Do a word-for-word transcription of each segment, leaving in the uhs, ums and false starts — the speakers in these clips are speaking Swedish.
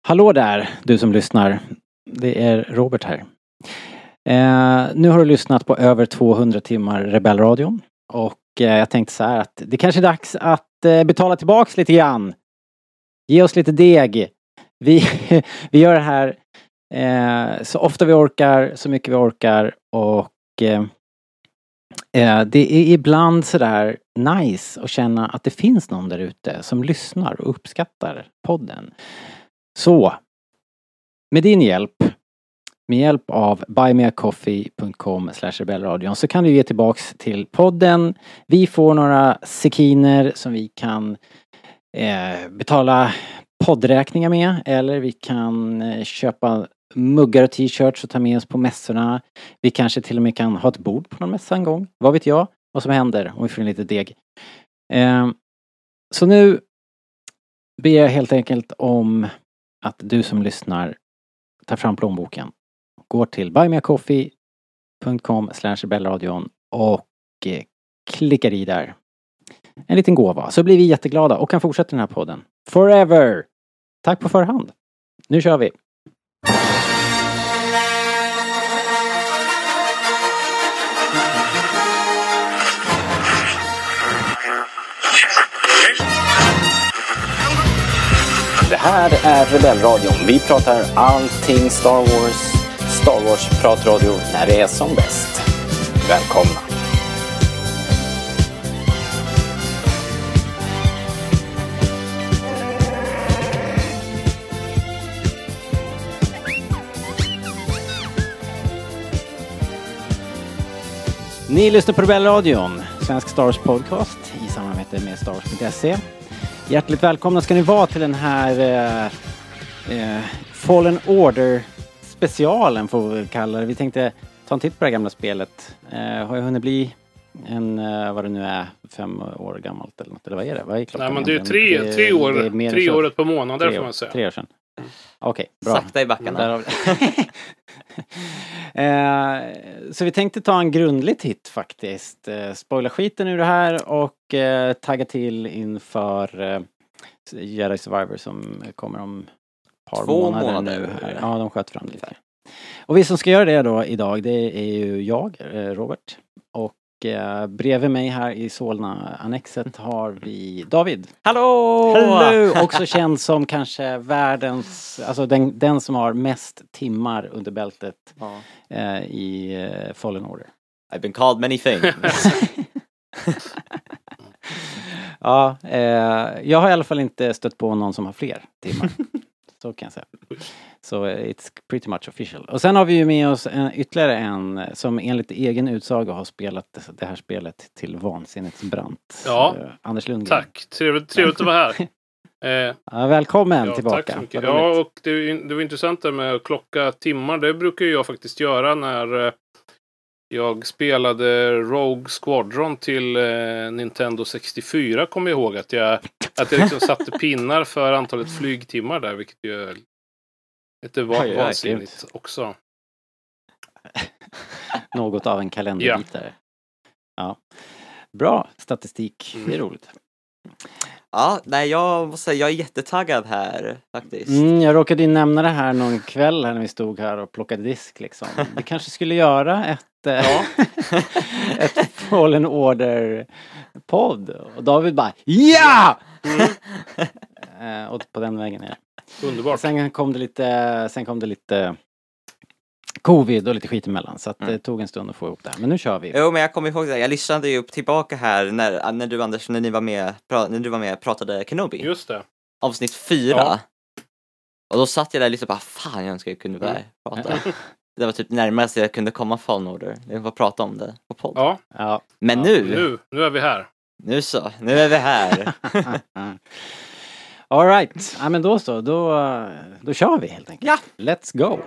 Hallå där, du som lyssnar. Det är Robert här. Eh, nu har du lyssnat på över tvåhundra timmar Rebellradion. Och eh, jag tänkte så här att det kanske är dags att eh, betala tillbaks lite grann. Ge oss lite deg. Vi, vi gör det här eh, så ofta vi orkar, så mycket vi orkar. Och eh, eh, det är ibland sådär nice att känna att det finns någon där ute som lyssnar och uppskattar podden. Så, med din hjälp, med hjälp av buymeacoffee punkt com slash rebellradion så kan du ge tillbaks till podden. Vi får några sekiner som vi kan eh, betala poddräkningar med, eller vi kan eh, köpa muggar och t-shirts och ta med oss på mässorna. Vi kanske till och med kan ha ett bord på någon mässa en gång. Vad vet jag vad som händer om vi får en lite deg. Eh, så nu ber jag helt enkelt om att du som lyssnar tar fram plånboken, går till buymeacoffee punkt com slash rebellradion och eh, klickar i där en liten gåva, så blir vi jätteglada och kan fortsätta den här podden forever. Tack på förhand. Nu kör vi. Det här är Rebellradion. Vi pratar allting Star Wars. Star Wars pratradio när det är som bäst. Välkomna. Ni lyssnar på Rebellradion, svensk Star Wars podcast i samarbete med Star Wars punkt se. Hjärtligt välkomna ska ni vara till den här eh, eh, Fallen Order specialen, får vi kalla det. Vi tänkte ta en titt på det gamla spelet. Eh, har jag hunnit bli en, eh, vad det nu är, fem år gammalt eller något? Eller vad är det? Vad är klockan? Nej, men det är tre, det, tre år, det är tre året på månader får man säga. Tre år sedan. Okej, okay, bra. Sakta i backarna. eh, så vi tänkte ta en grundlig titt faktiskt. Eh, spoila skiten ur det här och eh, tagga till inför eh, Jedi Survivor som kommer om ett par Två månader, månader nu. Här. Ja, de sköt fram lite. Och vi som ska göra det då idag, det är ju jag, Robert. Och eh, bredvid mig här i Solna-annexet har vi David. Hallå! Hallå! Också känd som kanske världens, alltså den, den som har mest timmar under bältet ja. eh, i eh, Fallen Order. I've been called many things. ja, eh, jag har i alla fall inte stött på någon som har fler timmar. Så kan jag säga. Så so it's pretty much official. Och sen har vi ju med oss en, ytterligare en som enligt egen utsago har spelat det här spelet till vansinnets brant. Ja, uh, Anders Lundgren. Tack, trevligt, trevligt att vara här. Eh, ja, välkommen ja, tillbaka. Tack så mycket. Ja, och det, det var intressant där med att klocka timmar. Det brukar jag faktiskt göra när eh, jag spelade Rogue Squadron till eh, Nintendo sextiofyra. Kommer jag ihåg att jag, att jag liksom satte pinnar för antalet flygtimmar där, vilket ju är lite va- vansinnigt också. Något av en kalenderbit där. Ja. Bra statistik. Mm. Det är roligt. Ja, nej, jag måste säga, jag är jättetaggad här faktiskt. Mm, jag råkade ju nämna det här någon kväll här när vi stod här och plockade disk liksom. Vi kanske skulle göra ett ja. ett Fallen Order podd. Och David bara, ja! Mm. och på den vägen är det. Underbart. Sen kom det lite, sen kom det lite covid och lite skit emellan. Så att mm. det tog en stund att få ihop det här. Men nu kör vi. Jo, men jag kommer ihåg det. Jag lyssnade ju tillbaka här när, när du, Anders, när ni var med, när du var med och pratade Kenobi. Just det. Avsnitt fyra. Ja. Och då satt jag där lite och bara, fan, jag önskar jag kunde vara mm. prata. Det var typ närmast jag kunde komma Fallen Order. Jag får prata om det på podd. Ja. ja. Men ja. nu... nu... Nu är vi här. Nu så. Nu är vi här. All right. Ja, men då så. Då, då kör vi helt enkelt. Ja. Let's go.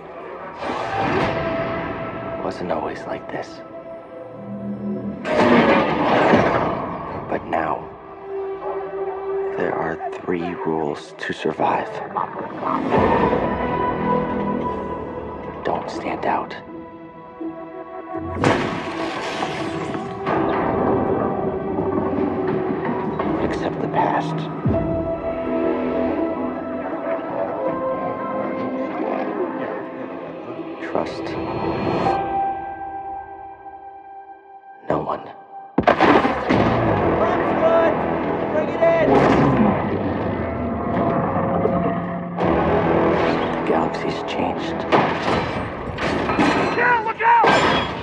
Wasn't always like this. But now, there are three rules to survive. Don't stand out. Accept the past. trust no one. Bring it in! The galaxy's changed. Yeah, look out!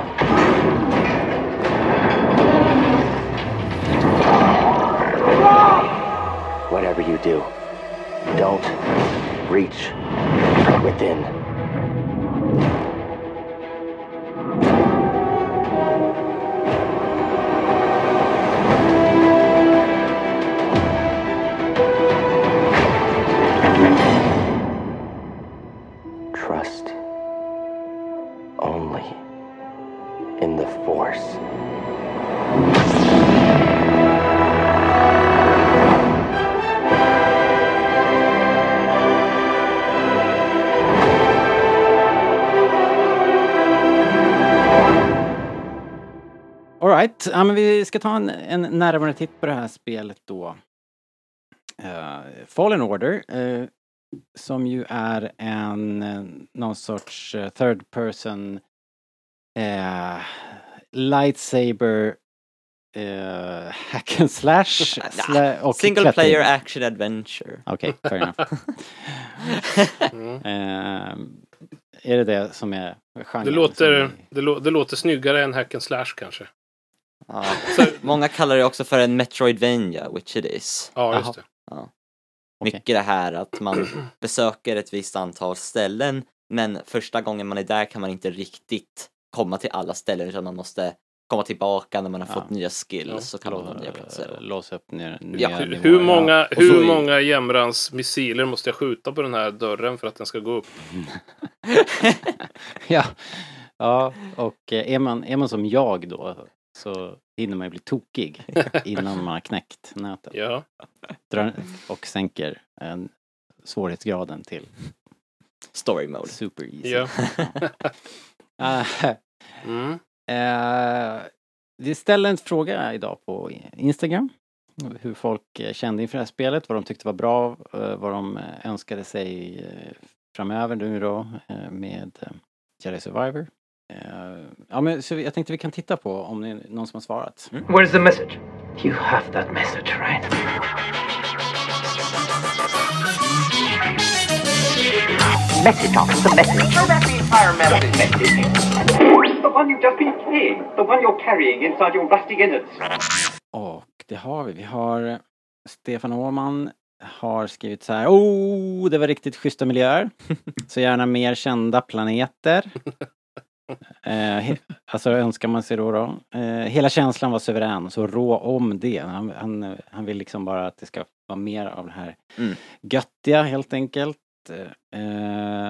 Whatever you do, don't reach within. Trust only in the Force. All right, ja, men vi ska ta en, en närmare titt på det här spelet då. Uh, Fallen Order, uh, som ju är en uh, någon sorts uh, third person uh, lightsaber uh, hack and slash sla- och Single klättring. player action adventure. Okej, okay, fair enough. Mm. uh, är det det som är genren? Det låter, som det, lå, det låter snyggare än hack and slash kanske. Ja. Många kallar det också för en Metroidvania, which it is. Ja, just det. Ja. Okej. Mycket det här att man besöker ett visst antal ställen, men första gången man är där kan man inte riktigt komma till alla ställen, utan man måste komma tillbaka när man har Ja. fått nya skills Ja, och kan lå- nå nya platser. låsa upp ner, Ja, nya Hur, nivåer, hur ja. många, Och så hur är- många jämrans missiler måste jag skjuta på den här dörren för att den ska gå upp? Ja, ja, och eh, är man, är man som jag då så hinner man ju bli tokig innan man har knäckt nätet. Ja. Drar, och sänker en svårighetsgraden till Story mode. super easy. Ja. Eh, Mm. eh, vi ställde en fråga idag på Instagram. Hur folk eh, kände inför det här spelet, vad de tyckte var bra, eh, vad de eh, önskade sig eh, framöver nu då eh, med eh, Jedi Survivor. Eh, ja, men så jag tänkte vi kan titta på om det är någon som har svarat. Where's the message? You have that message, right? Message, Doctor, the message. Throw back the entire message. The one you've just been carrying. The one you're carrying inside your rusty innards. Och det har vi. Vi har Stefan Åhman har skrivit så här: oh, det var riktigt schyssta miljöer. Så gärna mer kända planeter. Eh, he- alltså önskar man sig då då. Eh, hela känslan var suverän, så rå om det. Han, han, han vill liksom bara att det ska vara mer av det här Mm. göttiga helt enkelt. Eh,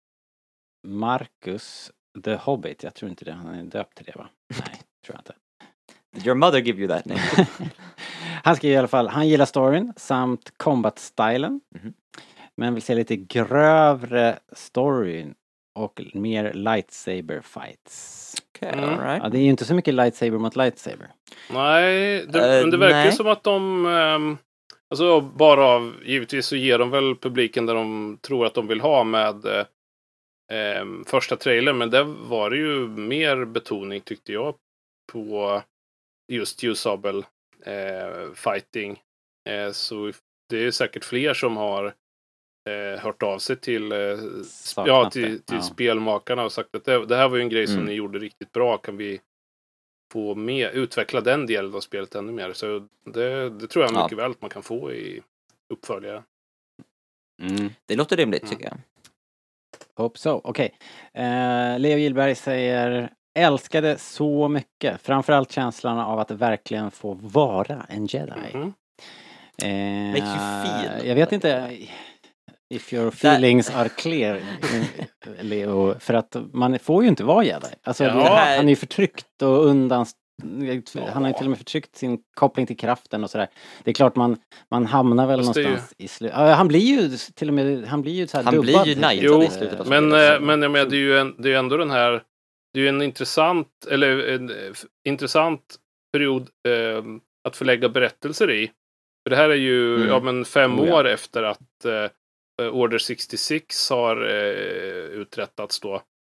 Marcus The Hobbit, jag tror inte det, han är döpt till det va? Nej, tror jag inte. Did your mother give you that name? Han skriver i alla fall, han gillar storyn samt combat-stylen. Mhm. Men vill se lite grövre storyn och mer lightsaber fights. Okay, Mm. all right. Ja, det är ju inte så mycket lightsaber mot lightsaber. Nej, det, Eh, men det verkar nej. som att de... ehm, alltså bara av... Givetvis så ger de väl publiken där de tror att de vill ha med eh, ehm, första trailern. Men där var det ju mer betoning tyckte jag på just ljusabel eh, fighting. Eh, så det är säkert fler som har eh, hört av sig till, eh, sp- Saknat ja, det, till, till ja. spelmakarna och sagt att det, det här var ju en grej som Mm. ni gjorde riktigt bra. Kan vi få med, utveckla den delen av spelet ännu mer? Så det, det tror jag Ja. mycket väl att man kan få i uppföljare. Mm. Det låter rimligt Mm. tycker jag. Hope so. Okej. Eh, Leo Gillberg säger: älskade så mycket. Framförallt känslan av att verkligen få vara en jedi. Mhm. Eh, Makes you feel. jag vet inte if your feelings are clear, Leo, för att man får ju inte vara jedi. Alltså, Ja. det, han är ju förtryckt och undan. Han har ju till och med förtryckt sin koppling till kraften och sådär. Det är klart man, man hamnar väl Fast det är ju- någonstans i slutet. Ja, han blir ju till och med, han blir ju så här Han blir dubbad. ju knight Jo, i slutet av Men, spelet. eh, men jag menar, det är ju en, det är ju ändå den här... Det är ju en intressant, eller en eh, f- intressant period eh, att förlägga berättelser i. För det här är ju Mm. ja, men fem Oh, ja. år efter att eh, Order sextiosex har eh, uträttats då.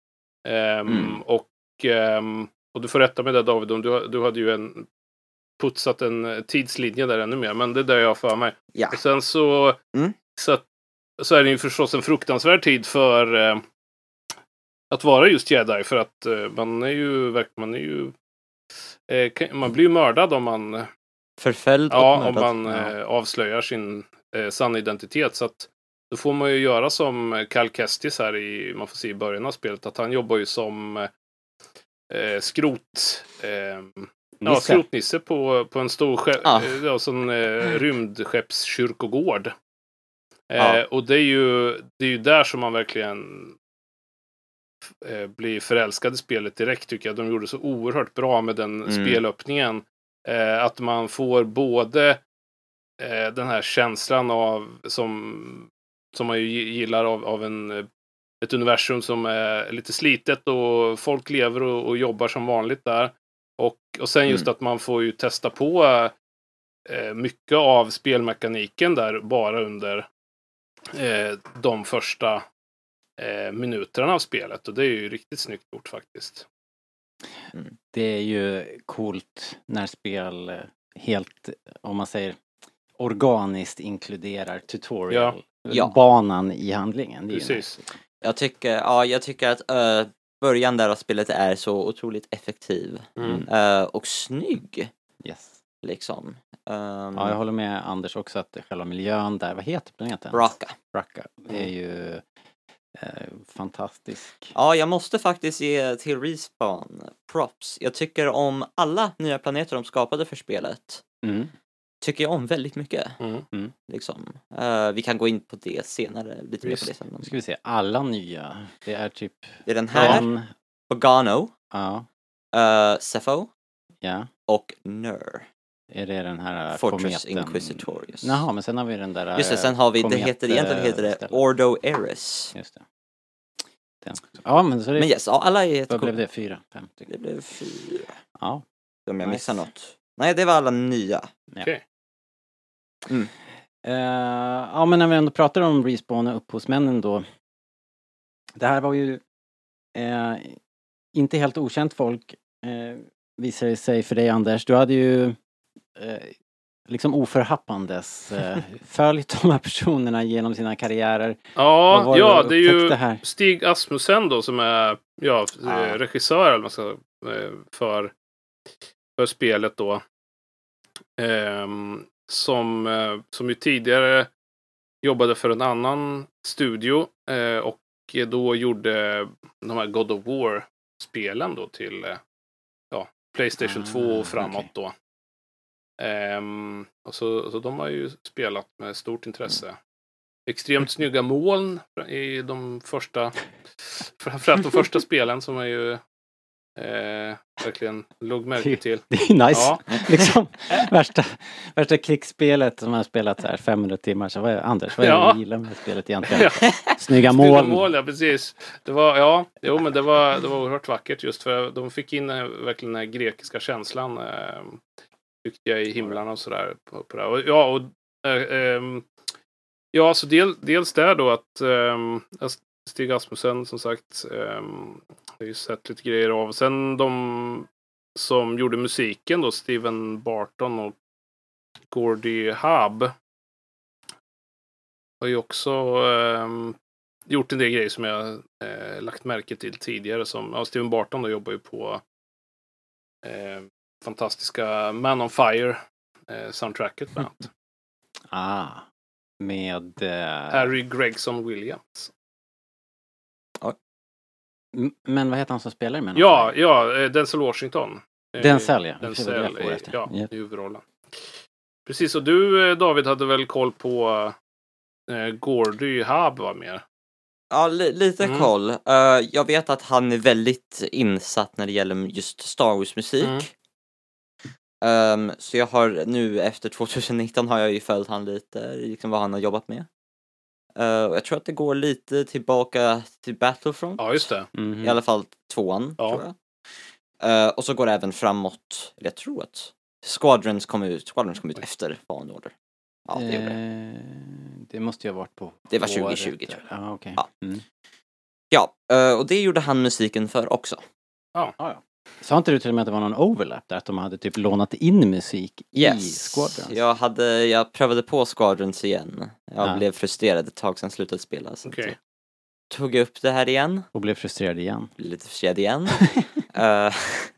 Um, Mm. och, um, och du får rätta mig där David, om du, du hade ju en putsat en tidslinje där ännu mer, men det där jag för mig. Ja. Och sen så, Mm. så, att, så är det ju förstås en fruktansvärd tid för eh, att vara just jedi, för att eh, man är ju verk- man är ju eh, kan- man blir ju mördad om man Förföljd och ja, om mördad. man Ja. eh, avslöjar sin eh, sanna identitet, så att då får man ju göra som Cal Kestis här i, man får se i början av spelet, att han jobbar ju som eh, skrot eh, ja, Nisse. skrotnisse på, på en stor skepp, Ah. eh, ja, sån eh, rymdskeppskyrkogård. Eh, Ja. Och det är ju det är ju där som man verkligen eh, blir förälskad i spelet direkt, tycker jag. De gjorde så oerhört bra med den Mm. spelöppningen. Eh, att man får både eh, den här känslan av som, som man ju gillar av, av en, ett universum som är lite slitet och folk lever och, och jobbar som vanligt där. Och, och sen just Mm. att man får ju testa på eh, mycket av spelmekaniken där bara under eh, de första eh, minuterna av spelet. Och det är ju riktigt snyggt gjort faktiskt. Det är ju coolt när spel eh, helt, om man säger organiskt inkluderar tutorial-banan i handlingen. Det är ju Precis. nice. Jag tycker, ja, jag tycker att uh, början där av spelet är så otroligt effektiv. Mm. Uh, och snygg, Yes. liksom. Um, Ja, jag håller med Anders också att själva miljön där, vad heter planeten? Bracca. Bracca. Det är ju eh, fantastisk. Ja, jag måste faktiskt ge till Respawn props. Jag tycker om alla nya planeter de skapade för spelet. Mm. Tycker jag om väldigt mycket. Mm. Liksom. Uh, vi kan gå in på det senare, lite mer på det sen. Nu ska vi se, alla nya. Det är typ Det är den här, Dan, Bogano, ja, uh, Cepho ja. och Nur. Är det den här Fortress kometen? Inquisitorius. Jaha, men sen har vi den där Just det, sen har vi, det komet, heter, egentligen heter det stället. Ordo Eris. Just det. Den. Ja, men så det, Men yes, ja, alla är vad jättecool. blev det? Fyra? Fem? Det stycken. blev fyra. Ja. Om jag Nice. missar något. Nej, det var alla nya. Okej. Eh, ja, men när vi ändå pratar om Respawn och upphovsmännen då. Det här var ju eh, inte helt okänt folk, eh, visar det sig för dig, Anders. Du hade ju eh, liksom oförhappandes eh, följt de här personerna genom sina karriärer. Vad Ja, var ja det det du är ju upptäckte här? Stig Asmussen då som är ja, Ja. eh, regissör eller vad man ska, eh, för, för spelet då. Ehm, som, eh, som ju tidigare jobbade för en annan studio eh, och då gjorde de här God of War-spelen då till eh, ja, PlayStation Ah, två och framåt okej. då. Ehm, och så, så de har ju spelat med stort intresse. Extremt snygga moln i de första, framförallt de första spelen som är ju eh, verkligen låg märke till. Det är ju nice. Ja. Liksom, värsta, värsta krigsspelet som har spelat så här femhundra timmar. Så vad är, Anders, vad är det Ja. du gillar med spelet egentligen? Ja. Snygga Snygga mål. mål, ja precis. Det var, ja, jo men det var, det var oerhört vackert just för de fick in eh, verkligen den här grekiska känslan eh, tyckte jag i himlarna och sådär. På, på det. Och, ja, och eh, ehm, ja, så del, dels där då att ehm, Stig Asmussen som sagt ehm, har ju sett lite grejer av. Sen de som gjorde musiken då, Steven Barton och Gordy Haab har ju också ehm, gjort en del grejer som jag eh, lagt märke till tidigare. Som, ja, Steven Barton då jobbar ju på eh, fantastiska Man on Fire eh, soundtracket bland annat. Ah, med... Eh, Harry Gregson Williams. m- men vad heter han som spelar med? Ja, ja, eh, Denzel Washington. Eh, Denzel, ja. Denzel, Det var det jag får i- efter. ja, Japp. i huvudrollen. Precis, och du eh, David hade väl koll på eh, Gordy Haab var med? Ja, li- lite Mm. koll. Uh, jag vet att han är väldigt insatt när det gäller just Star Wars-musik. Mm. Um, så jag har nu efter tjugonitton har jag ju följt han lite, liksom vad han har jobbat med. Uh, och jag tror att det går lite tillbaka till Battlefront. Ja, just det. Mhm. I alla fall tvåan, Ja. tror jag. Uh, och så går det även framåt, eller jag tror att Squadrons kom ut, Squadrons kom ut efter Fallen Order. Ja, det gjorde det. Eh, det måste ju ha varit på Det var året. tjugo tjugo, tror Ja, okej. Ja. Mm. Ja, eh, och det gjorde han musiken för också. Ja, ja. Sa inte du till och med att det var någon overlap där? Att de hade typ lånat in musik Yes. i Squadrons? Jag, hade, jag prövade på Squadrons igen. Jag Ja. blev frustrerad ett tag sedan slutade spela. Så Okej. okay. Tog jag upp det här igen. Och blev frustrerad igen. Blev lite frustrerad igen. uh,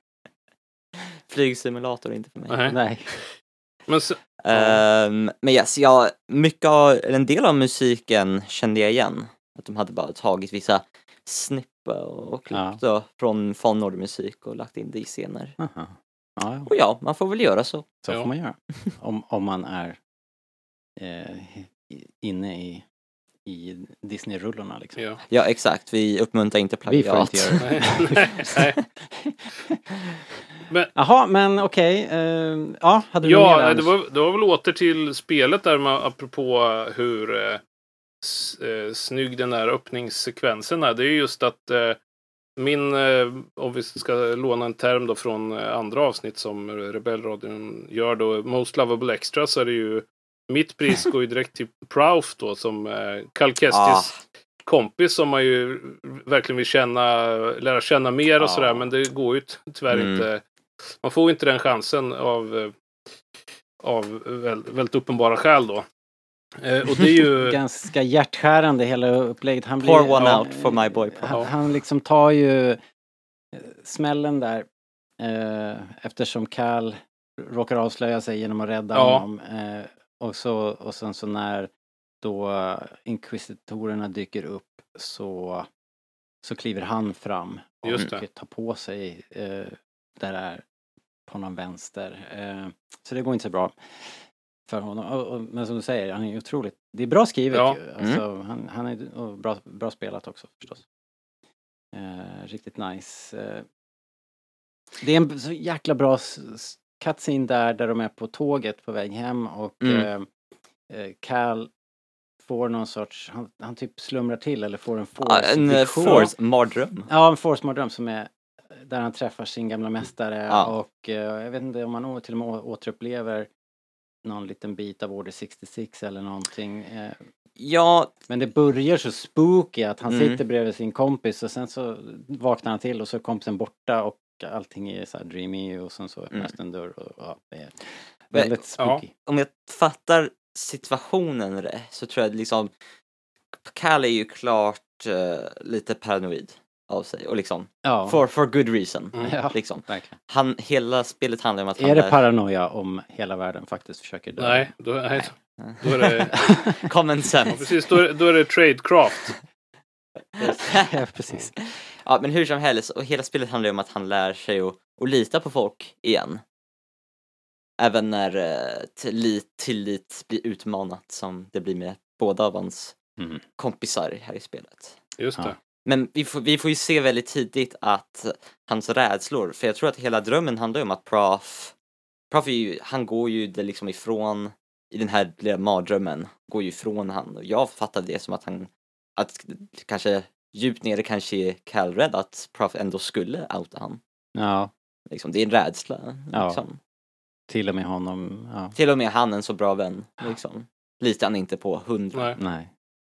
flygsimulator inte för mig. Nej. Nej. Men så, Um, men yes, jag, mycket av, en del av musiken kände jag igen. Att de hade bara tagit vissa snippa och klippt Ja. från Fallen Order-musik och lagt in det i scener. Aha. Ja, ja. Och ja, man får väl göra så. Så Ja. får man göra. Om, om man är eh, i- inne i, i Disney-rullorna liksom. ja. Ja, exakt. Vi uppmuntrar inte Vi får plagiat. inte göra det. Nej, nej, nej. Men, Jaha, men okej. eh, ja, hade du något mer ja, där, det Anders? var, det var väl åter till spelet där med, apropå hur eh, s, eh, snygg den här öppningssekvensen är. Det är just att eh, min, eh, om vi ska låna en term då från eh, andra avsnitt som Rebellradion gör då, Most Lovable Extra, så är det ju mitt pris går ju direkt till Prouf då, som eh, Cal Kestis Ah. kompis som man ju verkligen vill känna, lära känna mer och Ja. sådär, men det går ju ty- tyvärr Mm. inte. Man får inte den chansen av, eh, av väl, väldigt uppenbara skäl då. Eh, och det är ju... Ganska hjärtskärande hela upplägget. Han Pour blir, one ja, out for my boy. Han, han liksom tar ju eh, smällen där eh, eftersom Cal råkar avslöja sig genom att rädda Ja. honom. Eh, och, så, och sen så när då inkvisitorerna dyker upp så, så kliver han fram och Just det. tar på sig eh, där är på någon vänster. Eh, så det går inte så bra för honom. Och, och, men som du säger, han är ju otroligt, det är bra skrivet Ja. ju. Alltså, han, han är och bra, bra spelat också förstås. Eh, riktigt nice. Eh, det är en så jäkla bra s- s- cutscene där, där de är på tåget på väg hem och Mm. eh, eh, Cal får någon sorts, han, han typ slumrar till eller får en Ja, en eh, force-vision. force-mardröm. Ja, en force-mardröm som är där han träffar sin gamla mästare Ja. och eh, jag vet inte om man å- till och med å- återupplever någon liten bit av Order sextiosex eller någonting. Eh, Ja, men det börjar så spooky att han Mm. sitter bredvid sin kompis och sen så vaknar han till och så är kompisen borta och allting är så här dreamy och sen så öppnas Mm. en dörr och ja, det är Men- väldigt ja. spooky. om jag fattar situationen rätt så tror jag liksom Cal är ju klart eh, lite paranoid av sig och liksom Ja, for, for good reason. Mm. ja Liksom. verkligen. Han, hela spelet handlar om att han Är det paranoia om hela världen faktiskt försöker dö? Nej, då, nej, då är det... common Ja, sense. precis, då är, då är det tradecraft. Ja, precis. Ja, men hur som helst, och hela spelet handlar ju om att han lär sig att, att lita på folk igen. Även när eh, tillit, tillit blir utmanat som det blir med båda av hans Mm. kompisar här i spelet. Just det. Ja. Men vi får, vi får ju se väldigt tidigt att hans rädslor, för jag tror att hela drömmen handlar om att Prof, Prof är ju, han går ju det liksom ifrån, i den här lilla mardrömmen, går ju ifrån han. Och jag fattade det som att han, att kanske djupt nere kanske är Cal rädd att Prof ändå skulle outa han. Ja, Liksom, det är en rädsla. Ja. Liksom. till och med honom. Ja. Till och med han en så bra vän. Liksom. Litar han inte på hundra. Nej. Nej.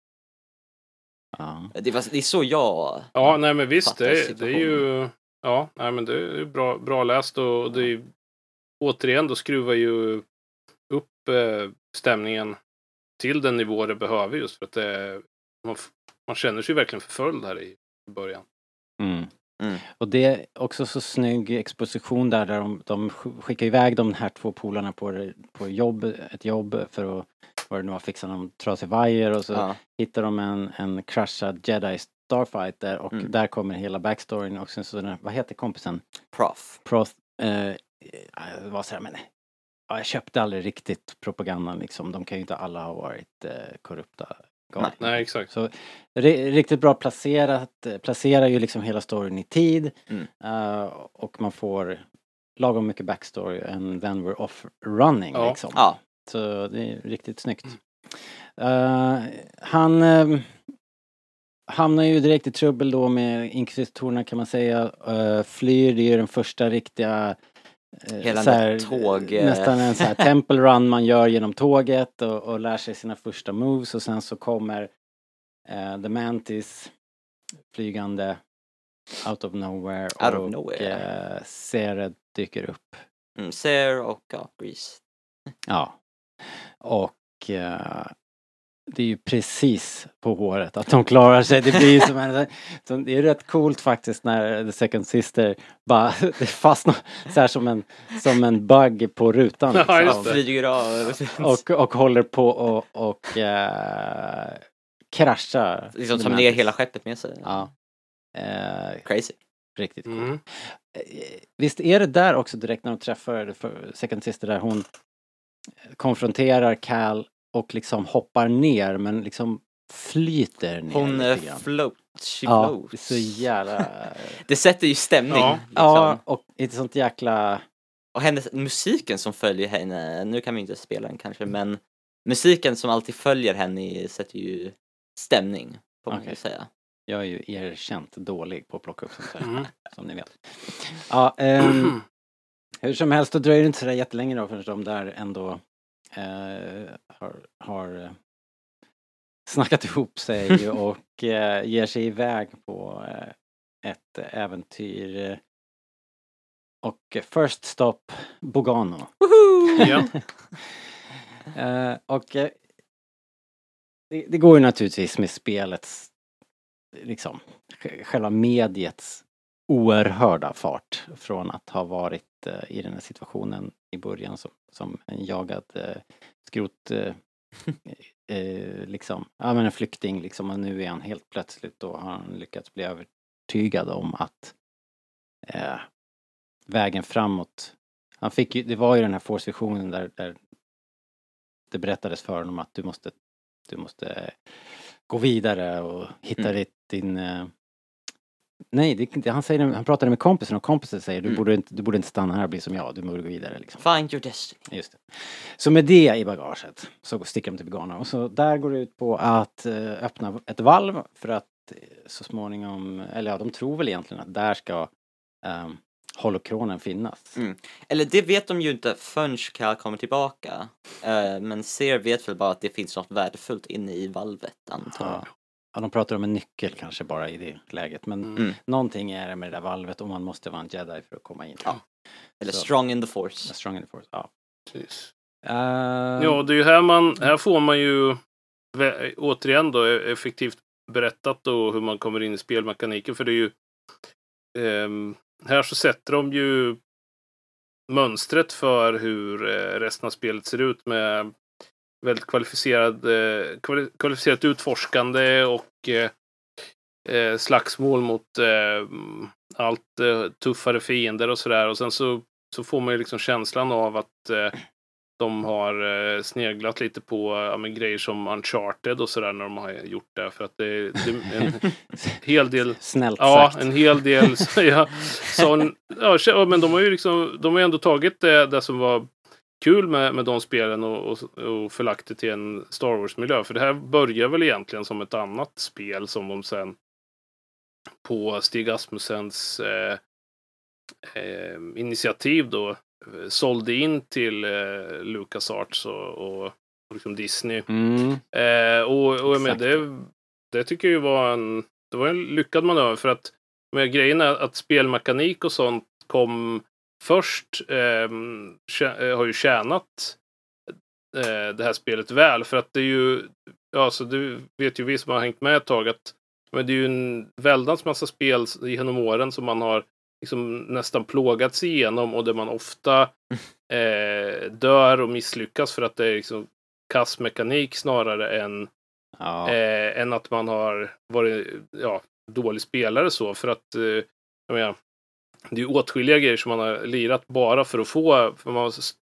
Ja. Det, var, det är så jag... Ja, nej men visst, Fattar det, det är situationen. ju... Ja, nej men det är bra, bra läst och det är återigen, då skruvar ju upp eh, stämningen till den nivå det behöver just för att det, man, f- man känner sig verkligen förföljd här i början. Mm. Mm. Och det är också så snygg exposition där, där de, de skickar iväg de här två polarna på, på jobb, ett jobb för att, vad det nu var, fixa någon trasig vajer och så Ja. hittar de en, en crashad Jedi Starfighter och Mm. där kommer hela backstoryn och sen så, den- vad heter kompisen? Prof. Proth, eh, det var så här, men ja, jag köpte aldrig riktigt propagandan liksom. De kan ju inte alla ha varit eh, korrupta galningar. Nej, exakt. Så ri- riktigt bra placerat, eh, placerar ju liksom hela storyn i tid Mm. eh, och man får lagom mycket backstory and then we're off running Ja. liksom. Ja. Så det är riktigt snyggt. Eh, han eh, hamnar ju direkt i trubbel då med inkvisitorerna kan man säga. Uh, flyr, det är ju den första riktiga eh, Hela så den här, där tåg, eh. nästan en så här temple run man gör genom tåget och, och lär sig sina första moves och sen så kommer eh, The Mantis flygande out of nowhere Out of och nowhere. Eh, Sered dyker upp. Mm, Ser och ja, Grease. Ja. Och eh, det är ju precis på håret att de klarar sig. Det blir som en, som, det är rätt coolt faktiskt när The Second Sister bara det fastnar så här som en, som en bug på rutan. Ja, Liksom. just det. Flyger av. Och, och håller på och, och eh, kraschar. Liksom tar ner hela skeppet med sig. Ja. Eh, Crazy. riktigt coolt. Mm. Eh, Visst är det där också direkt när de träffar för Second Sister där hon konfronterar Cal och liksom hoppar ner men liksom flyter ner Hon lite eh, grann. float. She Ja, floats. det är så jävla... Det sätter ju stämning. Ja. Liksom. Ja, och ett sånt jäkla... Och hennes, musiken som följer henne, nu kan vi inte spela den kanske, men musiken som alltid följer henne sätter ju stämning, får man Okej. ju säga. Jag är ju erkänt dålig på att plocka upp sånt här, Mm. som ni vet. Ja, ehm, hur som helst, då dröjer det inte så där jättelänge då förrän de där ändå eh, har, har eh, snackat ihop sig och eh, ger sig iväg på eh, ett äventyr. eh, Och first stop Bogano. Ja. Eh, och eh, det, det går ju naturligtvis med spelets, liksom, sj- själva mediets oerhörda fart från att ha varit eh, i den här situationen i början som, som en jagad eh, skrot, eh, eh, liksom, ja men en flykting liksom, och nu är han helt plötsligt då har han lyckats bli övertygad om att eh, vägen framåt, han fick ju, det var ju den här Force-visionen där, där det berättades för honom att du måste du måste gå vidare och hitta Mm. ditt, din eh, nej, det, det, han säger, han pratade med kompisen och kompisen säger du, Mm. borde inte, du borde inte stanna här och bli som jag, du borde gå vidare liksom. Find your destiny. Just det. Så med det i bagaget så sticker de till Bogano och så där går det ut på att eh, öppna ett valv för att eh, så småningom, eller ja, de tror väl egentligen att där ska eh, holokronen finnas. Mm. Eller det vet de ju inte förrän Cal kommer tillbaka. Uh, men Ser vet väl bara att det finns något värdefullt inne i valvet, antar jag. Ja. Ja, de pratar om en nyckel kanske bara i det läget, men Mm. någonting är det med det där valvet och man måste vara en jedi för att komma in. Ja. Eller Så. strong in the force. Strong in the force, ja. Precis. Uh, Ja, det är ju här man, här får man ju vä- återigen då effektivt berättat då hur man kommer in i spelmekaniken, för det är ju ehm, här så sätter de ju mönstret för hur eh, resten av spelet ser ut med väldigt kvalificerad eh, kvali- kvalificerat utforskande och eh, eh, slagsmål mot eh, allt eh, tuffare fiender och sådär, och sen så, så får man ju liksom känslan av att eh, de har eh, sneglat lite på ja, men grejer som Uncharted och sådär när de har gjort det, för att det, det är en hel del Snällt ja, sagt. en hel del så, ja, sån, ja, men de har ju liksom de har ju ändå tagit det, det som var kul med, med de spelen och, och, och förlagt det till en Star Wars-miljö, för det här börjar väl egentligen som ett annat spel som de sen på Stig Asmussens eh, eh, initiativ då sålde in till eh, LucasArts och, och, och liksom Disney. Mm. Eh, och och jag med, Exakt. det, det tycker jag ju var en, det var en lyckad manöver, för att med grejen är att spelmekanik och sånt kom först, eh, tjä, har ju tjänat eh, det här spelet väl, för att det är ju, ja så du vet ju vi som har hängt med ett tag att men det är ju en väldans massa spel genom åren som man har liksom nästan plågats igenom och där man ofta eh, dör och misslyckas för att det är liksom kassmekanik snarare än, Ja. eh, än att man har varit ja, dålig spelare så, för att eh, jag menar, det är ju åtskilliga grejer som man har lirat bara för att få, för man var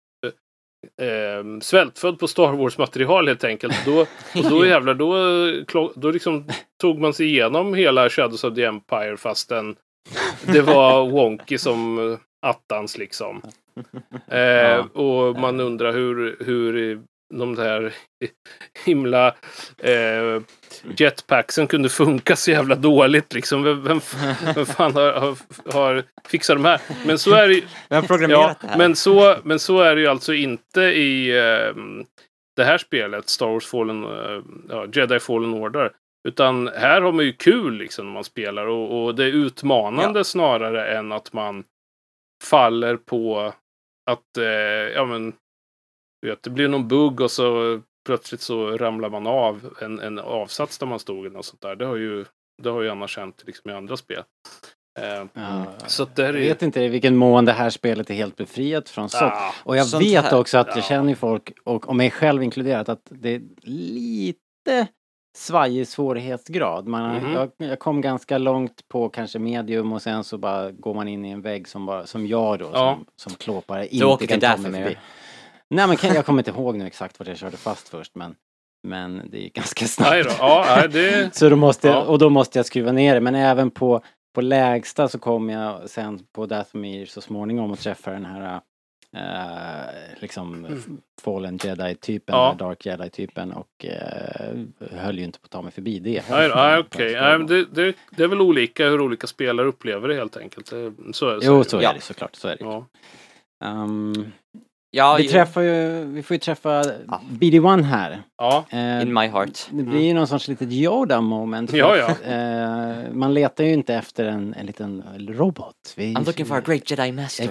eh, svältfödd på Star Wars-material helt enkelt. Då, och då jävlar, då, då liksom tog man sig igenom hela Shadows of the Empire fastän det var wonky som attans liksom. Eh, Ja. och man undrar hur, hur de där himla eh, jetpacksen kunde funka så jävla dåligt liksom. Vem, vem, vem fan har, har, har fixat de här? Men så är det ju, Vem har programmerat ja, det här? men så, men så är det ju alltså inte i eh, det här spelet, Star Wars Fallen, eh, ja, Jedi Fallen Order. Utan här har man ju kul liksom när man spelar. Och, och det är utmanande Ja. snarare än att man faller på att, eh, ja men, vet, det blir någon bugg och så plötsligt så ramlar man av en, en avsats där man stod eller något sånt där. Det har ju, det har ju annars hänt liksom i andra spel. Eh, Ja, så att det är jag ju... vet inte i vilken mån det här spelet är helt befriat från sånt. Ah, Och jag sånt vet här. också att jag Ja. känner ju folk, och, och mig själv inkluderat, att det är lite svajig svårighetsgrad. Man, Mhm. jag, jag kom ganska långt på kanske medium och sen så bara går man in i en vägg som, bara, som jag då, Ja. som, som klåpare, Du inte åker kan till ta mig Dathomir. förbi. Nej men kan, jag kommer inte ihåg nu exakt vart jag körde fast först, men, men det är ganska snabbt. Nej då, ja, nej, det... Så då måste jag, Ja. och då måste jag skruva ner det. Men även på, på lägsta så kommer jag sen på Dathomir så småningom och träffa den här eh, liksom Fallen Jedi-typen, Ja. eller Dark Jedi-typen, och eh, höll ju inte på att ta mig förbi det. Nej, nej okej. Nej, men det, det, det är väl olika hur olika spelare upplever det helt enkelt. Det- Så, är det, Jo, så så är är Ja. det såklart, så är det. Ja. Um, Ja, vi ju- träffar ju, vi får ju träffa Ja. B D one här. Ja. Eh, In my heart. Det blir ju någon sorts litet Yoda-moment. för Ja, att, eh, man letar ju inte efter en, en liten robot. Vi, I'm looking for a great Jedi master.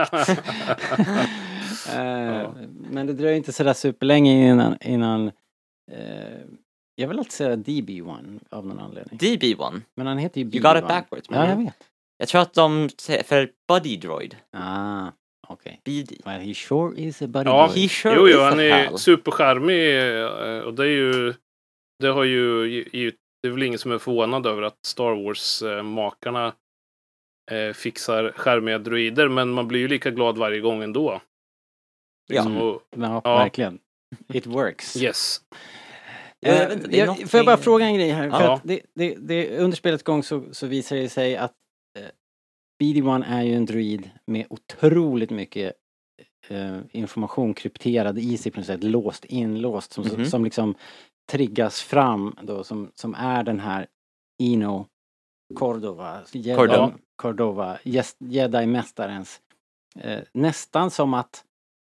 Eh, Men det dröjer inte sådär superlänge innan, innan eh, jag vill alltid säga D B one av någon anledning. D B one. Men han heter ju B You D one. got it backwards, man. Ja, jag vet. Jag tror att de säger för Buddy Droid. Ah, okej. B D. Well, he sure is a buddy Ja, boy. He sure jo, is jo, a han är pal. supercharmig eh, och det är ju, det har ju, ju, det är väl ingen som är förvånad över att Star Wars-makarna eh, fixar charmiga droider, men man blir ju lika glad varje gång ändå. Liksom, Ja. och, Ja, Ja. verkligen. It works. yes. Ja, jag Eh, vet inte, det är jag, någonting- får jag bara fråga en grej här? För Ja. att det, det, det, under spelets gång så, så visar det sig att eh, B D one är ju en droid med otroligt mycket eh, information krypterad i sig på något sätt, låst, inlåst, som, Mhm. som liksom triggas fram då, som, som är den här Eno Cordova, Jedi, Cordova. Cordova, yes, Jedi-mästarens, eh, nästan som att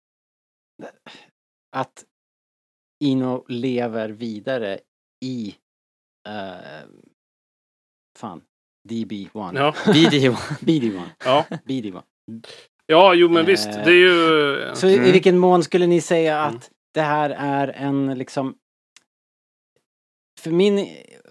att Eno lever vidare i eh, fan, D B one. Ja, B D one. B D one. ja. B D one. ja, jo men Eh, visst, det är ju... Så i- i Mm. vilken mån skulle ni säga att Mm. det här är en liksom, för min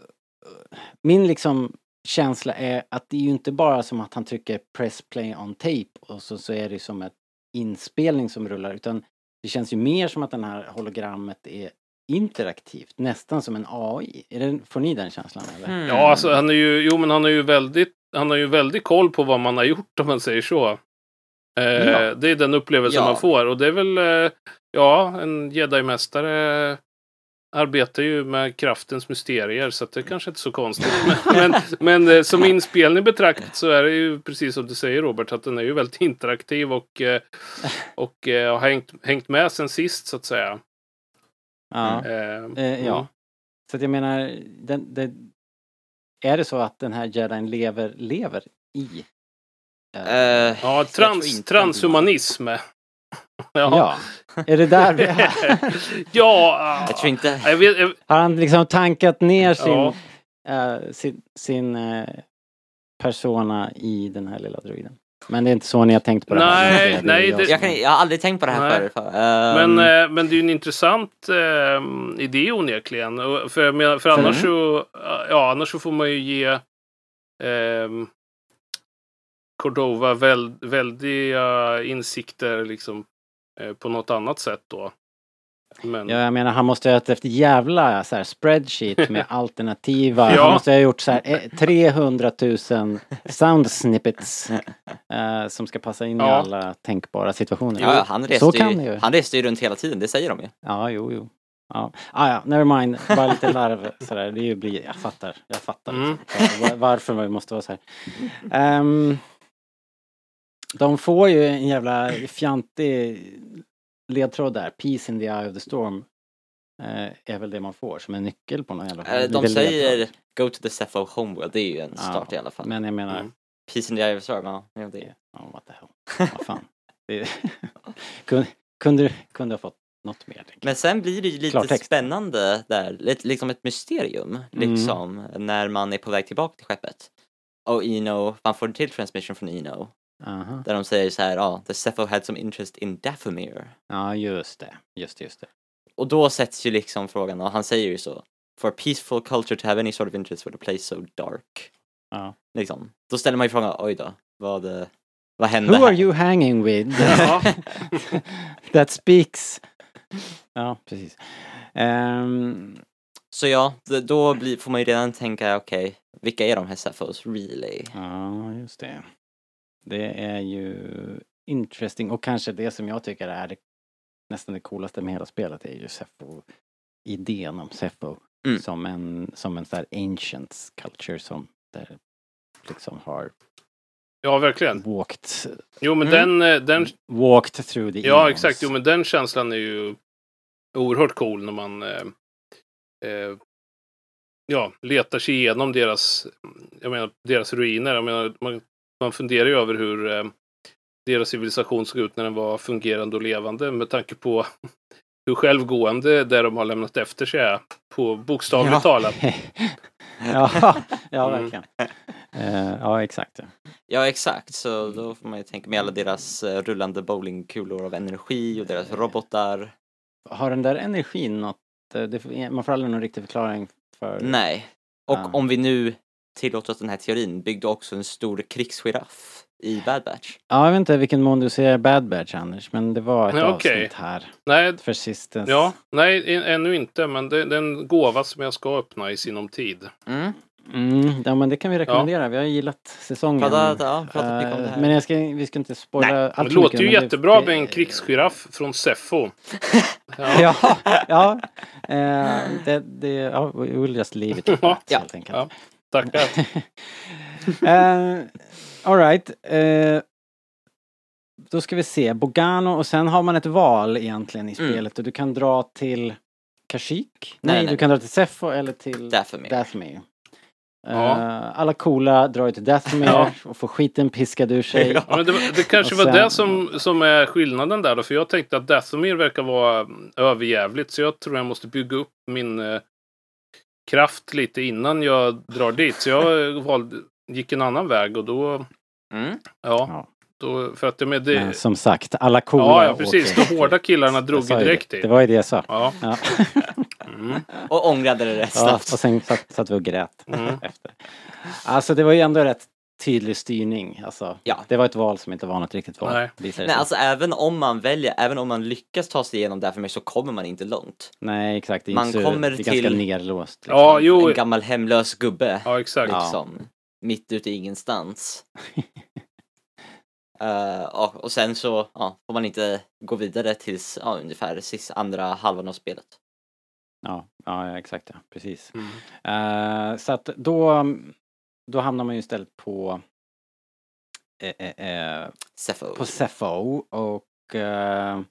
min liksom känsla är att det är ju inte bara som att han trycker press play on tape och så, så är det som ett inspelning som rullar, utan det känns ju mer som att den här hologrammet är interaktivt, nästan som en A I. Är det, får ni den känslan eller? Hmm. Ja, alltså han är ju, jo men han är ju väldigt, han har ju väldigt koll på vad man har gjort om man säger så. Eh, Ja. Det är den upplevelse Ja. man får och det är väl, eh, ja, en Jedi-mästare arbetar ju med kraftens mysterier så att det är kanske inte är så konstigt. men men, men eh, som inspelning betraktat så är det ju precis som du säger Robert, att den är ju väldigt interaktiv och, eh, och eh, har hängt, hängt med sen sist så att säga. Ja. Eh, Eh, ja. mm. Så att jag menar, den, det, är det så att den här jedin lever, lever i? eh, Eh, Ja, jag trans, tror inte- transhumanism. ja. ja. Är det där vi är? ja. Jag tror inte... Jag vet, jag, Har han liksom tankat ner sin, Ja. eh, sin, sin eh, persona i den här lilla droiden? Men det är inte så ni har tänkt på det här? Nej, Det är nej, jag det- som- Jag, kan, jag har aldrig tänkt på det här Nej. förut. För, men, ehm, eh, men det är ju en intressant eh, idé onekligen. Och För, jag menar, för Mm. annars så, ja, annars så får man ju ge eh, Cordova väl, väldiga insikter liksom, eh, på något annat sätt då. Men, Ja, jag menar, han måste ha haft efter jävla så här, spreadsheet med alternativa. Ja. Han måste ha gjort så här eh, trehundratusen sound snippets eh, som ska passa in i Ja. alla tänkbara situationer. ja, han, så reste kan det ju, ju. han reste ju runt hela tiden, det säger de ju. Ja, jo, jo. Ja, ah, ja, never mind. Bara lite larv sådär. Det är ju bli, jag fattar. Jag fattar Mm. liksom. Var- varför det måste vara så här. Ehm, de får ju en jävla fjantig ledtråd där. Peace in the eye of the storm. Eh, är väl det man får som en nyckel på någon jävla Eh, de lite säger ledtråd. Go to the Cepho Homeworld, det är ju en start Ja, i alla fall. Men jag menar, Mm. Peace in the Eye of the Storm, ja. ja, det är. ja, what the hell. Vad fan. Det, kunde, kunde, kunde ha fått något mer. tänker Men sen blir det ju lite Klartext. spännande där, lite, liksom ett mysterium, liksom, när man är på väg tillbaka till skeppet. Och Eno, man får en till transmission från Eno, jag. Aha. där de säger så här, ja, ah, the Zepho had some interest in Dathomir. Ja, just det. Just det, just det. Och då sätts ju liksom frågan, och han säger ju så, for a peaceful culture to have any sort of interest with a place so dark. Ja. Liksom. Då ställer man ju frågan, oj då, vad, eh, vad hände Who här? are you hanging with? Ja. That speaks. Ja, precis. Ehm, Så ja, d- då blir, får man ju redan tänka, okej, okay, vilka är de här Zephos really? ja, just det. Det är ju interesting. Och kanske det som jag tycker är det, nästan det coolaste med hela spelet är ju Zepho. Idén om Zepho. Mm. Som en, som en sån här ancient culture som där liksom har Ja, verkligen. walked, Jo, men Mm. den, eh, den... walked through the Ja, eons. exakt. Jo, men den känslan är ju oerhört cool när man eh, eh, ja, letar sig igenom deras, jag menar, deras ruiner. Jag menar, man, man funderar ju över hur eh, deras civilisation såg ut när den var fungerande och levande, med tanke på hur självgående det de har lämnat efter sig är, på bokstavligt Ja. talat. ja, ja, Mm. verkligen. Eh, ja, exakt. Ja, exakt. Så då får man ju tänka med alla deras eh, rullande bowlingkulor av energi och deras robotar. Har den där energin något, eh, det, man får aldrig någon riktig förklaring för... Nej. Och Ah. om vi nu tillåter oss den här teorin, byggde också en stor krigsgiraff i Bad Batch. Ja, jag vet inte vilken mån du ser Bad Batch, Anders, men det var ett Ja, okej. avsnitt här. Nej, Persistence. ja, nej, än- ännu inte, men det, det är en gåva som jag ska öppna i sinom tid. Mm. Mm, ja, men det kan vi rekommendera. Vi har gillat säsongen. Prata, ja, pratat mycket om det Eh, här. men jag ska, vi ska inte spoila Nej, allt Det för låter mycket, ju men det- jättebra det- med en krigsgiraff från Zepho. Ja. Ja, ja. Eh, det, det, ja, we'll just leave it at that, Ja, helt enkelt. ja. Tackar. uh, all right. Uh, då ska vi se. Bogano, och sen har man ett val egentligen i Mm. spelet. Och du kan dra till Kashyyyk. Nej, Nej, nej. du kan dra till Zepho eller till Dathomir. Dathomir. Uh, Ja. Alla coola drar ju till Dathomir Ja. och får skiten piskad ur sig. Ja, men det, det kanske Och var sen- det som, som är skillnaden där då, för jag tänkte att Dathomir verkar vara överjävligt, så jag tror jag måste bygga upp min eh, kraft lite innan jag drar dit. Så jag valde, gick en annan väg, och då, Mm. ja, Ja. då, för att det med det... Men som sagt, alla coola Ja, ja, precis. åker. De hårda killarna Jag drog sa ju ju direkt det. dit. Det var ju det jag sa. Ja. Ja. Mm. Och ångrade det rätt Ja, snabbt. och sen satt, satt vi och grät Mm. efter. Alltså det var ju ändå rätt tydlig styrning. Alltså, Ja. det var ett val som inte var något riktigt val. Nej. visade det Nej, sig. alltså även om man väljer, även om man lyckas ta sig igenom Dathomir så kommer man inte långt. Nej, exakt. Det är, Man inte så, kommer det är till- ganska nerlåst. Liksom. Ja, jo. En gammal hemlös gubbe. Ja, exakt. Liksom. Mitt ute i ingenstans. Uh, och, och sen så ja, får man inte gå vidare tills ja, ungefär sista andra halvan av spelet. Ja, ja, exakt. Ja. Precis. Mm. Eh, så att då, då hamnar man ju istället på eh, eh, eh, Zepho. på Zepho och eh,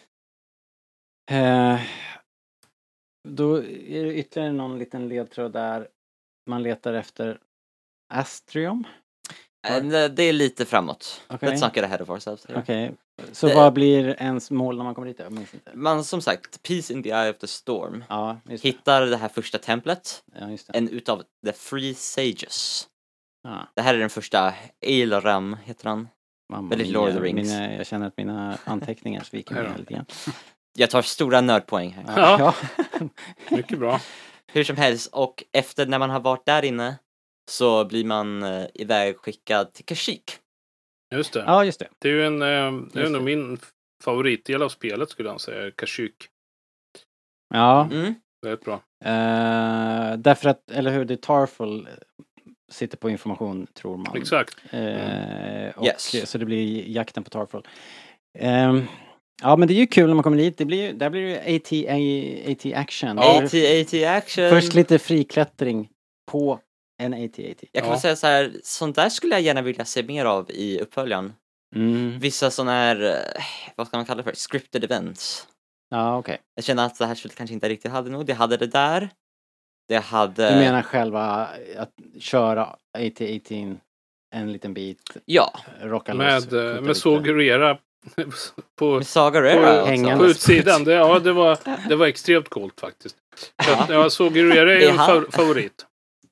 eh, då är det ytterligare någon liten ledtråd där man letar efter Astrium. Eh, det är lite framåt. Okej. Let's not get ahead of ourselves. here. Okej, så Det- vad blir ens mål när man kommer dit? Jag minns inte. Man som sagt, Peace in the Eye of the Storm. Ja, just det. Hittar det här första templet. Ja, just det. En utav The Three Sages. Ja, Det här är den första, Eilram heter han. mamma väldigt mia. Lord of the Rings. Mina, jag känner att mina anteckningar sviker mig Ja. lite grann. Jag tar stora nördpoäng här. Ja. Ja. Mycket bra. Hur som helst, och efter när man har varit där inne så blir man eh, ivägskickad till Kashyyyk. Just det. ja, just det. Det är ju en, eh, det är Just nog det. min favoritdel av spelet, skulle jag säga. Kashyyyk. Ja, Mm. Väldigt bra. eh, därför att, eller hur, det är Tarful sitter på information, tror man. Exakt. Eh, och, Yes. Så det blir jakten på Tarful. Ehm, ja, men det är ju kul när man kommer dit. Det blir, ju- där blir det ju A T, A T action. Ja. A T A T action. Först lite friklättring på en A T A T. Jag kan Ja. väl säga så här, sånt där skulle jag gärna vilja se mer av i uppföljaren. Mm. Vissa såna här, eh, vad ska man kalla det för? Scripted events. Ja, okej. Jag känner att det här spelet kanske inte riktigt hade nog. Det hade det där. Det hade... Du menar själva att köra A T A T en liten bit, Ja, rocka loss. Med, skjuta eh, med lite. suggerera på, Med Saga på, Rera hängande. på utsidan. Det, ja, det var, det var extremt coolt faktiskt. Så att, jag såg Guerrero är Är en han- fa- favorit.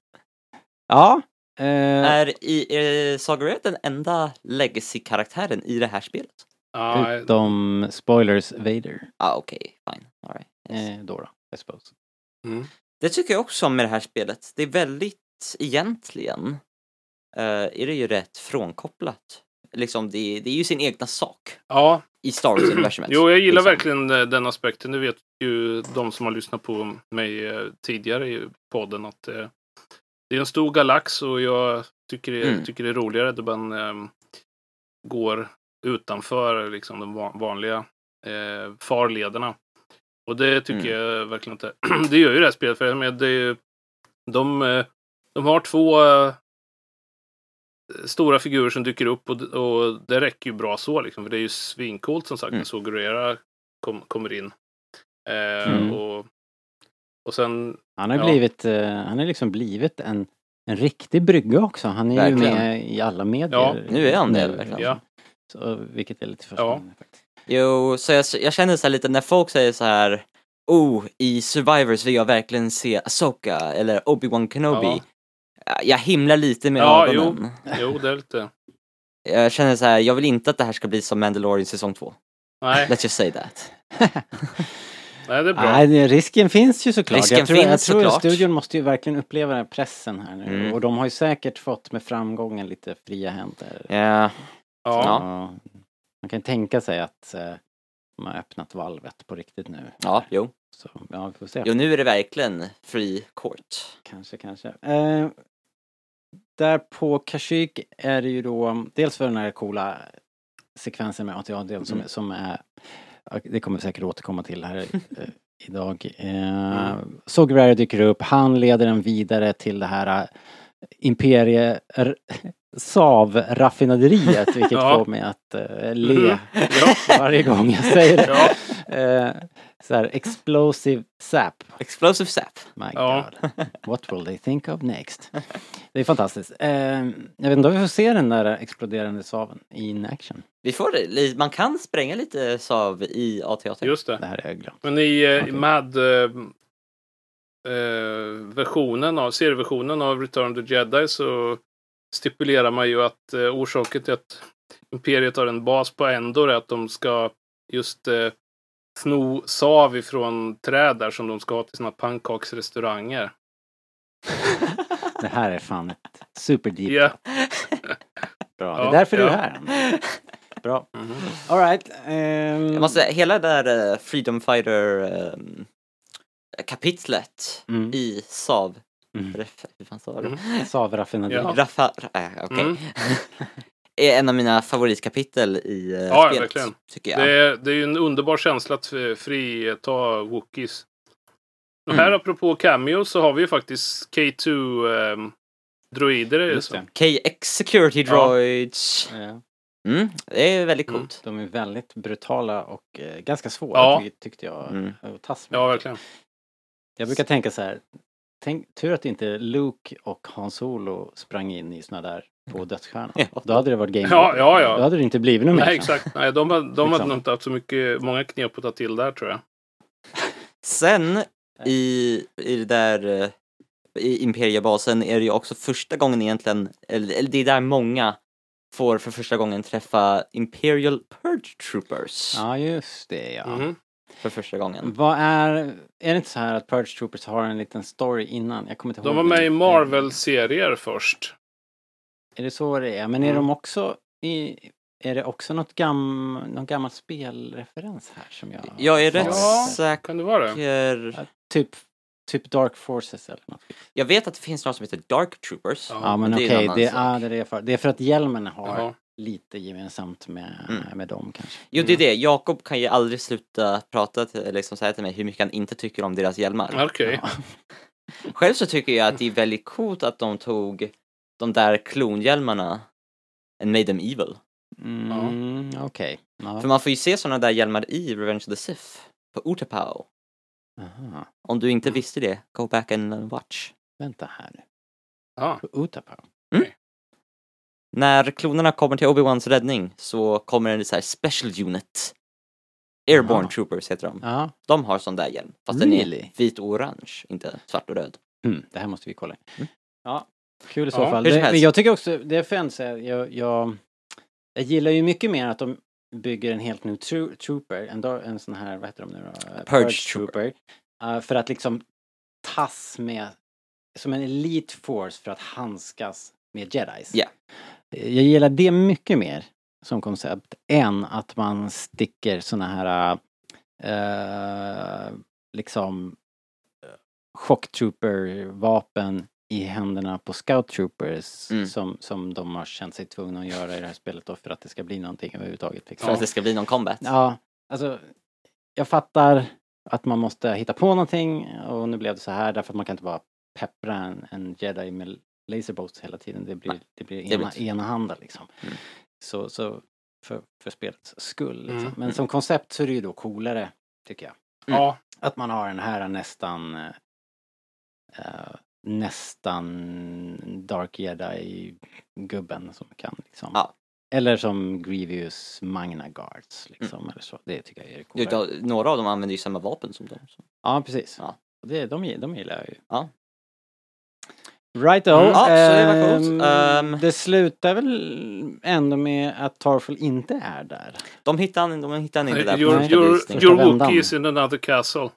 Ja. Eh, Är, i, är Saga Rera den enda legacy-karaktären i det här spelet? Ja, utom spoilers Vader. Ah, okej, fine. All right. Yes. Eh, då då, I suppose. mm. Det tycker jag också om med det här spelet. Det är väldigt, egentligen, uh, är det ju rätt frånkopplat. Liksom, det, det är ju sin egna sak ja. i Star Wars-universumet. Jo, jag gillar liksom. verkligen eh, den aspekten. Det vet ju de som har lyssnat på mig eh, tidigare i podden att eh, det är en stor galax och jag tycker det, Mm. tycker det är roligare att man eh, går utanför liksom, de va- vanliga eh, farlederna. Och det tycker Mm. jag verkligen inte. Det gör ju det här spelet. För jag menar, det är ju, de, eh, de har två eh, stora figurer som dyker upp och, och det räcker ju bra så liksom. För det är ju svincoolt som sagt Mm. när Sogurera kom, kommer in. Eh, Mm. och, och sen Han har Ja. blivit, eh, han har liksom blivit en, en riktig brygga också. Han är Verkligen. ju med i alla medier. Ja, nu är han det, nu. verkligen. Ja. Så, vilket är lite fascinerande faktiskt. Jo, så jag, jag känner så här lite när folk säger så här, oh, i Survivors vill jag verkligen se Ahsoka eller Obi-Wan Kenobi. Jag himlar lite med Ja, ögonen. jo, det är lite. Jag känner så här, jag vill inte att det här ska bli som Mandalorian säsong två. Nej, Let's just say that. nej, det är bra. Nej, det- risken finns ju såklart. Risken jag tror, jag finns tror att såklart. studion måste ju verkligen uppleva den här pressen här nu. Mm. Och de har ju säkert fått med framgången lite fria händer. Ja, Ja. Ja. Så man kan tänka sig att eh, de har öppnat valvet på riktigt nu. ja, jo. Så ja, vi får se. Jo, nu är det verkligen free court. Kanske, kanske. Eh, där på Kashyyyk är det ju då dels för den här coola sekvensen med A T A som, Mm. som är, det kommer vi säkert återkomma till här eh, idag. Eh, Mm. Sogurera dyker upp, han leder den vidare till det här eh, imperie r- Sav-raffinaderiet, vilket Ja. får mig att eh, le Mm. Ja. varje gång jag säger det. Ja. Eh, så här, explosive sap. Explosive sap. My Ja. God. What will they think of next? Det är fantastiskt. Eh, jag vet inte om vi får se den där exploderande saven in action. Vi får det. li- Man kan spränga lite sav i A T A T. Just det. Det här är jag glad. Men i, eh, Okej. i Mad eh, eh, versionen av, serieversionen av Return of the Jedi så stipulerar man ju att eh, orsaken till att Imperiet har en bas på Endor är att de ska just eh, sno sav ifrån träd där som de ska ha till sina pannkaksrestauranger. Det här är fan ett super deep. Ja. Bra. Det är Ja, därför du ja. är här. Bra. Mhm. All right. ehm, Jag måste säga, hela det där eh, Freedom Fighter ehm, kapitlet Mm. i Sav. Mm. Ref- Hur fan sa du? Mm. Savraffinaderi. Ja. Raffa, äh, okej. Mm. Är en av mina favoritkapitel i uh, Ja, spelet. verkligen. Tycker jag. Det är, det är ju en underbar känsla att eh, frita Wookiees. Och Mm. här apropå cameo så har vi ju faktiskt K två eh, droider. Är det Just så? det. K X Security Ja. Droids. Ja. Mm, det är väldigt Mm. coolt. De är väldigt brutala och eh, ganska svåra Ja. ty- tyckte jag Mm. att tas med. Ja, verkligen. Jag brukar tänka så här. Tänk, tur att inte Luke och Han Solo sprang in i såna där på dödsstjärnan. Ja. Då hade det varit game Ja, over. ja, ja. Då hade det inte blivit något mer. Nej, sen. exakt. Nej, de, har, de Liksom. hade nog inte haft så mycket, många knep att ta till där tror jag. Sen i, i det där eh, i Imperiebasen är det ju också första gången egentligen, eller, eller det är där många får för första gången träffa Imperial Purge Troopers Ja, just det ja. Mhm. för första gången. Vad är, är det inte så här att Purge Troopers har en liten story innan? Jag kommer inte ihåg. De var med i Marvel-serier först. Är det så det är? Men är Mm. de också i, är det också något gam, någon gammal spelreferens här som jag... Jag är rätt Ja. säker. Kan det vara det? Typ, typ Dark Forces eller något. Jag vet att det finns något som heter Dark Troopers. Ja. Ja, men det är en okej. annan Det, sak. ah, det, är det, för, det är för att hjälmen har Jaha. lite gemensamt med, Mm. med dem kanske. Jo, det är det. Jakob kan ju aldrig sluta prata till, eller liksom säga till mig hur mycket han inte tycker om deras hjälmar. Okej. Ja. Själv så tycker jag att det är väldigt coolt att de tog de där klonhjälmarna and made them evil. Mm, okej. Ja. För man får ju se sådana där hjälmar i Revenge of the Sith på Utapau. Aha. Om du inte visste det, go back and watch. Vänta här nu. Ja. På Utapau. När klonerna kommer till Obi-Wans räddning så kommer en så här special unit. Airborne Aha. Troopers heter de. Ja. De har sån där hjälm. Fast Really? den är vit och orange, inte svart och röd. Mm, det här måste vi kolla. Mm. Ja, kul i så Ja, fall. hur som Det, helst. men jag tycker också, det är fans, jag, jag, jag, jag gillar ju mycket mer att de bygger en helt ny tro, trooper, en, dag- en sån här, vad heter de nu då? Uh, Purge Trooper. Uh, för att liksom tas med, som en elite force för att handskas med jedis. Ja. Jag gillar det mycket mer som koncept än att man sticker såna här uh, liksom chocktrooper-vapen i händerna på scout troopers Mm. som, som de har känt sig tvungna att göra i det här spelet då för att det ska bli någonting överhuvudtaget. Liksom. För att det ska bli någon combat. Ja, alltså jag fattar att man måste hitta på någonting och nu blev det så här därför att man kan inte bara peppra en, en jedi med laserbolts hela tiden. Det blir, Nej, det blir det ena, blir- enahanda liksom. Mm. Så, så för, för spelets skull liksom. Mm. Men som koncept så är det ju då coolare tycker jag. Ja, Att man har den här nästan eh, eh, nästan Dark Jedi-gubben som kan liksom. Ja. Eller som Grievous Magna Guards liksom. Eller så. Det tycker jag är Jo, coolare. då, några av dem använder ju samma vapen som dem. Så. Ja, precis. Ja. Det, de, de gillar jag ju. Ja. Righto. Mm. Ja, så det var coolt. Ehm, Ehm. Det slutar väl ändå med att Tarful inte är där. De hittar han, de hittar han inte där på your, Nej. första your, visningen. your Vändan. Wookiee is in another castle.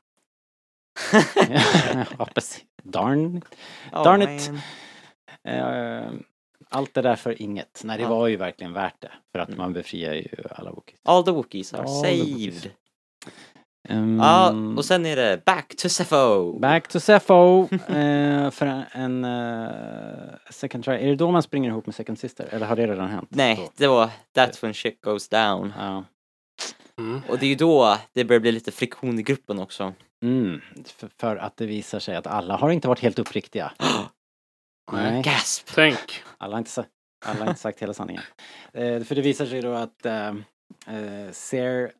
Ja, precis. Darn. Oh, Darn it. man. Ehm, Allt det där för inget. Nej, det Ja. var ju verkligen värt det. För att Mm. man befriar ju alla Wookiees. All the Wookiees are All the saved. Wookiees. Ehm, Ja, och sen är det back to Sepho. Back to Sepho eh, för en, en eh, second try. Är det då man springer ihop med second sister? Eller har det redan hänt? Nej, Då? det var that's when shit goes down. Ja. Mm. Och det är ju då det börjar bli lite friktion i gruppen också. Mm, för, för att det visar sig att alla har inte varit helt uppriktiga. Nej, Gasp! Tänk. alla har inte, sa- alla har inte sagt hela sanningen. Eh, för det visar sig då att eh, eh, Ser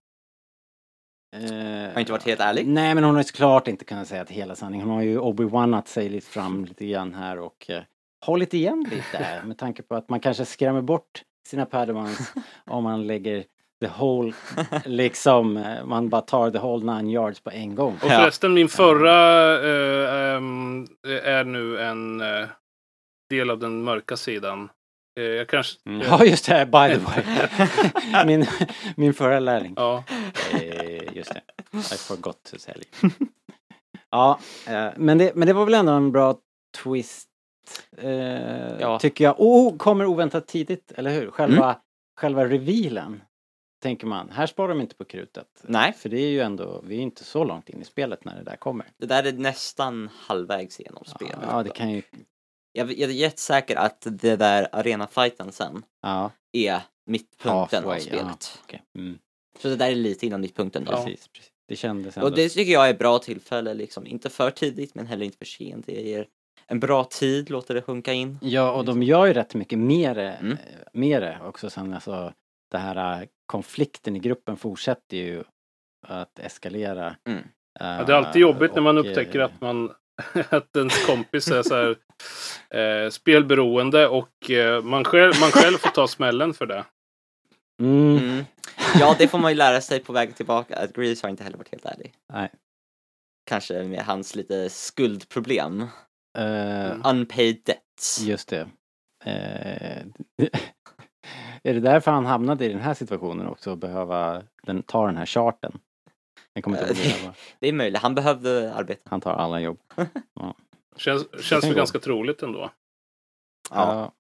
eh, Har inte varit helt ärlig. Nej, men hon har ju såklart inte kunnat säga att hela sanningen. Hon har ju Obi-Wan sig lite fram lite grann här och eh, hållit igen lite med tanke på att man kanske skrämmer bort sina padawans om man lägger the whole, liksom, eh, man bara tar the whole nine yards på en gång. Och förresten, min förra eh, ehm, är nu en eh, del av den mörka sidan. Eh, jag kanske... Mm, ja, just det, by the way. min, min förra lärling. Ja. Eh, just det. I forgot to tell you. Ja, eh, men, det, men det var väl ändå en bra twist. Eh, Ja. Tycker jag. Oh, kommer oväntat tidigt, eller hur? Själva, Mm. själva revealen. Tänker man, här sparar de inte på krutet. Nej. För det är ju ändå, vi är inte så långt in i spelet när det där kommer. Det där är nästan halvvägs igenom spelet. Ja, det kan ju, Jag, jag är jättesäker att det där arena-fighten sen ja, är mittpunkten av halfway, spelet. ja, okej. Mm, Så det där är lite innan mittpunkten då. precis, precis. Det kändes ändå. Och det tycker jag är bra tillfälle, liksom. Inte för tidigt men heller inte för sent. Det ger en bra tid, låter det sjunka in. Ja, och de gör ju rätt mycket mer, Mm. eh, mer också sen, alltså det här eh, konflikten i gruppen fortsätter ju att eskalera. Mm. Ja, det är alltid jobbigt när man och, upptäcker eh, att man att ens kompis är så här eh, spelberoende och eh, man, själv, man själv får ta smällen för det. Mm, Mm. Ja, det får man ju lära sig på väg tillbaka. Att Grease har inte heller varit helt ärlig. nej. Kanske med hans lite skuldproblem. Eh, Unpaid debts. just det. Eh, är det därför han hamnade i den här situationen också? Att behöva den, ta den här charten? Den kommer inte att behöva. Det är möjligt. Han behövde arbeta. Han tar alla jobb. Känns, känns kan väl gå. ganska troligt ändå. Ja.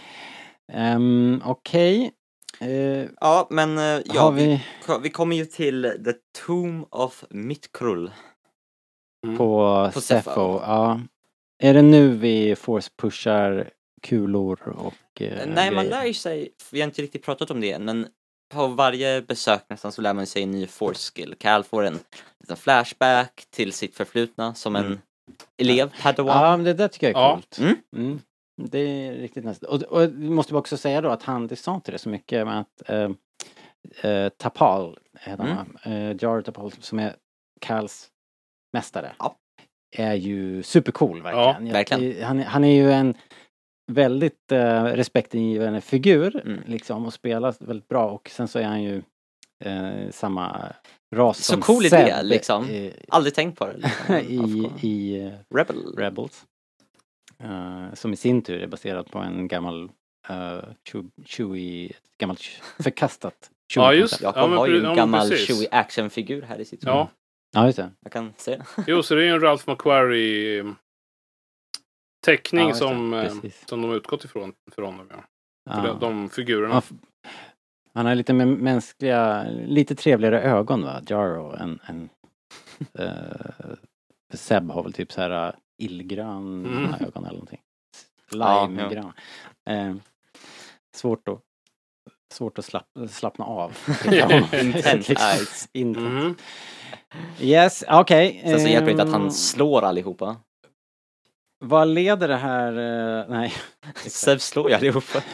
Ehm, Okej. Eh, Ja, men eh, ja, har vi... vi vi kommer ju till The Tomb of Mitkrull. Mm. på, På Sepho? Sepho. Ja. Är det nu vi force pushar kulor och eh, Nej, man grejer? lär ju sig, vi har inte riktigt pratat om det än, men på varje besök nästan så lär man sig en ny force skill. Cal får en liten flashback till sitt förflutna som en Mm. elev, padawan. Ja, men det där tycker jag är Ja. coolt. Mm. Mm. Det är riktigt nästan. Och, och vi måste också säga då att han, det sa inte det så mycket med att eh, eh, Tapal heter han, va? eh, Jar Tapal som är Cals mästare. Ja. Är ju supercool verkligen. Ja, verkligen. Jag- Han, är- han är ju en väldigt eh, respektingivande figur Mm. liksom och spelar väldigt bra och sen så är han ju eh, samma ras Så som cool idé, Zeb liksom. i, Aldrig tänkt på det. Liksom. i, Of course. i eh, Rebel. Rebels. Eh, som i sin tur är baserad på en gammal uh, Chewie, ett gammalt förkastat Ja, Chewie-koncept. just- Jakob Ja, men har ju pre- en ja, men gammal precis. Chewie actionfigur här i sitt rum. Ja, Ja, just det. Jag kan se det. jo, så det är ju en Ralph McQuarrie teckning Ja, just det. som, eh, Precis. som de har utgått ifrån för honom. Ja. För Ja. de, de figurerna. Ja, f- han har lite mer mänskliga, lite trevligare ögon va, Jaro, än, än uh, Zeb har väl typ så här uh, illgrön Mm. ögon eller någonting. Ja, Limegrön. Eh, svårt att svårt att slapp, slappna av. Intense eyes. Intense. Mm. Yes, okej. Sen så hjälper det inte att Ehm, han slår allihopa. Vad leder det här... eh, nej. Seb slår ju allihopa.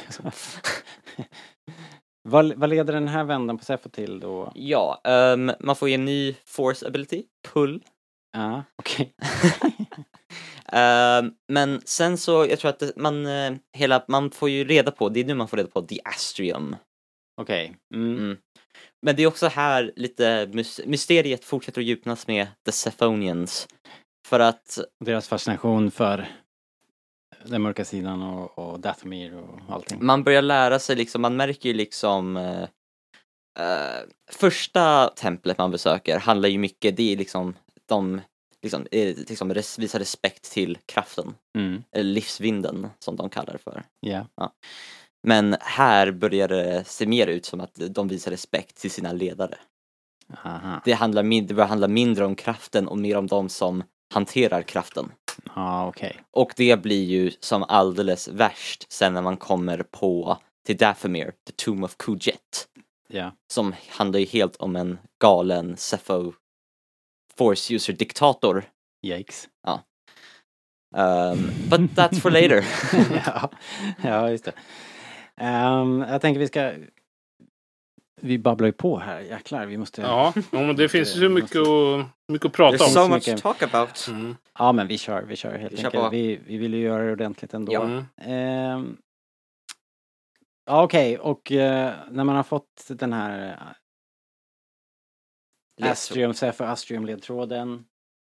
Vad, vad leder den här vändan på Sepho till då? Ja, ehm, man får ju en ny force ability, pull. Ja, okej. Ehm, men sen så, jag tror att det, man, eh, hela, man får ju reda på, det är nu man får reda på The Astrium. Okej. Mm. Mm. Men det är också här lite, mys- mysteriet fortsätter att djupnas med The Sephonians. För att, Deras fascination för den mörka sidan och, och Dathomir och allting. man börjar lära sig liksom, man märker ju liksom eh, eh, första templet man besöker handlar ju mycket, det är liksom de liksom, eh, liksom res, visar respekt till kraften, Mm. eller livsvinden som de kallar det för. Ja. Men här börjar det se mer ut som att de visar respekt till sina ledare. Aha. Det handlar, min- det börjar handla mindre om kraften och mer om de som hanterar kraften. Ja, okej. Och det blir ju som alldeles värst sen när man kommer på till Dathomir, The Tomb of Kujet, Ja. som handlar ju helt om en galen Sepho force user diktator. Yikes. Um, but that's for later. ja. ja, just det. Ehm, jag tänker vi ska... Vi babblar ju på här, jäklar. Vi måste... Ja, ja, men det finns ju Det mycket måste- att, mycket att prata There's om. so så much mycket. to talk about. Mm. Ja, men vi kör, vi kör helt Vi kör enkelt. på. Vi, vi vill ju göra det ordentligt ändå. Ja. Mm. Ehm, ja, okej. Och eh, när man har fått den här uh, Ledtråd. Astrium, Sepho Astrium-ledtråden,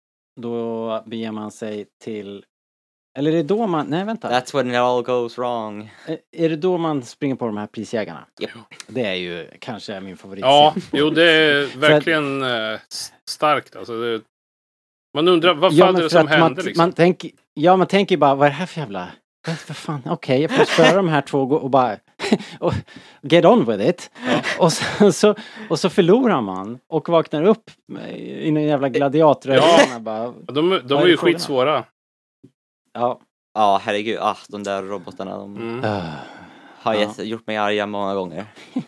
då beger man sig till... Eller är det då man... Nej, vänta. That's when it all goes wrong. Är- Är det då man springer på de här prisjägarna? Japp. Det är ju kanske min favorit. Ja, jo det är verkligen eh, s- starkt. Alltså, det, man undrar, vad Ja, fan är men det för som att man, händer liksom? man tänker, ja, man tänker ju bara, vad är det här för jävla... Vad för fan, okej, jag får spöra de här två och gå- och bara... och get on with it. Och, så, så, och så förlorar man och vaknar upp i en jävla gladiatorarena. Bara, De, de Vad är är ju det frågan om? skitsvåra. ja. Ja, herregud. Ah, de där robotarna, de Mm. Uh, har Ja. gett, gjort mig arga många gånger.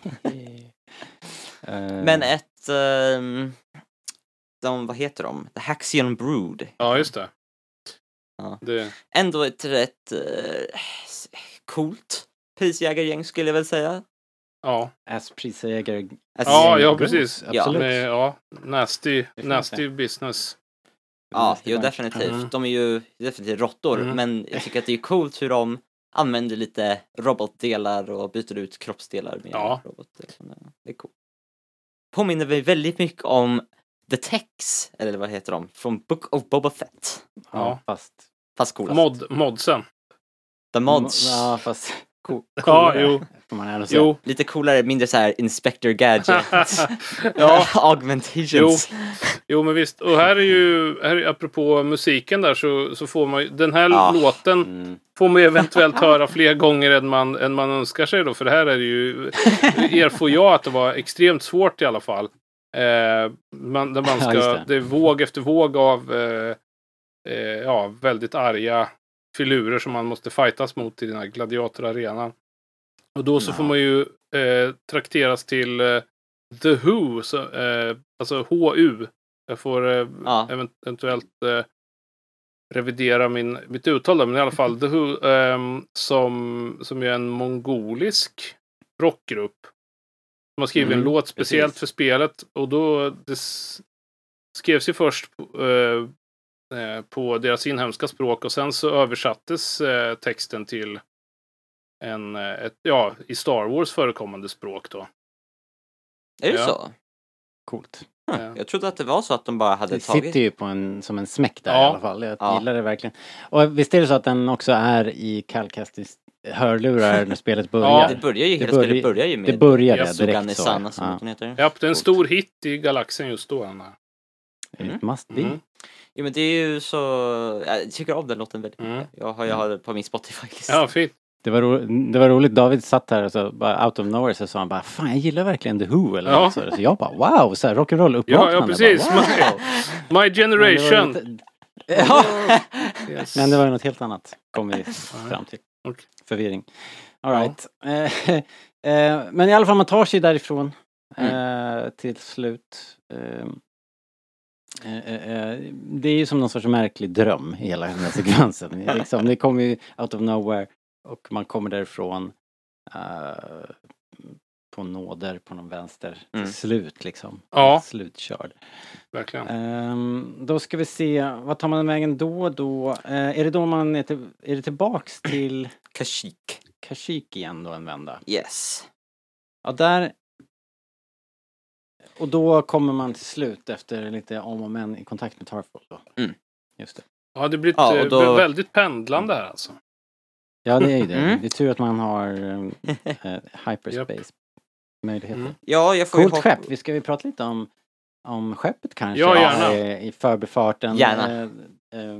uh, Men ett... ehm, de, vad heter de? The Haxion Brood. Ja, just det. Ja. det. Ändå ett rätt uh, coolt prisjägargäng skulle jag väl säga. Ja, As prisjägare. Alltså, ja, ja goes, precis. Ja. Absolut. Med, ja, nasty, Det finns nasty business. Ja, Det jo var- definitivt. Mm. De är ju definitivt råttor, Mm. men jag tycker att det är coolt hur de använder lite robotdelar och byter ut kroppsdelar med Ja. robotdelar. Det är coolt. Påminner mig väldigt mycket om The Tex, eller vad heter de? Från Book of Boba Fett. Ja, fast... Fast coolast. Mod, modsen. The Mods. Ja, fast... Cool, Ja, jo. får man ändå säga. Jo. Lite coolare, mindre så här Inspector Gadget. Ja. Augmentations. Jo, men visst. Och här är ju, här är, apropå musiken där, så, så får man ju, den här Ja. låten Mm. får man ju eventuellt höra fler gånger än man, än man önskar sig då. För det här är ju, erfor jag att det var extremt svårt i alla fall. Eh, man, där man Ja, ska, just det. det. är våg efter våg av eh, eh, ja, väldigt arga filurer som man måste fightas mot i den här gladiatorarenan. Och då så Ja. får man ju eh, trakteras till eh, The Who, så, eh, alltså H U. Jag får eh, Ja. eventuellt eh, revidera min, mitt uttal där, men i alla fall The Who, ehm, som, som är en mongolisk rockgrupp. De har skrivit Mm, en låt speciellt precis. för spelet, och då det s- skrevs ju först eh, eh, på deras inhemska språk, och sen så översattes eh, texten till en ett, ja, i Star Wars förekommande språk då. Är det Ja. så? Coolt. Ja. Jag trodde att det var så att de bara hade Det tagit... sitter ju på en, som en smäck där Ja. i alla fall. Jag Ja. gillar det verkligen. Och visst är det så att den också är i Calcastis hörlurar när spelet börjar? Det börjar ju, Det hela börjar- spelet börjar ju med Det börjar Ja, det direkt så. Suganesana som Ja. hon heter. Ja, det är en stor hit i galaxen just då. Anna. It must be. Mm. Jo men det är ju så... Jag tycker om den låten väldigt mycket. Mm. Jag har, jag har det på min Spotify-list. Ja, fint. Det var, ro, det var roligt, David satt här och så bara out of nowhere så sa han bara fan jag gillar verkligen The Who eller Ja. något så. Så jag bara wow, så här rock'n'roll Ja, uppvaknande. ja, precis. Bara, wow. My Men det var ju generation. något- Ja. Yes. Men det var ju något helt annat, kom vi fram till. Okej. Förvirring. All right. Eh, eh, men i alla fall man tar sig därifrån eh, till slut. Eh, eh, eh, det är ju som någon sorts märklig dröm i hela den här sekvensen. liksom, det kommer ju out of nowhere och man kommer därifrån eh, på nåder på någon vänster till Mm. slut liksom. Ja. Slutkörd. Verkligen. Ehm, då ska vi se, vad tar man vägen då då? Eh, är det då man är, till, är det tillbaks till Kashyyyk. Kashyyyk igen då en vända? Yes. Ja, där. Och då kommer man till slut efter lite om och men i kontakt med Tarful då. Mm. Just det. Ja, det blir Ja, och då- väldigt pendlande här alltså. Ja, det är ju det. Mm. Det är tur att man har um, eh, hyperspace möjligheter. Mm. Ja, jag får ju Coolt hoppa- skepp. Vi ska vi prata lite om om skeppet kanske? Ja, gärna. Eh, I förbifarten. Gärna. Eh, eh,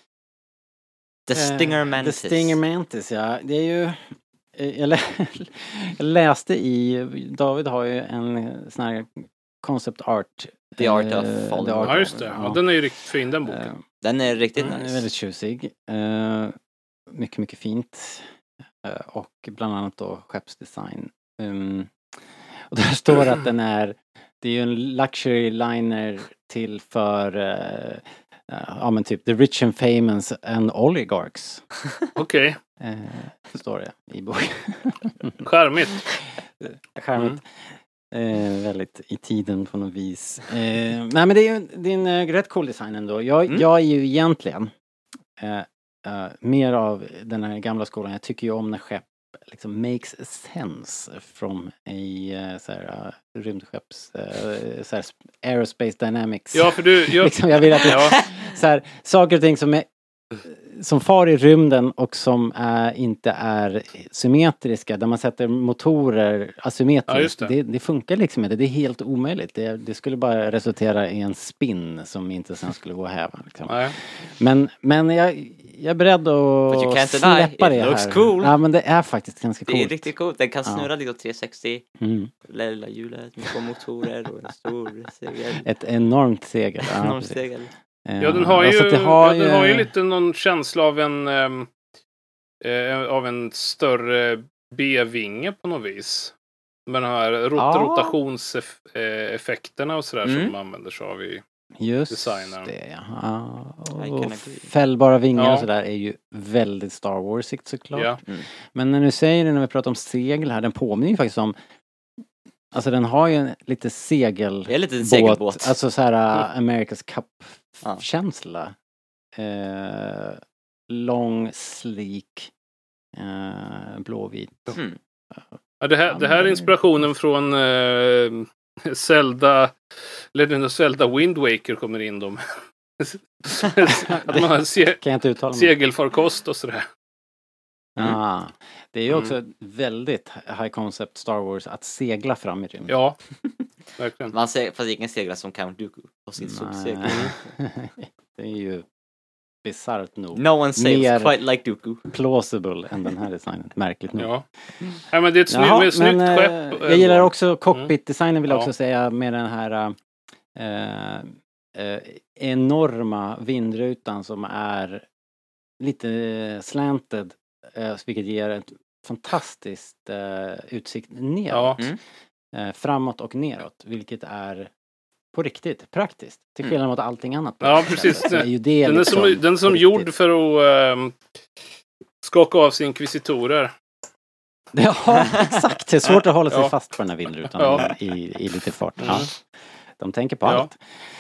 The Stinger Eh, Mantis. The Stinger Mantis, ja. Det är ju... eh, Jag, lä jag läste i... David har ju en sån här concept art. The Art eh, of Falling. The Art Ja, of- just det. Ja, den är ju riktigt fin den boken. Eh, Den är riktigt den är nice. väldigt tjusig. Eh, mycket, mycket fint. Eh, och bland annat då skeppsdesign. Um, och där står att den är... Det är ju en luxury liner till för... eh, eh, ja men typ the rich and famous and oligarchs. Okej, Eh, står det i boken. charmigt. Charmigt. Eh, väldigt i tiden på något vis. Eh, nej men det är ju det är en eh, rätt cool design ändå. Jag, Mm. jag är ju egentligen eh, eh, mer av den här gamla skolan. Jag tycker ju om när skepp liksom makes sense from a uh, så här, uh, rymdskepps uh, så här, aerospace dynamics. Ja, för du... Jag, liksom, jag vill att det, ja, så här, saker och ting som är som far i rymden och som är, inte är symmetriska, där man sätter motorer Ja, asymmetriskt. just det. det. Det funkar liksom inte. Det är helt omöjligt. Det, det skulle bara resultera i en spin som inte sen skulle gå att häva. Liksom. nej. Men, men jag, jag är beredd But you att can't deny, släppa it det looks här. cool. Ja, men det är faktiskt ganska Det coolt. är riktigt coolt. Den kan Ja. snurra lite åt tre sextio. Mm. Lilla hjulet med två motorer och en stor segel. Ett enormt segel. Ja, Enorm precis. segel. Ja, den har ju, Alltså, det har ja, den har ju ju- lite någon känsla av en ehm, eh, av en större B-vinge på något vis. Med de här rot- Ja. rotationseffekterna och sådär Mm. som man använder sig av i... Just Designern. det, ja. Ja. I can Och agree. fällbara vingar Ja. och sådär är ju väldigt Star Warsigt såklart. Ja. Mm. Men när du säger det, när vi pratar om segel här, den påminner ju faktiskt om, alltså den har ju en lite segel Det är lite en segelbåt. alltså så här uh, Mm. America's Cup-känsla. Eh, lång, sleek, eh, blåvit. Mm. Ja, det, här, det här är inspirationen från eh, Zelda, Legend of Zelda Wind Waker kommer in dem. Att man har se, Kan jag inte uttala mig. segelfarkost och sådär. Mm. Ah, det är ju Mm. också väldigt high concept Star Wars att segla fram i rymden. Ja, verkligen. Man säger, fast ingen seglar som Count Dooku på sin solsegel. Nej. Det är ju bisarrt nog. No one sails Mer- quite like Dooku. Plausible än den här designen. Märkligt nog. Ja. Ja, men det är ett snyggt, Jaha, med ett snyggt men, skepp. eh, ändå. jag gillar också cockpit-designen vill jag Ja. också säga med den här eh, eh, enorma vindrutan som är lite slanted, eh, vilket ger ett fantastiskt eh, utsikt neråt. Ja. Mm. Eh, framåt och neråt, vilket är på riktigt praktiskt. Till Mm. skillnad mot allting annat. på Ja, det här precis. stället. Så är ju det Den är liksom som, den är som på gjord riktigt. för att ehm, skaka av sig inkvisitorer. Ja, exakt. Det är svårt att hålla sig Ja. fast på den här vindrutan Ja. i, i lite fart. Mm. Ja. De tänker på Ja. allt.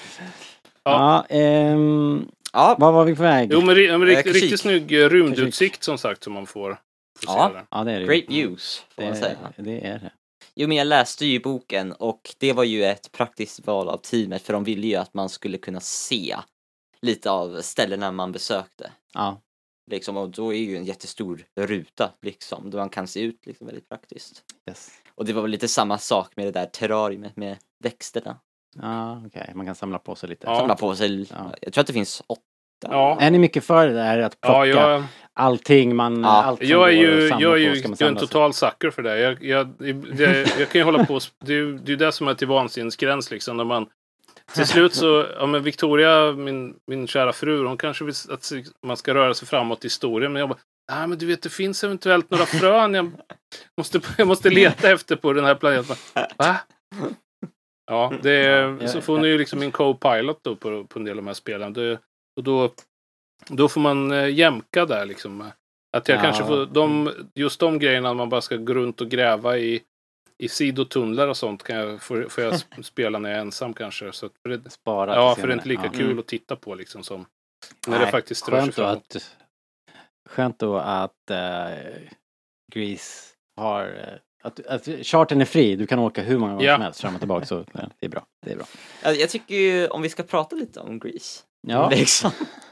Ja, ehm, Ja, var var vi på väg? Jo, men, ri- men Eh, rikt, Kashyyyk. riktigt snygg eh, rymdutsikt som sagt som man får. får Ja. se där. Ja, det är det. Great news, får det, man säga. det är det. Jo, men jag läste ju boken och det var ju ett praktiskt val av teamet för de ville ju att man skulle kunna se lite av ställena man besökte. Ja. Liksom, och då är ju en jättestor ruta liksom, där man kan se ut liksom väldigt praktiskt. Yes. Och det var väl lite samma sak med det där terrariumet med växterna. Ja, okej. Okay. Man kan samla på sig lite. Ja. Samla på sig, Ja. jag tror att det finns åtta. Ja. Är ni mycket för det där att plocka Ja, jag, allting man... Ja. Allt som jag är går att ju, samla jag är på ju ska man jag är en samla sig. total sucker för det. Jag, jag, det, jag kan ju hålla på, det är ju det, är det som är till vansinnesgräns liksom. När man, till slut så, ja men Victoria, min, min kära fru, hon kanske vill att man ska röra sig framåt i historien. Men jag bara, nej men du vet, det finns eventuellt några frön. Jag måste, jag måste leta efter på den här planeten. Va? Ja, det är, så får hon ju liksom en co-pilot då på, på en del av de här spelen. Det, och då, då får man äh, jämka där liksom. Att jag Ja. kanske får, de, just de grejerna man bara ska gå runt och gräva i, i sidotunnlar och sånt kan jag, får, får jag spela när jag är ensam kanske. Så att för det, Spara ja, till för det är inte senare. lika Ja. kul att titta på liksom som när Nej, det faktiskt rör sig Skönt då framåt. att, skönt då att uh, Grease har... Uh, att, att charten är fri. Du kan åka hur många gånger Ja. som helst fram och tillbaka. Så, ja, det är bra. Det är bra. Jag, jag tycker ju, om vi ska prata lite om Grease. Ja. Liksom.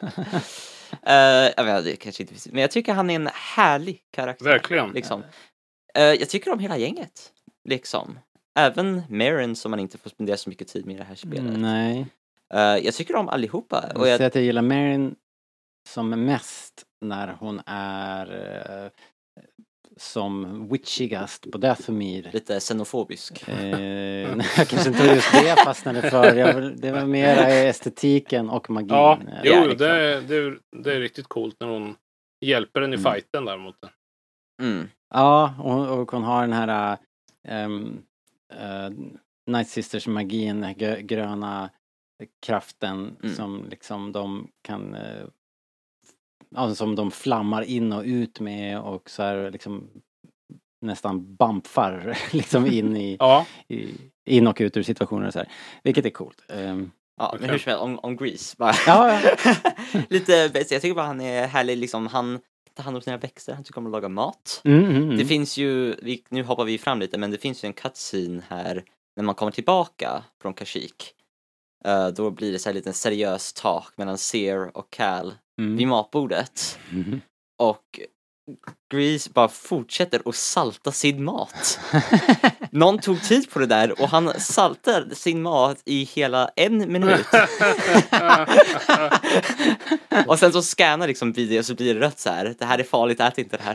uh, jag vet, det kanske inte men jag tycker han är en härlig karaktär. Verkligen. Liksom. Uh, jag tycker om hela gänget. Liksom. Även Maren som man inte får spendera så mycket tid med i det här spelet. Mm, nej. Uh, jag tycker om allihopa. Jag Och måste jag, säga att jag gillar Marin som mest när hon är uh, som witchigast på Dathomir. lite xenofobisk. Eh, nej, jag kanske inte just det jag fastnade för. Jag vill, det var mer estetiken och magin. Ja, Eh, jo, liksom. det, är, det, är, det är riktigt coolt när hon hjälper en i Mm. fighten där mot den. Mm. Ja, och, och hon har den här um, uh, Night Sisters magin, gö- gröna kraften Mm. som liksom de kan uh, alltså som de flammar in och ut med och så här liksom nästan bumpar liksom in i, Ja, i in och ut ur situationer och så här. Vilket är coolt. Um, Ja, men Okej. hur som helst, om, om Grease. Bara. ja, ja. lite bäst. Jag tycker bara han är härlig. Liksom, han tar hand om sina växter. Han tycker om att laga mat. Mm, mm, mm. Det finns ju, vi, nu hoppar vi fram lite, men det finns ju en cutscene här när man kommer tillbaka från Kashyyyk. Uh, då blir det så här lite seriös talk mellan Seer och Cal Mm. vid matbordet. Mhm. Och Grease bara fortsätter att salta sin mat. Någon tog tid på det där och han saltar sin mat i hela en minut. Och sen så scannar liksom video och så blir det rött så här. Det här är farligt, ät inte det här.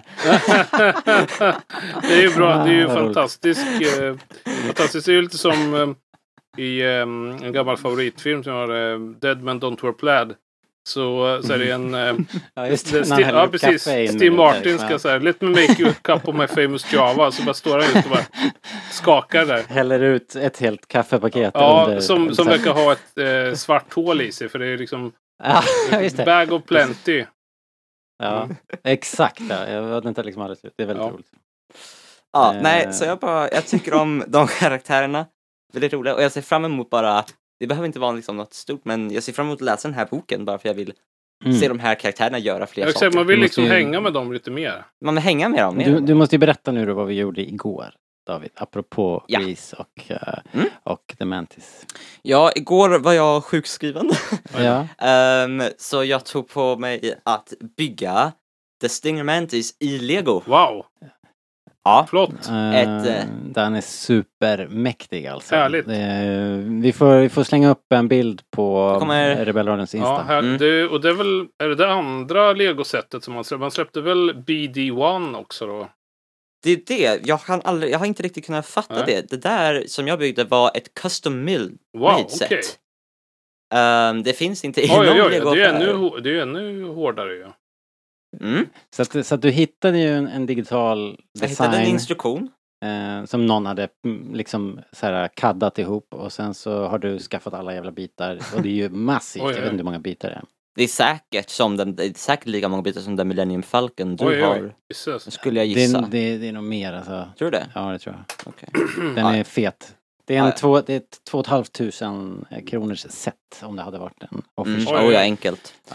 det är ju bra. Det är ju Ah, vad roligt. fantastisk. Eh, fantastiskt. Det är ju lite som eh, i eh, en gammal favoritfilm som har eh, Dead Men Don't Wear Plaid. Så, så är det en... Eh, Ja, just det, det. Sti- ja, precis. Steve Martin ska säga Let me make you a cup of my famous Java. Så bara står han just och bara skakar där. Häller ut ett helt kaffepaket. Ja, under- som, som så- verkar ha ett eh, svart hål i sig. För det är liksom Ja, just det. bag of plenty. Ja, exakt. Ja. Jag hade inte liksom alldeles ut. Det är väldigt Ja. roligt. Ja, Eh. nej, så jag bara, jag tycker om de karaktärerna. Väldigt roliga. Och jag ser fram emot bara, det behöver inte vara liksom något stort, men jag ser fram emot att läsa den här boken bara för jag vill Mm. se de här karaktärerna göra fler Jag saker. säger, man vill Du liksom måste ju- hänga med dem lite mer. Man vill hänga med dem. Med Du, dem. du måste ju berätta nu då vad vi gjorde igår, David. Apropå Ja. Grease och, uh, Mm. och The Mantis. Ja, igår var jag sjukskriven. Ja. Ehm, så jag tog på mig att bygga The Stinger Mantis i Lego. Wow, Ja. flott. Uh, Ett, eh, Den är supermäktig alltså. Härligt. Eh, vi, får, vi får slänga upp en bild på Det kommer- Rebellradions Insta. Ja, här, Mm. det, och det är väl är det, det andra Lego-sättet som man släppte. Man släppte väl B D ett också då? Det är det, jag, kan aldrig, jag har inte riktigt kunnat fatta Nej. det. Det där som jag byggde var ett custom made Wow, set. okej. Ehm, det finns inte i Oj, någon oj, oj, Lego det är ännu, hå- det är ännu hårdare ju. Mm. Så, att, så att du hittade ju en, en digital Jag hittade en design instruktion. eh, som någon hade mm, liksom så här kaddat ihop och sen så har du skaffat alla jävla bitar och det är ju massivt. Oj, Jag oj. vet inte hur många bitar det är. Det är säkert som den, det är säkert lika många bitar som den Millennium Falcon du Oj, har. oj. Jesus. Skulle jag Det gissa. är, det, det är nog mer alltså. Tror du det? Ja, det tror jag. Okej. Den Ja. är fet. Det är, en Ja. två, det är ett två och ett halvt tusen kronors set om det hade varit en Mm. official. Oj, Oh, ja, oj. enkelt. Ja.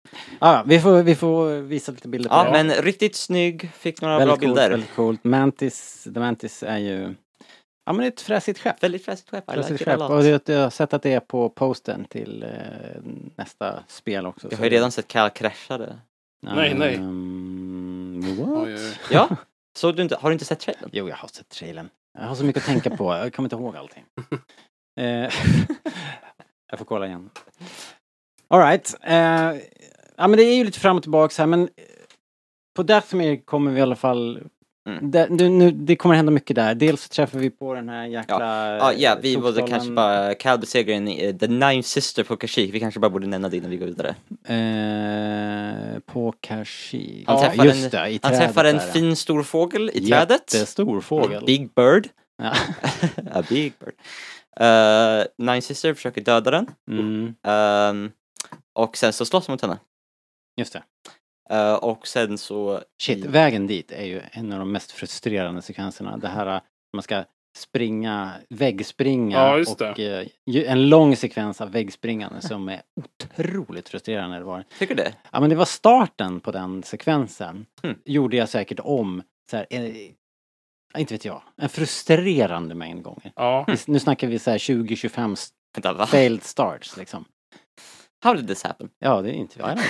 Ja, vi får, vi får visa lite bilder på Ja, det. men riktigt snygg. Fick några väldigt bra coolt, bilder. väldigt coolt. Mantis, The Mantis är ju... Ja, men det är ett fräsigt skepp. Väldigt fräsigt skepp. I Fräsigt like it a skepp. lot. Och det, jag har sett att det är på postern till eh, nästa spel också. Jag så har ju det- redan sett Cal kraschade. Nej, nej. Um, what? Oj, oj. Ja, så du inte, har du inte sett trailern? Jo, jag har sett trailern. Jag har så mycket att tänka på. Jag kommer inte ihåg allting. Eh, jag får kolla igen. All right. Eh, ja, men det är ju lite fram och tillbaka här, men på Dathomir kommer vi i alla fall... Mm. Det, nu, nu, det kommer hända mycket där. Dels träffar vi på den här jäkla... Ja, ja vi borde tokstollen. kanske bara... Cal besegrar en, eh, The Nine Sister på Kashyyyk. Vi kanske bara borde nämna det innan vi går vidare. Eh, på Kashyyyk. Han Ja, träffar just en- det, i Han trädet träffar en där. fin stor fågel i trädet. Jättestor fågel. Big Bird. Ja. A big bird. Uh, Nine Sister försöker döda den. Mm, Ehm, och sen så slåss mot henne. just det. Uh, och sen så... Shit, vägen dit är ju en av de mest frustrerande sekvenserna. Det här att man ska springa, väggspringa Ja, just och det. eh, ju- en lång sekvens av väggspringande som är otroligt frustrerande. Det var. Tycker du det? Ja, men det var starten på den sekvensen. Hmm. Gjorde jag säkert om så här, eh, inte vet jag, en frustrerande mängd gånger. Ja. Nu snackar vi så här tjugo tjugofem st- Vänta, va? failed starts liksom. How did this happen? Ja, det är inte jag.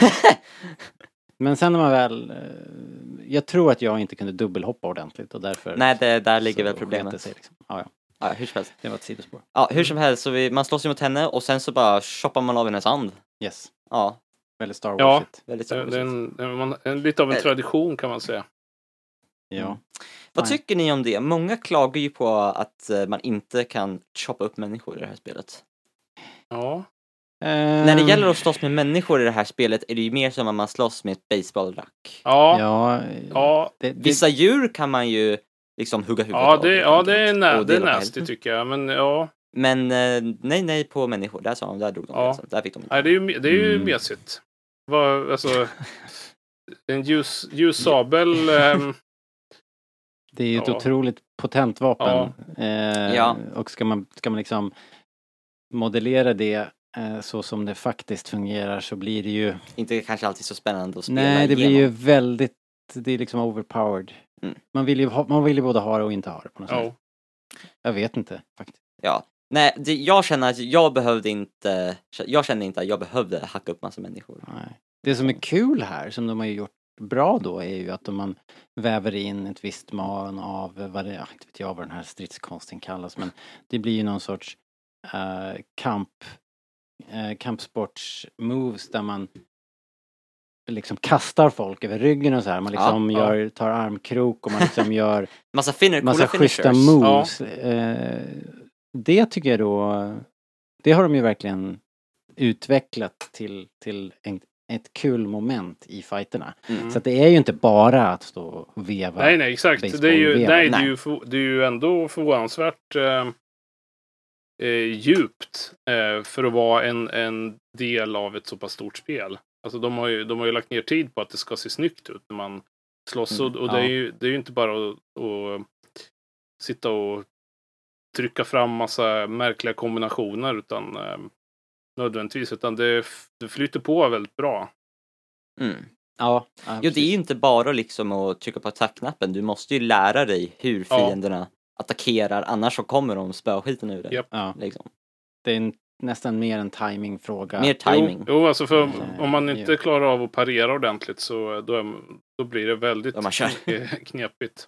Men sen när man väl... eh, Jag tror att jag inte kunde dubbelhoppa ordentligt och därför... Nej, det, där ligger så väl sket problemet. det sig, liksom. Ja, ja. Ja, hur som helst. Det var ett sidospår. Ja, hur som helst, så vi, man slåss ju mot henne och sen så bara choppar man av hennes hand. Yes. Ja, Väldigt Star Ja. Wars-igt. väldigt Det, så. det är en, en, man- en, lite av en Eh. tradition kan man säga. Ja. Vad Fine. tycker ni om det? Många klagar ju på att eh, man inte kan choppa upp människor i det här spelet. Ja. När Ehm, det gäller att slåss med människor i det här spelet är det ju mer som att man slåss med ett baseballrack. Ja. Ja. Ja. Det, det, Vissa djur kan man ju liksom hugga huvudet Ja, av. det, ja, det är, nä, Och det är dela på nasty hälften. tycker jag. Men ja. Men eh, nej, nej på människor. Där sa de, där drog de Ja. gränsen. Där fick de inte. Nej, det är ju, det är ju Mm. mesigt. Vad, alltså, en ljus, ljussabel. ehm, det är ju ett Ja. otroligt potent vapen. Ja. Eh, Ja. Och ska man, ska man liksom modellera det eh, så som det faktiskt fungerar så blir det ju... Inte kanske alltid så spännande att spela Nej, det blir ju igenom. väldigt... Det är liksom overpowered. Mm. Man vill ju ha, man vill ju både ha det och inte ha det på något sätt. ja. Jag vet inte faktiskt. Ja. Nej, det, jag känner att jag behövde inte... Jag kände inte att jag behövde hacka upp massa människor. Nej. Det som är kul här, som de har ju gjort bra då, är ju att om man väver in ett visst man av, vad det, ja, inte vet jag vad den här stridskonsten kallas, men det blir ju någon sorts uh, kamp, uh, kampsports-moves där man liksom kastar folk över ryggen och så här. Man liksom Ja, gör, tar armkrok och man liksom gör Massa finner, massa coola schyssta finishers. moves. Eh, det tycker jag då, det har de ju verkligen utvecklat till, till en, ett kul moment i fighterna. Mm. Så att det är ju inte bara att stå och veva. Nej, nej, exakt. Det är ju, baseballvev. nej, det är Nej. ju, för, det är ju ändå förvånansvärt eh, eh, djupt eh, för att vara en, en del av ett så pass stort spel. Alltså de har ju, de har ju lagt ner tid på att det ska se snyggt ut när man slåss. Mm, och och ja. det, är ju, det är ju inte bara att, att sitta och trycka fram massa märkliga kombinationer utan eh, nödvändigtvis. Utan det, det flyter på väldigt bra. Mm. Ja, ja, Jo, det är ju inte bara liksom att trycka på attackknappen. Du måste ju lära dig hur Ja. fienderna attackerar. Annars så kommer de spöa skiten ur det. Japp. ja, Liksom. det är en, nästan mer en timingfråga. Mer timing. Jo, jo, alltså för Mm. om man inte Ja. klarar av att parera ordentligt så då, är, då blir det väldigt Då man kör. knepigt.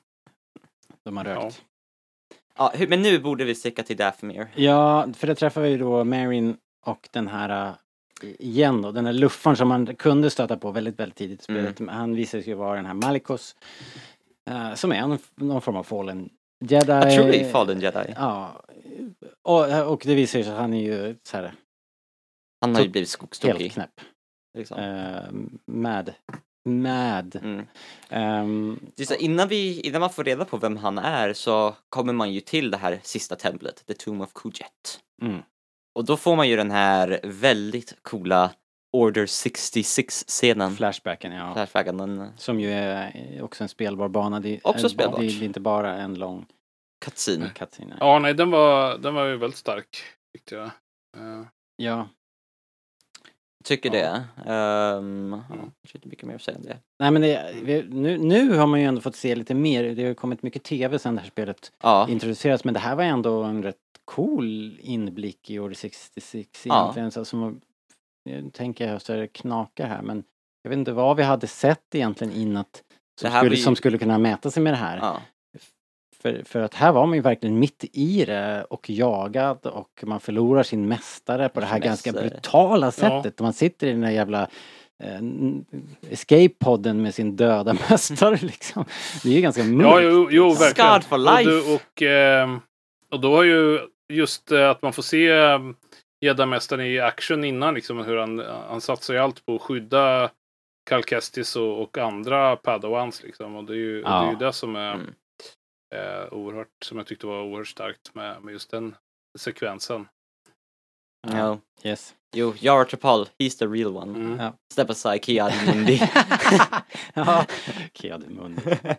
De har rökt. Ja, hur, men nu borde vi sticka till Dathomir. Ja, för det träffar vi ju då Marin och den här äh, igen då, den här luffaren som man kunde stöta på väldigt, väldigt tidigt i spelet. Mm. Han visade sig ju vara den här Malikos äh, som är en, någon form av fallen jedi. Jag tror det är Fallen Jedi. Ja. Och, och det visar sig att han är ju så här Han har ju Så- blivit helt skogstokig. knäpp. Liksom. Äh, mad. Mad. Mm. Ehm, Det är så, innan, vi, innan man får reda på vem han är så kommer man ju till det här sista templet, The Tomb of Kujet. mm. Och då får man ju den här väldigt coola Order sextiosex-scenen. Flashbacken, ja. Flashbacken, den Som ju är också en spelbar bana. Det, Också är- spelbart. Det, det är inte bara en lång cutscene. cutscene. Ja, nej, den var, den var ju väldigt stark. Tyckte jag. Eh, Ja. Tycker Ja. det. Um, ja, kanske inte mycket mer att säga om det. Nej men det, vi, nu, nu har man ju ändå fått se lite mer. Det har ju kommit mycket tv sen det här spelet Ja, introduceras. Men det här var ändå en rätt cool inblick i Order sextiosex Ja. egentligen. Så som, nu tänker jag så det knakar här. Men jag vet inte vad vi hade sett egentligen innan som, Det här skulle, var ju- som skulle kunna mäta sig med det här. ja. För, för att här var man ju verkligen mitt i det och jagad och man förlorar sin mästare på det här ganska Mästare. brutala sättet. Man sitter i den där jävla eh, escape-podden med sin döda mästare liksom. Det är ju ganska mörkt. Ja, jo, jo verkligen. Scarred for life. Och, du, och, eh, och då har ju just eh, att man får se eh, Jedi-mästaren i action innan, liksom hur han, han satsar ju allt på att skydda Cal Kestis och, och andra Padawans liksom. Och det är ju, Ja. och det, är ju det som är Mm. eh, oerhört, som jag tyckte var oerhört starkt med, med just den sekvensen. Ja. Yes. Jo, Yara Tapal, he's the real one. Mm. Ja. Step aside, Kia Mundi. Ja, Kead mun.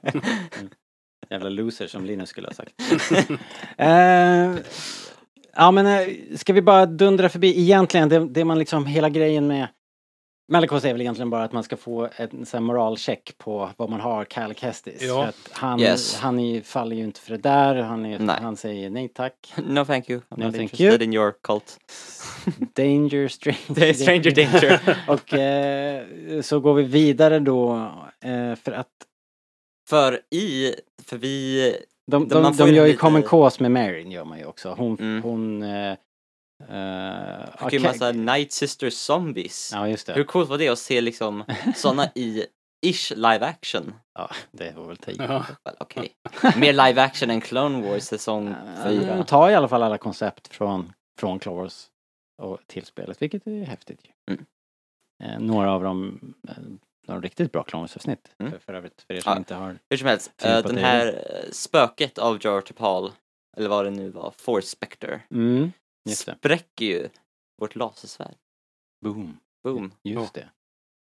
Jävla loser som Linus skulle ha sagt. eh, ja men eh, ska vi bara dundra förbi egentligen det, det man liksom hela grejen med Malicos är väl egentligen bara att man ska få en sån här moralcheck på vad man har Cal Kestis. Ja. För att han, Yes. han är, faller ju inte för det där. Han, är, Nej. han säger nej tack. No thank you. I'm No, not thank interested you. in your cult. Danger, stranger. Det är stranger danger. Och eh, så går vi vidare då eh, för att För i, för vi, de, De- man de, får de ju gör ju lite- common cause med Marin gör man ju också. Hon, Mm. hon eh, eh, fick ju okej. massa Night Sister zombies. Ja just det. Hur coolt var det att se liksom såna i ish live action? Ja, det var väl tid. Ja. Well, okej. Mer live action än Clone Wars säsong De fyra. tar i alla fall alla koncept från, från Clone Wars och till spelet, vilket är häftigt ju. Mm. Eh, några av dem eh, några riktigt bra Clone Wars-avsnitt. Mm. För, för övrigt, för er som Ja. inte har... Hur som helst, Film eh, på den T V. här eh, spöket av Jar Tapal, eller vad det nu var, Force Spectre, Mm, just det. spräcker ju vårt lasersvärd. Boom. Boom. Just det.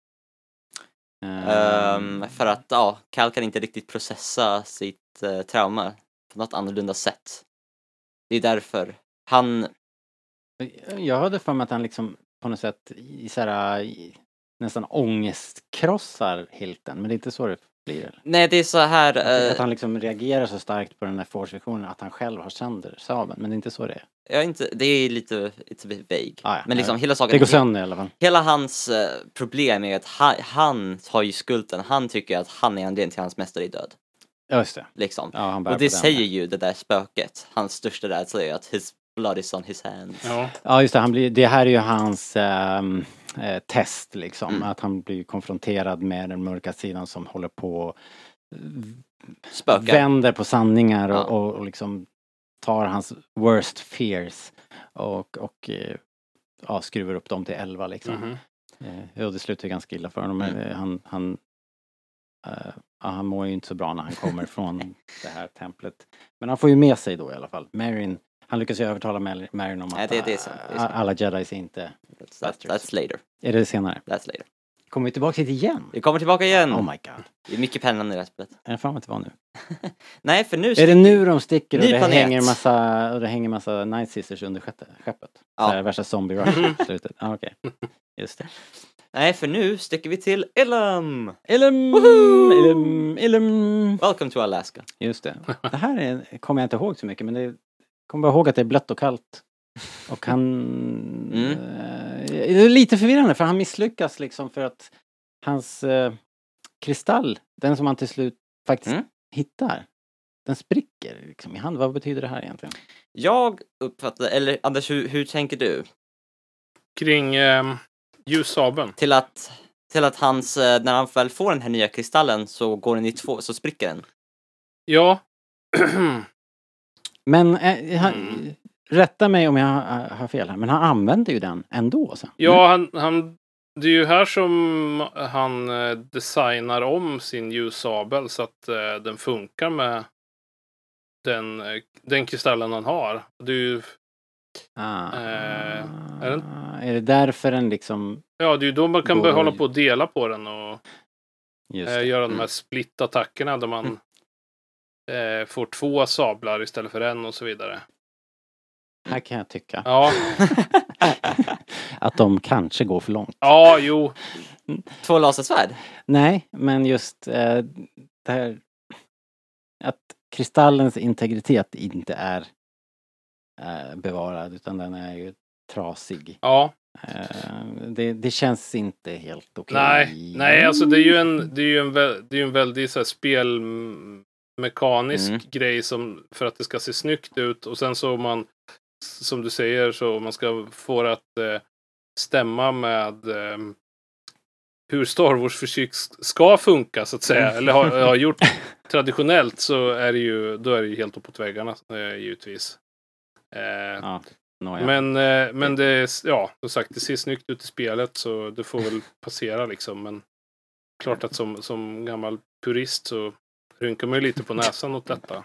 Eh, Ehm, för att, ja, Cal kan inte riktigt processa sitt eh, trauma på något annorlunda sätt. Det är därför han, Jag hade för mig att han liksom på något sätt i, så här, i, nästan ångestkrossar Hilton, men det är inte så det blir. Eller? nej det är så här, Jag tycker eh, att han liksom reagerar så starkt på den här Force-visionen att han själv har sönder sabeln, men det är inte så det är. jag är inte, det är lite, it's a bit vague. Ah, ja, men liksom ja. hela saken, Det går sönder i alla fall. hela hans eh, problem är att han, han tar ju skulden, han tycker att han är anledningen till hans mästare är död. Ja, just det. Liksom. Ja, han bär Och på det den. säger ju det där spöket, hans största rädsla är att his blood is on his hands. Ja. Ja, just det. Han blir, det här är ju hans ehm, eh, test liksom. Mm. Att han blir konfronterad med den mörka sidan som håller på Spökar. vänder på sanningar och, Ja. och, och liksom tar hans worst fears och, och eh, ja, skruvar upp dem till elva liksom. Mhm. Eh, och det slutar ju ganska illa för honom. Men, Mm. eh, han, han, eh, ja, han mår ju inte så bra när han kommer från det här templet. Men han får ju med sig då i alla fall. Marin, han lyckas ju övertala Mar- Marin om att Nej, det- det är sant, det är eh, sant. alla jedis är inte... That's, that's, that's later. Är det senare? That's later. Kommer vi tillbaka hit igen? Vi kommer tillbaka igen. Oh my god. Det är mycket pennan i det här spelet. Är det fan vad det var nu? Nej, för nu... Är det nu de sticker och Ny det planet. hänger massa, och det hänger massa Night Sisters under skeppet? skeppet? Ja. Så här, värsta zombie rush i slutet. Ah, okej. Just det. Nej, för nu sticker vi till Ilum. Ilum, Woohoo! Ilum, Ilum. Welcome to Alaska. Just det. Det här är, kommer jag inte ihåg så mycket, men det jag kommer bara ihåg att det är blött och kallt. Och han... Mm. Eh, det är lite förvirrande för han misslyckas liksom för att hans eh, kristall, den som han till slut faktiskt Mm. hittar, den spricker liksom i hand. Vad betyder det här egentligen? Jag uppfattar, eller Anders, hur, hur tänker du? Kring eh, ljussabeln. Till att, till att hans, eh, när han väl får den här nya kristallen så går den i två, så spricker den. Ja. Men eh, han, Mm. rätta mig om jag har, har fel här, men han använder ju den ändå sen. Ja, han, han, det är ju här som han eh, designar om sin ljussabel så att eh, den funkar med den, eh, den kristallen han har. Det är ju, Ah. Eh, är den- Är det därför den liksom... ja, det är ju då man kan Går- börja hålla på och dela på den och Just eh, det. göra de Mm. här split-attackerna där man eh, får två sablar istället för en och så vidare. Här kan jag tycka. Ja, att de kanske går för långt. Ja, jo. Två lasersvärd? Nej, men just eh, det här att kristallens integritet inte är eh, bevarad utan den är ju trasig. Ja. Eh, det, det känns inte helt okej. Nej, nej, alltså det är ju en, det är ju en, vä- det är ju en väldigt så här, spelmekanisk Mm. grej som, för att det ska se snyggt ut. Och sen så om man, som du säger, så man ska få det att eh, stämma med eh, hur Star Wars fysik ska funka, så att säga. Eller har, har gjort traditionellt, så är det ju, då är det ju helt uppåt väggarna, eh, givetvis. Eh, Ja, nåja. Men, eh, men det är, ja, som sagt, det ser snyggt ut i spelet, så det får väl passera liksom. Men klart att som, som gammal purist så rynkar man ju lite på näsan åt detta.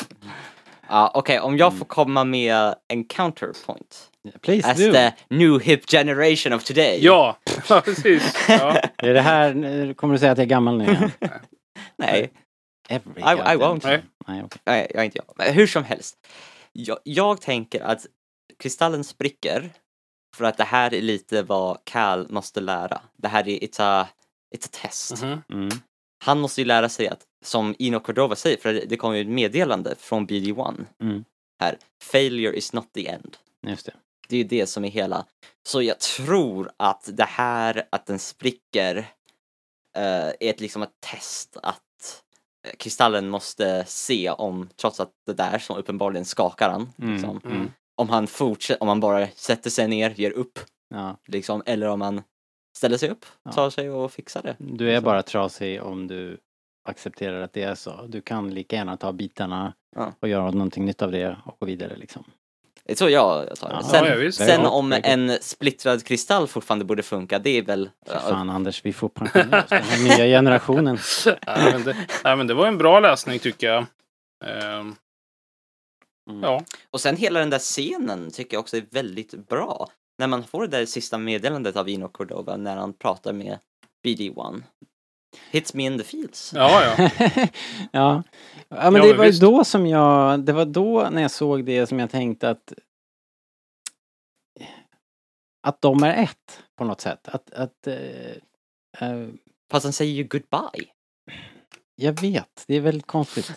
Ja, okej, om jag får komma med en counterpoint. Please As do. the new hip generation of today. Ja, ja precis. Ja. Är det här, kommer du säga att jag är gammal nu igen? Nej, Every I- I goddamn won't. time. Nej, okej. nej, jag är inte jag. Men hur som helst. Jag, jag tänker att kristallen spricker för att det här är lite vad Cal måste lära. Det här är it's a, it's a test. Mhm. Mm. Han måste ju lära sig att, som Eno Cordova säger, för det kommer ju ett meddelande från B D one Mm. här. Failure is not the end. Just det. Det är ju det som är hela. Så jag tror att det här, att den spricker, uh, är ett, liksom ett test att uh, kristallen måste se om, trots att det där som uppenbarligen skakar han, Mm, liksom, mm. om han fortsätter, om han bara sätter sig ner, ger upp, Ja. liksom, eller om han ställer sig upp, Ja. tar sig och fixar det. Du är bara trasig om du accepterar att det är så. Du kan lika gärna ta bitarna Ja. och göra någonting nytt av det och gå vidare liksom. Det är så jag, jag tar det. Ja, Sen, ja, visst. sen Ja, om very good. en splittrad kristall fortfarande borde funka, det är väl... Fy fan Anders, vi får pensionera oss. Den här nya generationen. Nej, men det, nej, men det var en bra läsning tycker jag. Ehm, Mm. Ja. Och sen hela den där scenen tycker jag också är väldigt bra. När man får det där sista meddelandet av Eno Cordova när han pratar med B D one. Hits me in the feels. Ja, ja. ja. Ja, men Ja, det men var ju visst. då som jag, det var då när jag såg det som jag tänkte att att de är ett på något sätt. Att, att eh, eh, Fast han säger ju goodbye. jag vet, det är väldigt konstigt.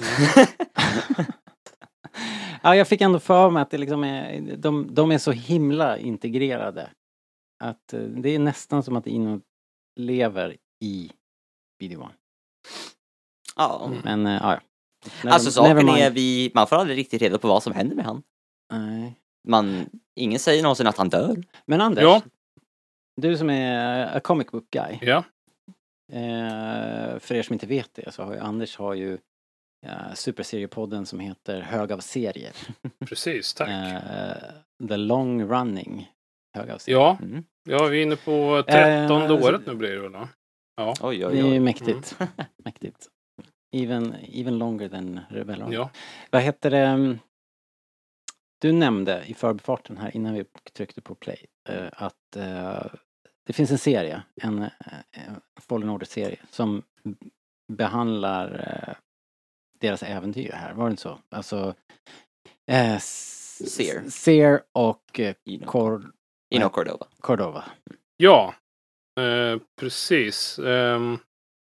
Ja, jag fick ändå för mig att det liksom är, de, de är så himla integrerade. Att eh, det är nästan som att Ino lever i B D one. Ja. Men eh, ja, ja. Never- Alltså never saken mind. är vi, man får aldrig riktigt reda på vad som händer med han. Nej. Man, ingen säger någonsin att han dör. Men Anders, Ja. du som är a comic book guy. Ja. Eh, för er som inte vet det så har ju Anders har ju eh, superseriepodden som heter Hög av serier. Precis, tack. Eh, the long running Hög av serier. Ja, Mm. ja, vi är inne på trettonde Eh, året nu blir det väl då? Ja. Oj, oj, Det är ju oj. mäktigt. mäktigt. Even, even longer than Rebellion. Ja. Vad heter det? Du nämnde i förbifarten här innan vi tryckte på play eh, att eh, det finns en serie, en, eh, en Fallen Order-serie som b- behandlar eh, deras äventyr här, var det inte så? Alltså eh, S- Seer. Seer och eh, Eno, Cord- Eno Cordova. Cordova. Ja, eh, precis. Ehm,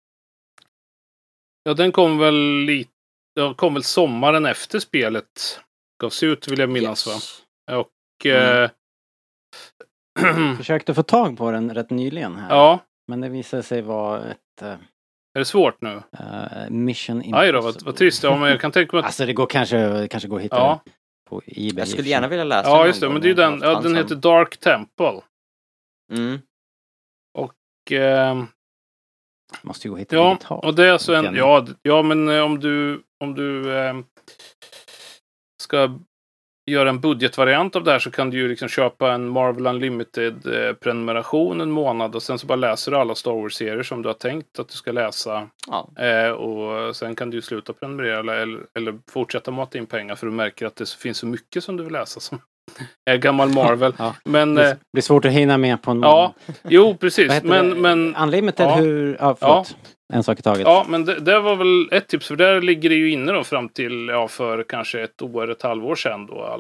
ja, den kom väl lite, ja, kom väl sommaren efter spelet gavs ut, vill jag minnas, va? Yes. Och Mm. eh, Försökte få tag på den rätt nyligen här. ja, Men det visade sig vara ett eh, är det svårt nu? eh, mission impossible. Aj då, vad, vad trist. Ja, men jag kan tänka mig att... Alltså det går kanske, kanske går att hitta Ja. den på eBay. Jag skulle gärna vilja läsa Ja, den just det. någon Men det är ju gång. den, Jag har ja, haft den chans heter att- Dark Temple. Mm. Och ehm, Måste ju gå att hitta ja, digitalt. och det är alltså en... Gärna. Ja, d- ja men eh, om du, om du ehm, ska göra en budgetvariant av det här så kan du ju liksom köpa en Marvel Unlimited eh, prenumeration en månad och sen så bara läser du alla Star Wars-serier som du har tänkt att du ska läsa. Ja. Eh, och sen kan du ju sluta prenumerera eller, eller, eller fortsätta mata in pengar för du märker att det finns så mycket som du vill läsa som är gammal Marvel. Ja. Men Det eh, blir svårt att hinna med på en ja, jo Vad precis. heter Men, det? men, Unlimited, ja. hur... Ja, förlåt. En sak i taget. ja, men det, det var väl ett tips för där ligger det ju inne då fram till, ja, för kanske ett år, ett halvår sedan då alla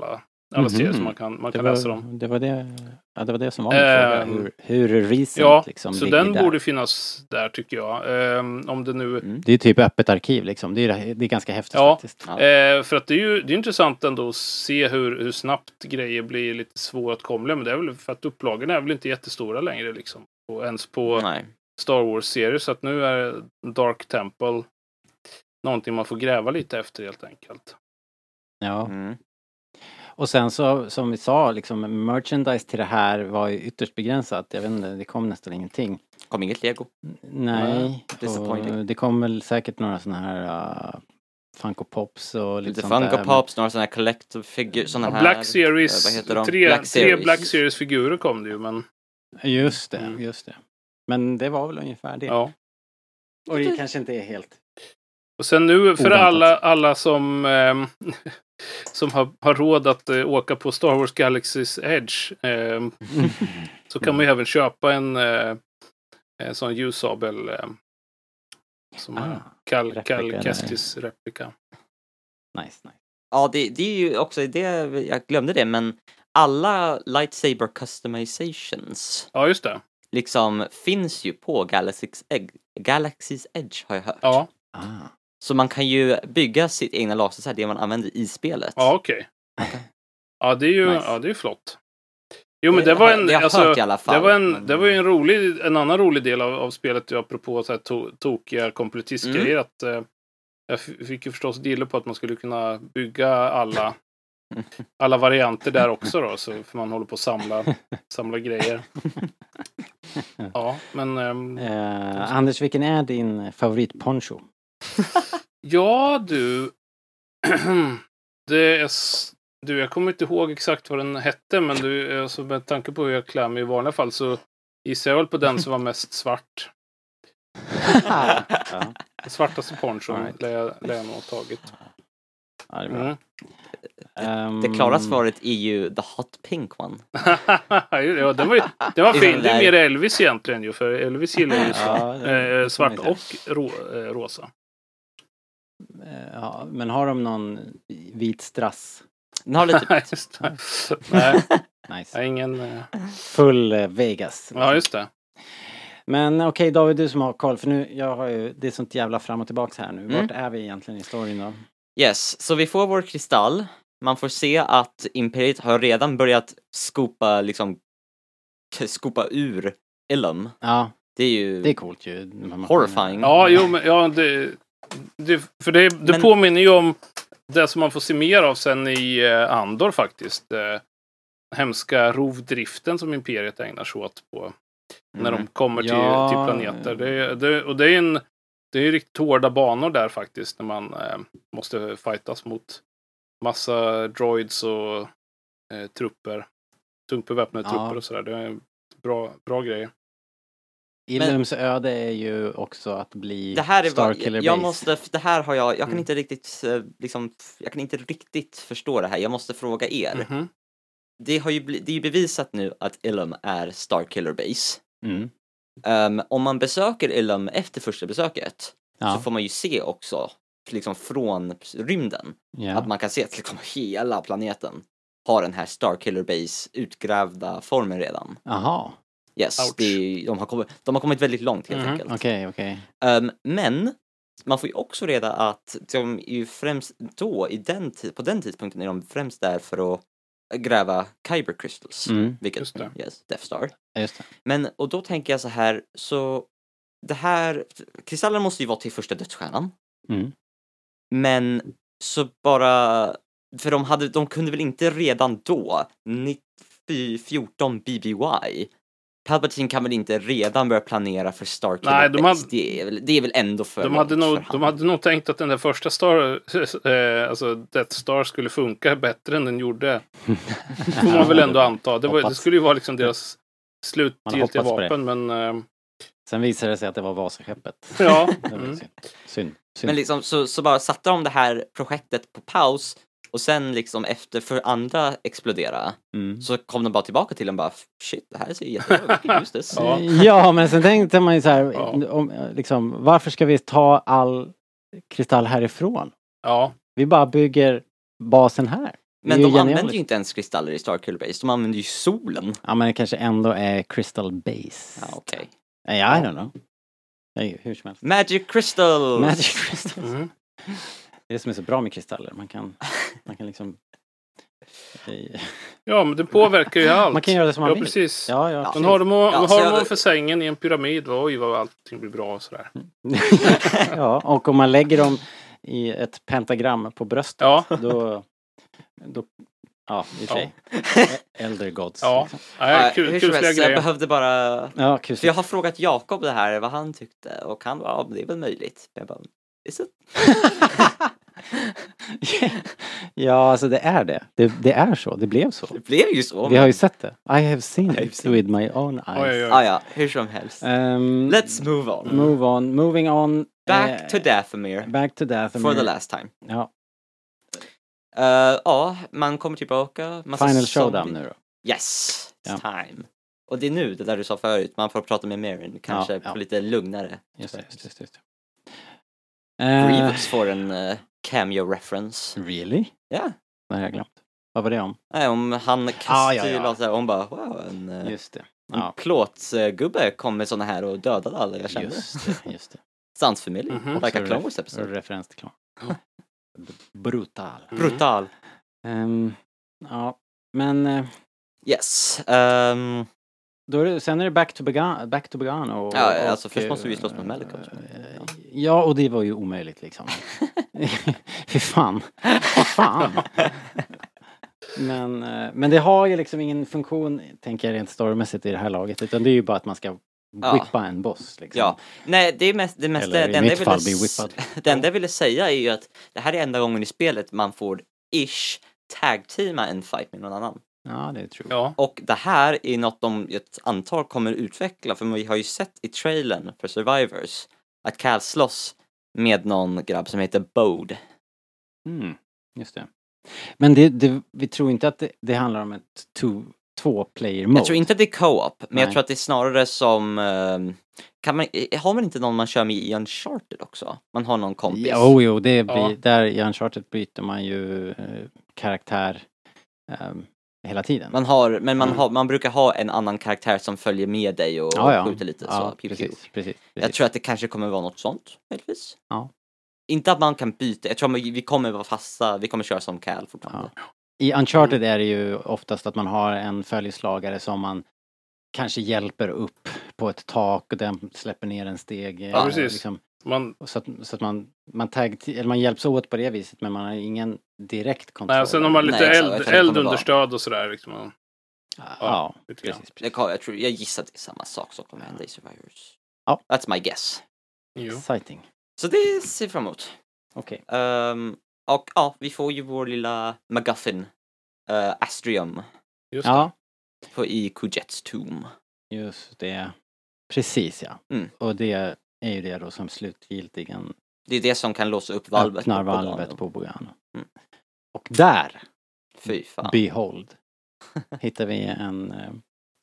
alla Mhm. serier som man kan, man Det kan var, läsa dem. det var det, ja, det var det som var min Ehm, fråga. Hur, hur recent Ja, liksom så ligger den där? borde finnas där tycker jag. Ehm, om det nu... Mm. Det är typ öppet arkiv liksom. Det är, det är ganska häftigt Ja. faktiskt. Ja. Eh, för att det är ju det är intressant ändå att se hur, hur snabbt grejer blir lite svåråtkomliga. Men det är väl för att upplagorna är väl inte jättestora längre liksom. Och ens på Nej. Star Wars-serier. Så att nu är Dark Temple någonting man får gräva lite efter helt enkelt. Ja. Mm. Och sen så, som vi sa, liksom merchandise till det här var ju ytterst begränsat. Jag vet inte, det kom nästan ingenting. Kom inget Lego. Nej. disappointing. Och det kom väl säkert några såna här uh, Funko Pops och lite Lite sånt Funko där. Pops, några sådana här collective figure, såna Ja, här... Black Series, eh, vad heter de? tre, Black tre Series. Black Series-figurer kom det ju, men Men, just det, Mm. just det. Men det var väl ungefär det. ja. Och det kanske inte är helt... Och sen nu för Oväntat. alla, alla som, ehm, som har, har råd att eh, åka på Star Wars Galaxy's Edge ehm, så kan man ju även köpa en, eh, en sån ljussabel eh, som Ah, är Cal, replika Cal där. Kestis replika. Nice, nice. Ja, det, det är ju också det, jag glömde det, men alla lightsaber customizations Ja, just det. liksom finns ju på Galaxy's Edge, Galaxy's Edge har jag hört. Ja, Ah. Så man kan ju bygga sitt egna lasersvärd, det man använder i spelet. ja okej. Ja, det är ju Nice. ja, det är flott. Jo, men Det det var har- en, det har jag alltså, hört i alla fall, det var en, men- det var ju en rolig, en annan rolig del av, av spelet, apropå så här to, tokiga komplettistgrejer, Mm. att eh, jag f- fick ju förstås dilla på att man skulle kunna bygga alla alla varianter där också då, så för man håller på att samla, samla grejer. Ja, men ehm, Eh, Anders, vilken är din favoritponcho? ja du, det är, s- du, jag kommer inte ihåg exakt vad den hette, men du, alltså, med tanke på hur jag klär mig i vanliga fall så gissar jag väl på den som var mest svart. ja. Den svartaste ponchon All right. lär jag, lär jag nog ha tagit. Ja, det är bra. Mm. Ehm, Det klara svaret är ju the hot pink one. ja, den var, ju, den var Det är fin. den Det är där- mer Elvis egentligen ju, för Elvis gillar ju svart, Ja, det- eh, svart det får man och rå, eh, rosa. Eh, Ja, men har de någon vit strass? Den har lite... Just det. Nej, Nice. jag är ingen... eh, Full eh, Vegas. Ja, just det. Men okej David, du som har koll, för nu, jag har ju, det är sånt jävla fram och tillbaks här nu. Mm. Vart är vi egentligen i storyn då? Yes, så vi får vår kristall. Man får se att Imperiet har redan börjat skopa, liksom, k- skopa ur Ilum. Ja, Det är ju det är coolt ju. De här horrifying. Ja, jo, men ja, det, det, för det, det Men- påminner ju om det som man får se mer av sen i eh, Andor faktiskt. Eh, hemska rovdriften som Imperiet ägnar sig åt på när de kommer till, Ja. till planeter. Det, det, och det är en det är ju riktigt hårda banor där faktiskt när man eh, måste fightas mot massa droids och eh, trupper. Tungt beväpnade Ja. trupper och sådär. Det är bra, bra grejer. Illums öde är ju också att bli Det här är vad, Starkiller jag Base. måste, det här har jag, jag kan Mm. inte riktigt, eh, liksom, jag kan inte riktigt förstå det här. Jag måste fråga er. Mhm. Det har ju bli, det är ju bevisat nu att Ilum är Starkiller Base. Mm. Um, om man besöker Ilum efter första besöket Ja. så får man ju se också, liksom från rymden, Ja. att man kan se att liksom hela planeten har den här Starkiller Base utgrävda formen redan. Jaha, Yes, Ouch. det är, de, har kommit, de har kommit väldigt långt helt Mhm. enkelt. okej, okej. Um, men man får ju också reda att de är ju främst då, i den tid, på den tidpunkten är de främst där för att gräva Kyber Crystals, Mm. vilket, Just det. yes, Death Star. Ja, just det. Men, och då tänker jag så här, så det här, kristallen måste ju vara till första dödsstjärnan, Mm. men så bara, för de hade, de kunde väl inte redan då, fjorton B B Y, Palpatine kan väl inte redan börja planera för Starkiller Nej, de Base? hade- det, är väl, det är väl ändå för De hade, långt nog, för de han. hade nog tänkt att den där första Star, eh, alltså Death Star skulle funka bättre än den gjorde. Får man väl ändå anta. Det, var, det Hoppas. skulle ju vara liksom deras Man slutgiltiga hoppas på det. vapen, men eh, Sen visade det sig att det var Vasaskeppet. ja. Det var Mm. synd. Synd. synd. Men liksom, så, så bara satte de det här projektet på paus och sen liksom efter för andra explodera Mm. så kom de bara tillbaka till den bara shit, det här ser ju jättebra ut. Just det. Ja. Ja, men sen tänkte man ju så här, Ja. om, liksom, varför ska vi ta all kristall härifrån? Ja, Vi bara bygger basen här. Men ju de genialiskt. använder ju inte ens kristaller i Starkiller Base. De använder ju solen. Ja, men det kanske ändå är Crystal Base. Ja, okej. Okay. I don't know. Nej, hur som helst. Magic Crystals! Magic Crystals. Mm. Det är det som är så bra med kristaller. Man kan, man kan liksom... Ja, men det påverkar ju allt. Man kan göra det som man ja, vill. Precis. Ja, ja. Men har de, Ja, har så de jag- för sängen i en pyramid, oj vad allting blir bra och sådär. Ja, och om man lägger dem i ett pentagram på bröstet, Ja. då... då ja, i och för sig. Elder Gods. Ja, Liksom. Nej, Ja, kul, hur som kusliga helst, jag grejer. behövde bara... Ja, kul. För jag har frågat Jakob det här, vad han tyckte. Och han bara, ja, men det är väl möjligt. Jag bara, is it? Ja, alltså det är det. det. Det är så. Det blev så. Det blev ju så. Vi har ju sett det. I have seen I've it seen with my own eyes. Oj, oj, oj. Ah, ja, hur som helst. Um, Let's move on. move on. Moving on. Back eh, to Dathomir. Back to Dathomir. For the last time. Ja. Uh, ja, man kommer tillbaka. Massa Final zombie- showdown nu då. Yes, it's Ja. time. Och det är nu, det där du sa förut. Man får prata med Meryn. Kanske Ja, ja. på lite lugnare. Just det, just det, just det. Eh, Grievous får en uh, cameo-reference. Really? Ja. Det har jag glömt. Vad var det om? Nej, om han kastar Ah, ja, ju ja. bara så här, och hon bara, wow, en, uh, Just det. en Ja, plåtgubbe kom med såna här och dödade alla jag kände. just det. Just det. Sans familj. Mhm. Like a Så Clone ref- Wars episode. Referens till Clone. B- Brutal. Mm. Brutal. Ehm, ja, men eh, Yes. Um, då är det, sen är det back to Began, back to Began och, Ja, och, alltså, först måste vi eh, slåss med Malcolm. eh, Ja, och det var ju omöjligt liksom. Fy fan. Fy fan. Men, eh, men det har ju liksom ingen funktion, tänker jag rent storymässigt i det här laget, utan det är ju bara att man ska Ja. whippa en boss liksom. ja. Nej, det är mest, det mesta, Eller i det enda mitt jag fall ville bli s- whippad. det enda jag ville säga är ju att det här är enda gången i spelet man får ish tag-teama en fight med någon annan. Ja, det är true. Ja. Och det här är något de ett antal kommer utveckla, för vi har ju sett i trailern för Survivors att Cal slåss med någon grabb som heter Bode. Mm, just det. Men det, det, vi tror inte att det, det handlar om ett two, två player mode. Jag tror inte att det är co-op, men Nej. jag tror att det är snarare som ehm, kan man, har man inte någon man kör med i Uncharted också? Man har någon kompis. Jo, jo, det blir, Ja. där i Uncharted byter man ju eh, karaktär ehm, hela tiden. Man har, men man, Mm. har, man brukar ha en annan karaktär som följer med dig och ja, ja. skjuter lite ja, så. Pew, precis, pew. precis, precis. Jag tror att det kanske kommer vara något sånt, möjligtvis. Ja. Inte att man kan byta, jag tror att vi kommer vara fasta, vi kommer köra som Cal fortfarande. I Uncharted är det ju oftast att man har en följeslagare som man kanske hjälper upp på ett tak och den släpper ner en steg. Ja, eh, precis. Liksom, Man, så att, så att man, man, tag, eller man hjälps åt på det viset, men man har ingen direkt kontroll. nej, sen har man lite Nej, exakt. eld, Jag tror det kommer eldunderstöd och sådär. Liksom. Ja, Ja, ja lite grann. precis. Jag, kan- jag, tror, jag gissar att det är samma sak som kommer hända i Survivors. Ja. That's my guess. Jo. Exciting. Så det ser jag fram emot. Okej. Ehm, och ja, vi får ju vår lilla MacGuffin, uh, Astrium, Just det. Ja, på, i Kujets tomb. just det. Precis, ja. Mm. Och det är ju det då som slutgiltigen Det är det som kan låsa upp valvet. öppnar på Bogano. valvet på Bogano. Mm. Och där, Fy fan. behold, hittar vi en eh,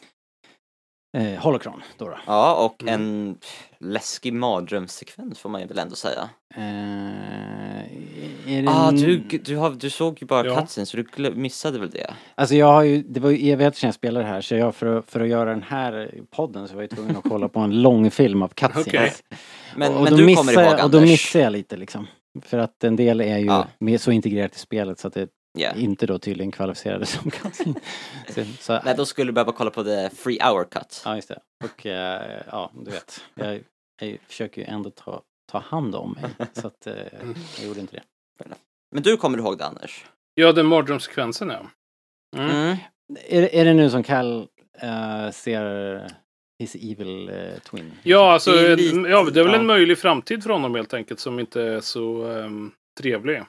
eh, holocron då. då. Ja, och Mm. en pff, läskig mardrömssekvens får man ju väl ändå säga. Eh, är det Ah, en- du, du, har, du såg ju bara Ja. cutscene så du glö- missade väl det? Alltså jag har ju, det var ju evigheter sedan jag spelade här, så jag för, att- för att göra den här podden så var jag tvungen att kolla på en lång film av cutscenes. Okej. Men, och men då du missar kommer ihåg, jag, Och då Anders. missar jag lite liksom. För att en del är ju Ja. mer så integrerat i spelet så att det Ja. inte då tydligen kvalificerade som cutscene. så, så, Nej, då skulle du behöva kolla på the free hour cut. Ja, just det. Och eh, ja, du vet. Jag, jag försöker ju ändå ta, ta hand om mig. Så att eh, jag gjorde inte det. Men du kommer ihåg det, Anders? Ja, den mardrömssekvensen, ja. Mm. Mm. Är, det- är det nu som Cal eh, ser his evil eh, twin? Ja, alltså, Det är det är, lite- ja, det är väl ja. en möjlig framtid för honom helt enkelt som inte är så um, trevlig.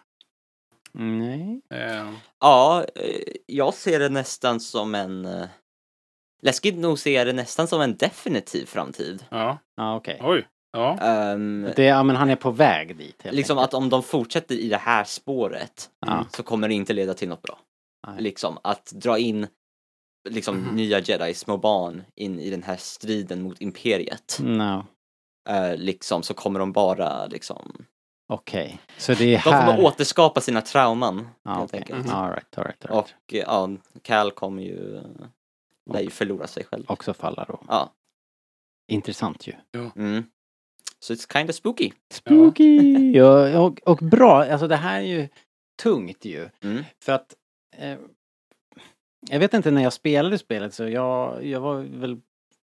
Nej. Eh, Ja, eh, jag ser det nästan som en... eh, Läskigt nog ser jag det nästan som en definitiv framtid. ja, Ja, okej. oj. Ja, Ehm, Det, ja, men han är på väg dit. Helt liksom enkelt. att om de fortsätter i det här spåret Ja. så kommer det inte leda till något bra. Nej. Liksom att dra in liksom Mhm. nya Jedi, små barn, in i den här striden mot imperiet. No. Eh, liksom så kommer de bara liksom Okej, okay. Så det är De här... kommer återskapa sina trauman, ja, helt okay. enkelt. Mm. All right, all right, all right. Och ja, Cal kommer ju lär ju förlora sig själv. Också falla då. Ja. Intressant ju. Mm. Så it's kind of spooky. Spooky! Ja, och, och bra, alltså det här är ju tungt ju. Mm. För att eh, jag vet inte när jag spelade spelet så jag, jag var väl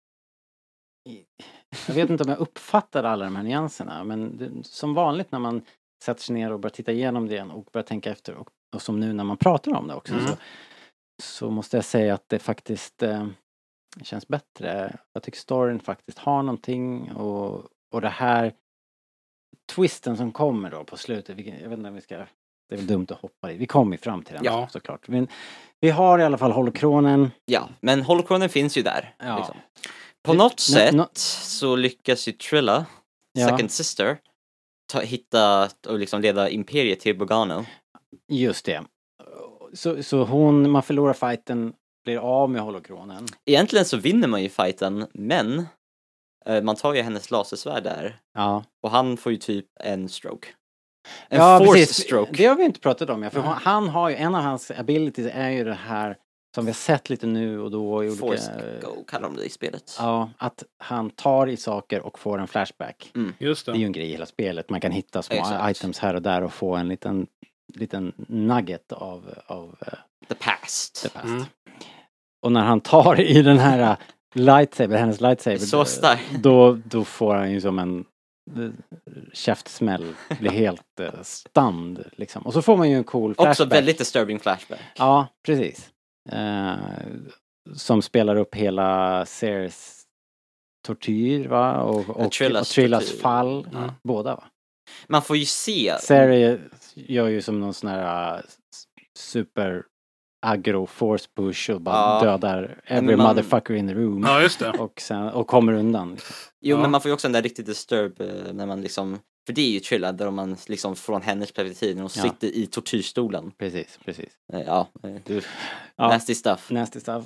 jag vet inte om jag uppfattade alla de här nyanserna, men det, som vanligt när man sätter sig ner och börjar titta igenom det och börjar tänka efter och, och som nu när man pratar om det också mm. så, så måste jag säga att det faktiskt eh, känns bättre. Jag tycker storyn faktiskt har någonting och, och det här twisten som kommer då på slutet, jag vet inte om vi ska, det är väl dumt att hoppa i. Vi kommer ju fram till den ja. såklart. Men vi har i alla fall holokronen. Ja, men holokronen finns ju där. Ja. Liksom. På något no, sätt no. så lyckas ju Trilla, ja. Second Sister, ta, hitta och liksom leda imperiet till Bogano. Just det. Så, så hon, man förlorar fighten, blir av med holokronen. Egentligen så vinner man ju fighten, men eh, man tar ju hennes lasersvärd där. Ja. Och han får ju typ en stroke. En ja, force precis. stroke. Det har vi inte pratat om. Ja, för mm. han har ju, en av hans abilities är ju det här som vi har sett lite nu och då. I olika, force go kallar de det i spelet. Ja, att han tar i saker och får en flashback. Mm. Just det. Det är ju en grej i hela spelet. Man kan hitta små Exakt. items här och där och få en liten, liten nugget av, av The past. The past. Mm. Och när han tar i den här lightsaber, hennes lightsaber. Så stark. Då, då får han ju som en käftsmäll, blir helt uh, stand liksom. Och så får man ju en cool flashback. Också väldigt disturbing flashback. Ja, precis. Uh, som spelar upp hela Ceres tortyr, va? Och, och, och Trillas, och Trillas fall. Mm. Båda, va? Man får ju se. Ceres gör ju som någon sån här uh, super aggro force push och bara ja. dödar every man... motherfucker in the room. Ja, just det. Och, sen, och kommer undan. Liksom. Jo, ja. men man får ju också en där riktigt disturb uh, när man liksom, för det är ju Trilla där man liksom från hennes perspektiv när hon ja. sitter i tortyrstolen. Precis, precis. Uh, ja, uh, du, ja, nasty stuff. Nasty stuff.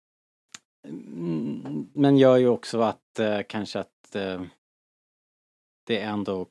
Mm, men gör ju också att uh, kanske att uh, det är ändå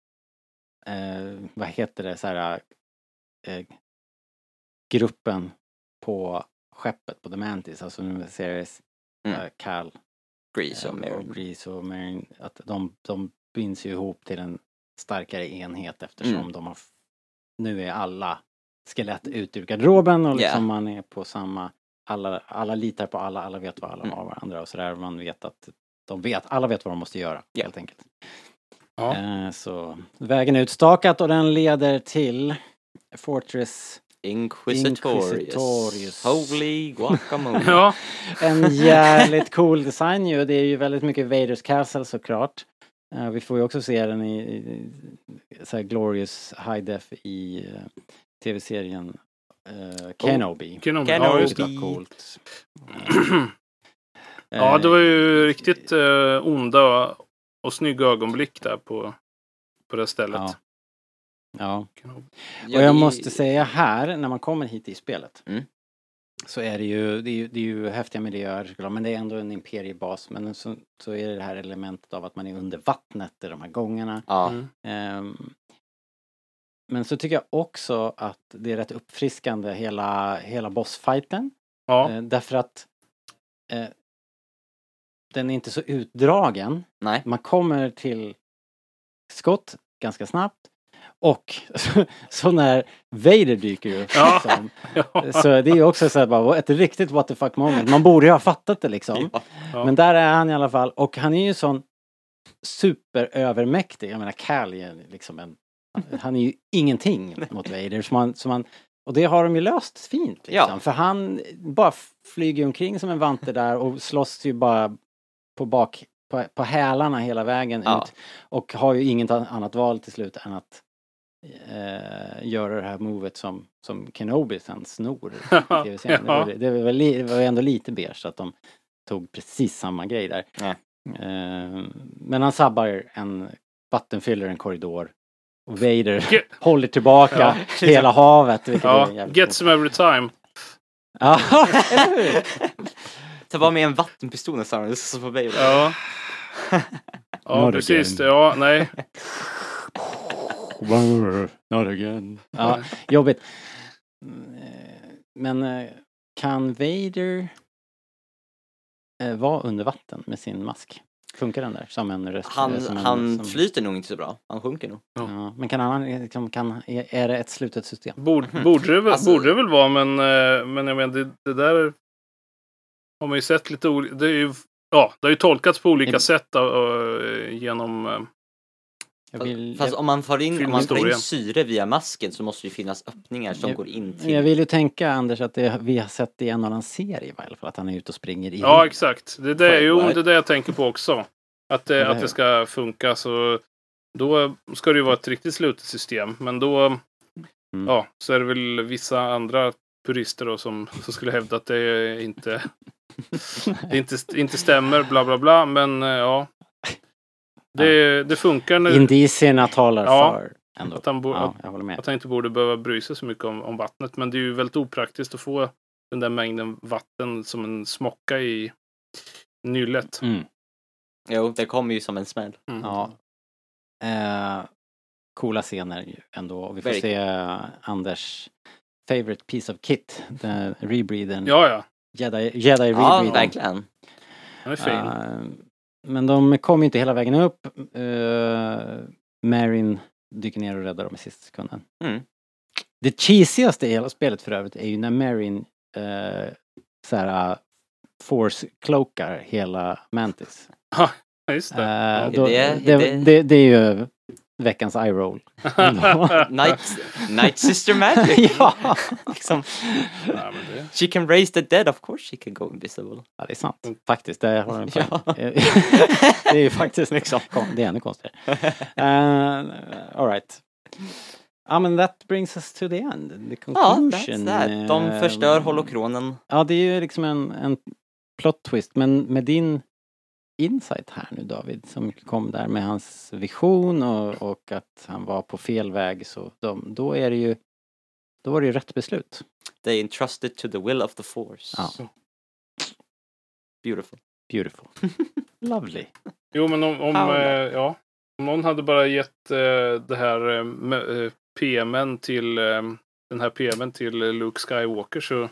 uh, vad heter det så här uh, gruppen på skeppet på The Mantis, alltså nu Ceres, mm. uh, Cal, Grease och Merrin. Grease och Merrin, att de, de binds ju ihop till en starkare enhet eftersom mm. de har f- nu är alla skelett ut ur garderoben och liksom yeah. man är på samma, alla, alla litar på alla, alla vet vad alla mm. har varandra och sådär, man vet att de vet, alla vet vad de måste göra yeah. helt enkelt. Ja. Eh, så vägen utstakat och den leder till Fortress Inquisitorius. Inquisitorius. Holy guacamole. Ja. En jävligt cool design ju. Det är ju väldigt mycket Vaders Castle såklart. Uh, vi får ju också se den i, i så här glorious high def i uh, tv-serien uh, Kenobi. Oh, Kenobi. Kenobi. Ja, just det. Det var coolt. Uh, Ja, det var ju riktigt uh, onda och snygga ögonblick där på, på det stället. Ja. Ja. Ja, och jag det- måste säga här, när man kommer hit i spelet Mm. så är det ju, det är ju, det är ju häftiga miljöer, men det är ändå en imperiebas, men så, så är det det här elementet av att man är under vattnet i de här gångarna. Ja. Mm. Ehm, men så tycker jag också att det är rätt uppfriskande hela, hela bossfighten. Ja. Eh, därför att eh, den är inte så utdragen. Nej. Man kommer till skott ganska snabbt. Och så, så när Vader dyker upp Ja. liksom, Ja. så det är ju också så här, bara, ett riktigt what the fuck moment. Man borde ju ha fattat det liksom. Ja. Ja. Men där är han i alla fall. Och han är ju sån superövermäktig. Jag menar Cal är liksom en, han är ju ingenting mot Vader. Så man, så man, och det har de ju löst fint liksom. Ja. För han bara flyger omkring som en vante där och slåss ju bara på bak, på, på hälarna hela vägen Ja. ut. Och har ju inget annat val till slut än att eh, göra det här movet som, som Kenobi sen snor i tv-serien. Det, var, det, var, li- det var ändå lite beige att de tog precis samma grej där. Ja. Eh, men han sabbar en vattenfyller en korridor och Vader Ge- håller tillbaka Ja. hela havet. Vilket är Ja, jävligt gets him every time. Ja, eller hur? Ta bara med en vattenpistol nästan. Det är så på Vader. Ja. Ja, Not precis. again. Ja, nej. Not again. Ja, jobbigt. Mm, eh, Men eh, kan Vader eh, vara under vatten med sin mask? Funkar den där som en röst? Han, som en, han som, flyter nog inte så bra. Han sjunker nog. ja, men kan han liksom, kan, är är det ett slutet system? Borde, borde, det, väl- Alltså- borde det väl vara, men, eh, men jag menar, det, det där har man ju sett lite olika. Det är ju, ja, det har ju tolkats på olika I- sätt uh, genom... Uh, Jag vill, Fast jag, om man får in, om man får in Filmhistorien. syre via masken så måste det ju finnas öppningar som Jag- går in till... jag vill ju tänka, Anders, att det, vi har sett det i en annan serie i alla fall, att han är ute och springer i ja, rymden. exakt. Det är det, jo, Right. det är det jag tänker på också. Att, det, Eller att hur? det ska funka. Så då ska det ju vara ett riktigt slutet system. Men då Mm. ja, så är det väl vissa andra purister då, som, som skulle hävda att det inte, det inte, inte stämmer, bla bla bla. Men eh, ja, det, det funkar nu. Indicierna talar Ja. för ändå. Att han, bo, Ja, jag håller med. att han inte borde behöva bry sig så mycket om, om vattnet. Men det är ju väldigt opraktiskt att få den där mängden vatten som en smocka i nyllet. Mm. Jo, det kommer ju som en smäll. Mm. Ja. Eh, coola scener ju ändå. Och vi får Very se eh, Anders favorite piece of kit. Den rebreeden. Ja, ja. Jedi, Jedi Ja, rebreeden. verkligen. Den är fin. Eh, men de kom ju inte hela vägen upp. Uh, Marin dyker ner och räddar dem i sista sekunden. Mm. Det cheesigaste i hela spelet för övrigt är ju när Marin uh, såhär force-cloakar hela Mantis. Ja, just det. Eh, Är då, det- det, är det, det- det, är ju veckans eye-roll. Night, Night Sister Magic. ja. liksom. Ja, men det... She can raise the dead, of course she can go invisible. ja, det är sant. Faktiskt, det har en poäng. Ja. Det är ju faktiskt liksom, det är ännu konstigare. Uh, all right. Ja, men that brings us to the end. The Ja, conclusion. that's that. De Eh, förstör holokronen. Ja, det är ju liksom en, en plot twist, men med din insight här nu, David, som kom där med hans vision och, och att han var på fel väg, så de, då är det ju då var det ju rätt beslut. They entrusted to the will of the force. Ja. Beautiful. Beautiful. Lovely. Jo, men om, om, Ja. eh, ja, om någon hade bara gett eh, det här eh, me- eh, P M:en till eh, den här P M:en till eh, Luke Skywalker, så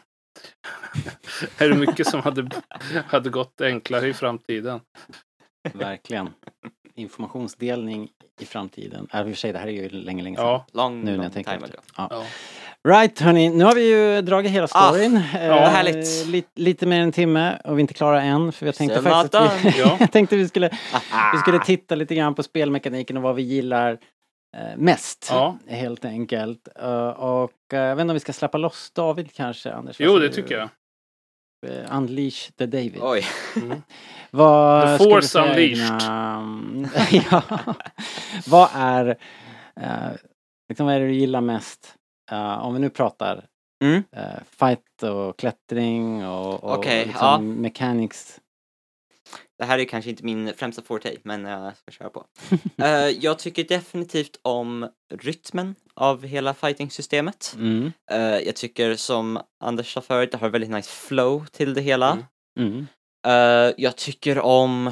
är det mycket som hade, hade gått enklare i framtiden. Verkligen. Informationsdelning i framtiden. Äh, i och för sig, det här är ju länge, länge sedan. Ja, Long, Nu när long jag tänker time efter. ago. Ja. ja. Right, hörni. Nu har vi ju dragit hela Ah, storyn. ja, Eh, härligt. Lite, lite mer än en timme och vi är inte klara än. För jag tänkte Still faktiskt not att vi, done. Ja. jag tänkte vi skulle, vi skulle titta lite grann på spelmekaniken och vad vi gillar eh, mest. Ja. Helt enkelt. Eh, och eh, jag vet inte om vi ska släppa loss David kanske, Anders? Jo, Vad det säger tycker du? jag. Eh, Unleash the David. Oj. Mm. Vad The skulle du Force säga Unleashed. dina- ja. Vad är eh, liksom, vad är det du gillar mest? Eh, om vi nu pratar Mm. eh, fight och klättring och, och Okej, liksom ja. mechanics. Det här är kanske inte min främsta forte, men jag ska köra på. Eh, jag tycker definitivt om rytmen av hela fighting-systemet. Mm. Eh, jag tycker, som Anders sa förut, det har väldigt nice flow till det hela. Mm. Mm. Eh, jag tycker om...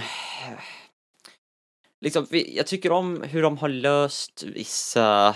Liksom, vi- jag tycker om hur de har löst vissa...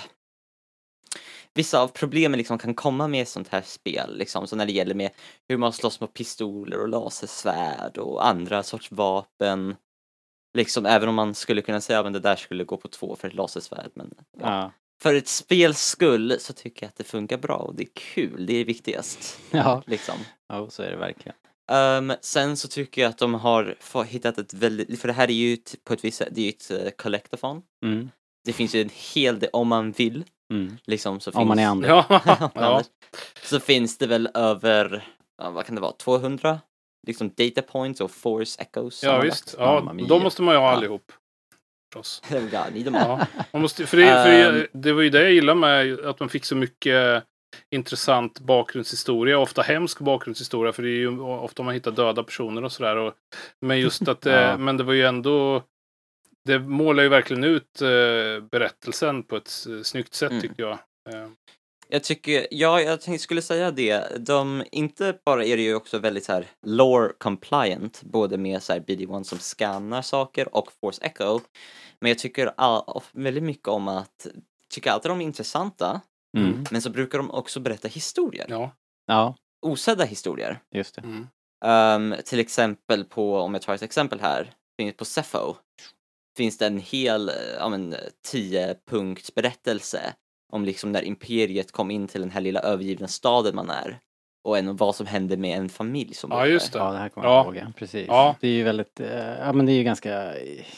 Vissa av problemen liksom kan komma med sånt här spel, liksom. Så när det gäller med hur man slåss med pistoler och lasersvärd och andra sorts vapen. Liksom, även om man skulle kunna säga att det där skulle gå på två för ett lasersvärd. Men ja. Ja. För ett spels skull så tycker jag att det funkar bra och det är kul, det är viktigast. Ja. Liksom. Ja, så är det verkligen. Um, sen så tycker jag att de har få- hittat ett väldigt, för det här är ju ett, på ett visst sätt, det är ju ett uh, collectathon. Mm. Det finns ju en hel del, om man vill, Mm. liksom så Om finns, man är Anders. Ja, ja. ja. så finns det väl över, ja, vad kan det vara, tvåhundra liksom data points och force echoes. ja sammanlagt. visst. Ja, Mamma mia. de måste man ju ha Ja. allihop. Förstås. Oh God, need them all. Ja, man måste, för det, för det, Ehm. det var ju det jag gillade med att man fick så mycket intressant bakgrundshistoria, ofta hemsk bakgrundshistoria, för det är ju ofta man hittar döda personer och sådär. Och, men just att, Ja. eh, men det var ju ändå, det målar ju verkligen ut eh, berättelsen på ett eh, snyggt sätt, Mm. tyckte jag. Eh, Jag tycker, ja, jag tänkte, skulle säga det. De, inte bara är det ju också väldigt så här lore compliant, både med så här B D ett som scannar saker och Force Echo. Men jag tycker all, väldigt mycket om att tycker alltid de är intressanta. Mm. Men så brukar de också berätta historier. Ja. Ja, Osedda historier. just det. Mm. Um, till exempel på, om jag tar ett exempel här, finns på Cepho finns det en hel ja, men, tio punkts berättelse om liksom när imperiet kom in till den här lilla övergivna staden man är. Och en, vad som hände med en familj som Ja, bodde just där. det. Ja, det här kommer Ja. jag ihåg. Ja. Precis. Ja. Det är ju väldigt, eh, ja men det är ju ganska,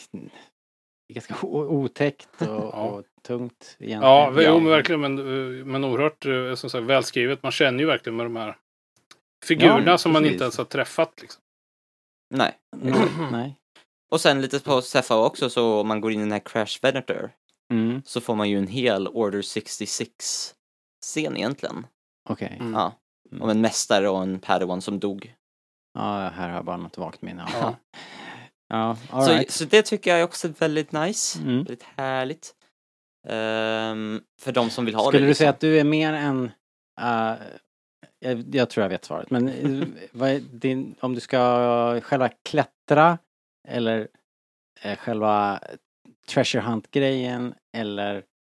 ganska o- otäckt och, Ja. och tungt egentligen. Ja, Ja. Jo, men verkligen, men, eh, men oerhört eh, som sagt, välskrivet. Man känner ju verkligen med de här figurerna Ja, som man precis. inte ens har träffat. Liksom. Nej. Nej, nej. Och sen lite på Cepho också, så om man går in i den här Crash Venator Mm, så får man ju en hel Order sextiosex-scen egentligen. okej. Mm. Ja. Om en mästare och en padawan som dog. Ja, här har jag bara något vagt minne. Ja. Ja, all Så, right. så det tycker jag är också väldigt nice. Mm. Väldigt härligt. Ehm, för de som vill ha Skulle det. du säga liksom. att du är mer än, uh, jag, jag tror jag vet svaret, men eh, vad är din, om du ska själva klättra eller eh, själva treasure hunt-grejen eller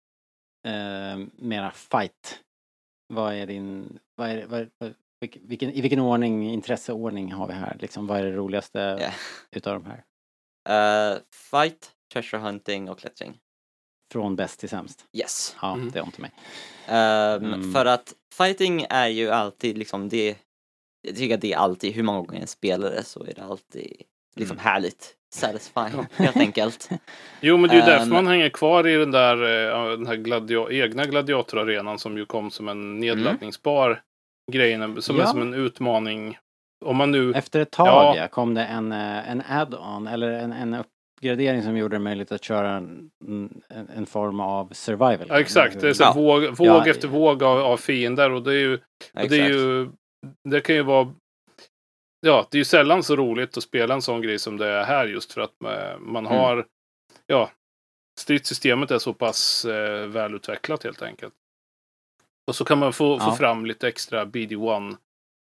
eh, mera fight, vad är din, vad är, vad, vad, vilken, vilken, i vilken ordning, intresseordning har vi här? Liksom, vad är det roligaste Ja. utav de här? Eh, fight, treasure hunting och klättring. Från bäst till sämst? Yes. Ja, Mm. det är inte mig. Ehm, Mm. För att fighting är ju alltid liksom det. Jag tycker att det är alltid, hur många gånger en spelare så är det alltid liksom Mm. härligt. Satisfying, helt enkelt. Jo, men det är ju därför Ehm. man hänger kvar i den där, eh, den här gladio- egna gladiatorarenan som ju kom som en nedladdningsbar grejen, som är Ja. som en utmaning. Om man nu... Efter ett tag Ja. ja. kom det en, eh, en add-on eller en, en uppgradering som gjorde det möjligt att köra en, en, en form av survival. Ja, exakt. Det är så Ja. här våg, våg Ja. efter våg av, av fiender och det är ju... Och det är Exakt. ju... Det kan ju vara... Ja, det är ju sällan så roligt att spela en sån grej som det är här just för att eh, man Mm. har... Ja, stridssystemet är så pass eh, välutvecklat helt enkelt. Och så kan man få, få Ja. fram lite extra B D one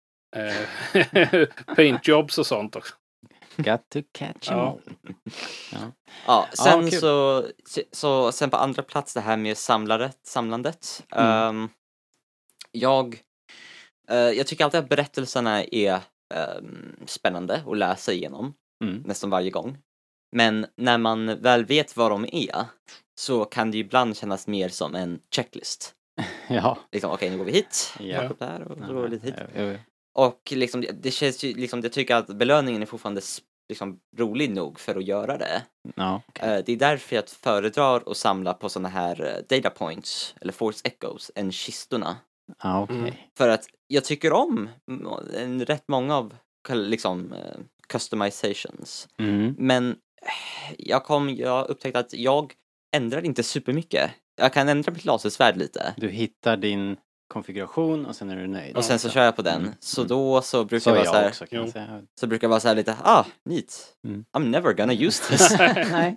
eh, paint jobs och sånt också. Got to catch 'em Ja. all. Ja. Ja, sen kul. så, så sen på andra plats det här med samlaret, samlandet. Mm. Ehm, jag, eh, jag tycker alltid att berättelserna är ehm, spännande att läsa igenom Mm. nästan varje gång. Men när man väl vet vad de är så kan det ju ibland kännas mer som en checklist. Ja. Liksom, okej, nu går vi hit, Ja. ja. upp där och så går vi lite hit. Ja, ja, ja. Och liksom, det- det känns ju, liksom, jag tycker att belöningen är fortfarande s- liksom, rolig nog för att göra det. Ja, okej. Eh, det är därför jag föredrar att samla på såna här eh, data points, eller force echoes, än kistorna. Ja, okej. Mm. För att jag tycker om mm, en, rätt många av kal- liksom, eh, customizations. Mm. Men eh, jag kom, jag upptäckte att jag ändrar inte supermycket. Jag kan ändra mitt lasersvärd lite. Du hittar din konfiguration och sen är du nöjd. Och sen så kör jag på den. Mm. Så då så brukar Så jag är vara så här, jag också kan jag Jo. säga. så brukar jag vara så här lite, ah, neat. Mm. I'm never gonna use this. Nej.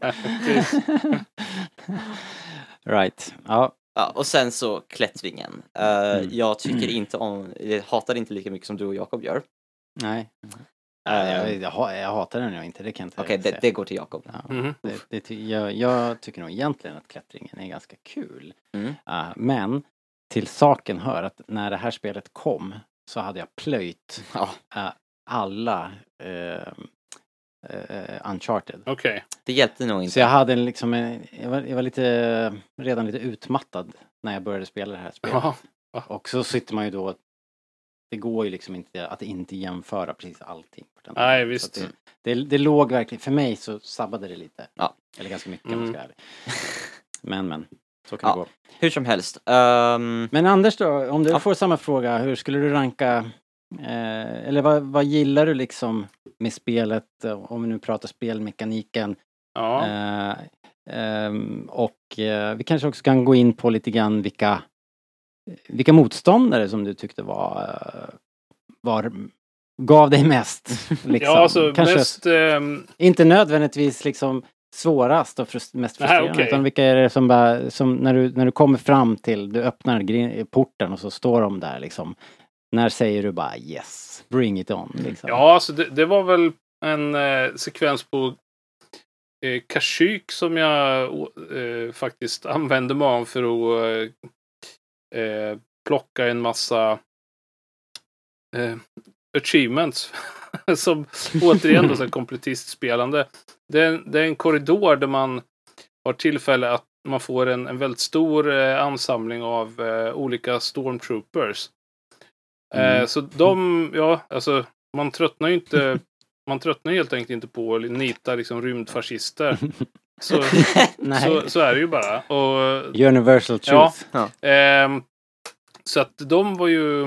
Right. Ja. Ja, och sen så klättringen. Eh, Mm. Jag tycker inte om, jag hatar inte lika mycket som du och Jakob gör. Nej. Eh, Nej, jag, jag, ha- jag hatar den ju inte, det kan jag inte Okej, säga. det, det går till Jakob. Ja, Mhm. det, det, ty- jag, jag tycker nog egentligen att klättringen är ganska kul. Mm. Uh, men till saken hör att när det här spelet kom så hade jag plöjt Ja, uh, alla uh, uh, Uncharted. Okej. det hjälpte nog Så inte. jag hade en liksom, en, jag, var, jag var lite, redan lite utmattad när jag började spela det här spelet. Ja. Och så sitter man ju då, det går ju liksom inte att inte jämföra precis allting. på den. Nej, Så visst. att Det, det, det låg verkligen, för mig så sabbade det lite. Ja. Eller ganska mycket om Mm. jag ska vara ärlig. Men men, så kan Ja. det gå. Hur som helst. ehm, Men Anders då, om du Ja. får samma fråga, hur skulle du ranka, eh, eller vad, vad gillar du liksom med spelet, eh, om vi nu pratar spelmekaniken. Ja. Eh, ehm, och eh, vi kanske också kan gå in på lite grann vilka, vilka motståndare som du tyckte var, eh, var gav dig mest. Liksom. Ja, alltså kanske mest... ehm, inte nödvändigtvis liksom svårast och frust- mest Nej, frustrerande, okej. utan vilka är det som bara, som när du, när du kommer fram till, du öppnar grin- porten och så står de där liksom. När säger du bara yes, bring it on liksom? Ja, alltså det, det var väl en eh, sekvens på eh, Kashyyyk som jag eh, faktiskt använde mig av för att eh, plocka en massa eh, achievements. Som återigen då så kompletistspelande. Det är, det är en korridor där man har tillfälle att man får en, en väldigt stor eh, ansamling av eh, olika stormtroopers. Mm. Eh, så de, ja, alltså man tröttnar ju inte, man tröttnar helt enkelt inte på att nita liksom rymdfascister. Så, Nej. så, så är det ju bara. Och, Universal ja, truth. eh, så att de var ju,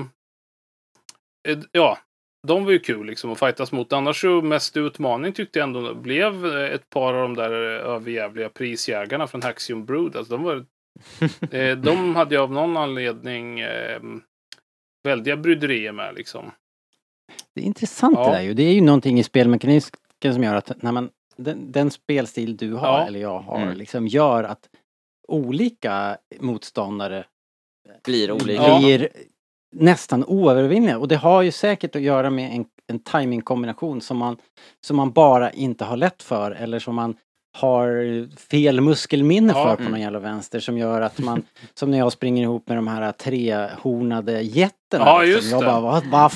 eh, ja, de var ju kul liksom att fightas mot. Annars så mest utmaning tyckte jag ändå blev ett par av de där överjävliga prisjägarna från Haxiom Brood. Alltså de var, eh, de hade jag av någon anledning eh, väldiga bryderier med liksom. Det är intressant Ja. det där ju. Det är ju någonting i spelmekaniken som gör att när man, den, den spelstil du har, Ja. eller jag har, Mm. liksom gör att olika motståndare Blir olika. Ja. blir nästan oövervinnliga. Och det har ju säkert att göra med en, en timingkombination som man, som man bara inte har lätt för, eller som man har fel muskelminne Ja. för på Mm. någon jävla vänster, som gör att man, som när jag springer ihop med de här trehornade jätterna. Ja, liksom. just jag det. bara, vad, vad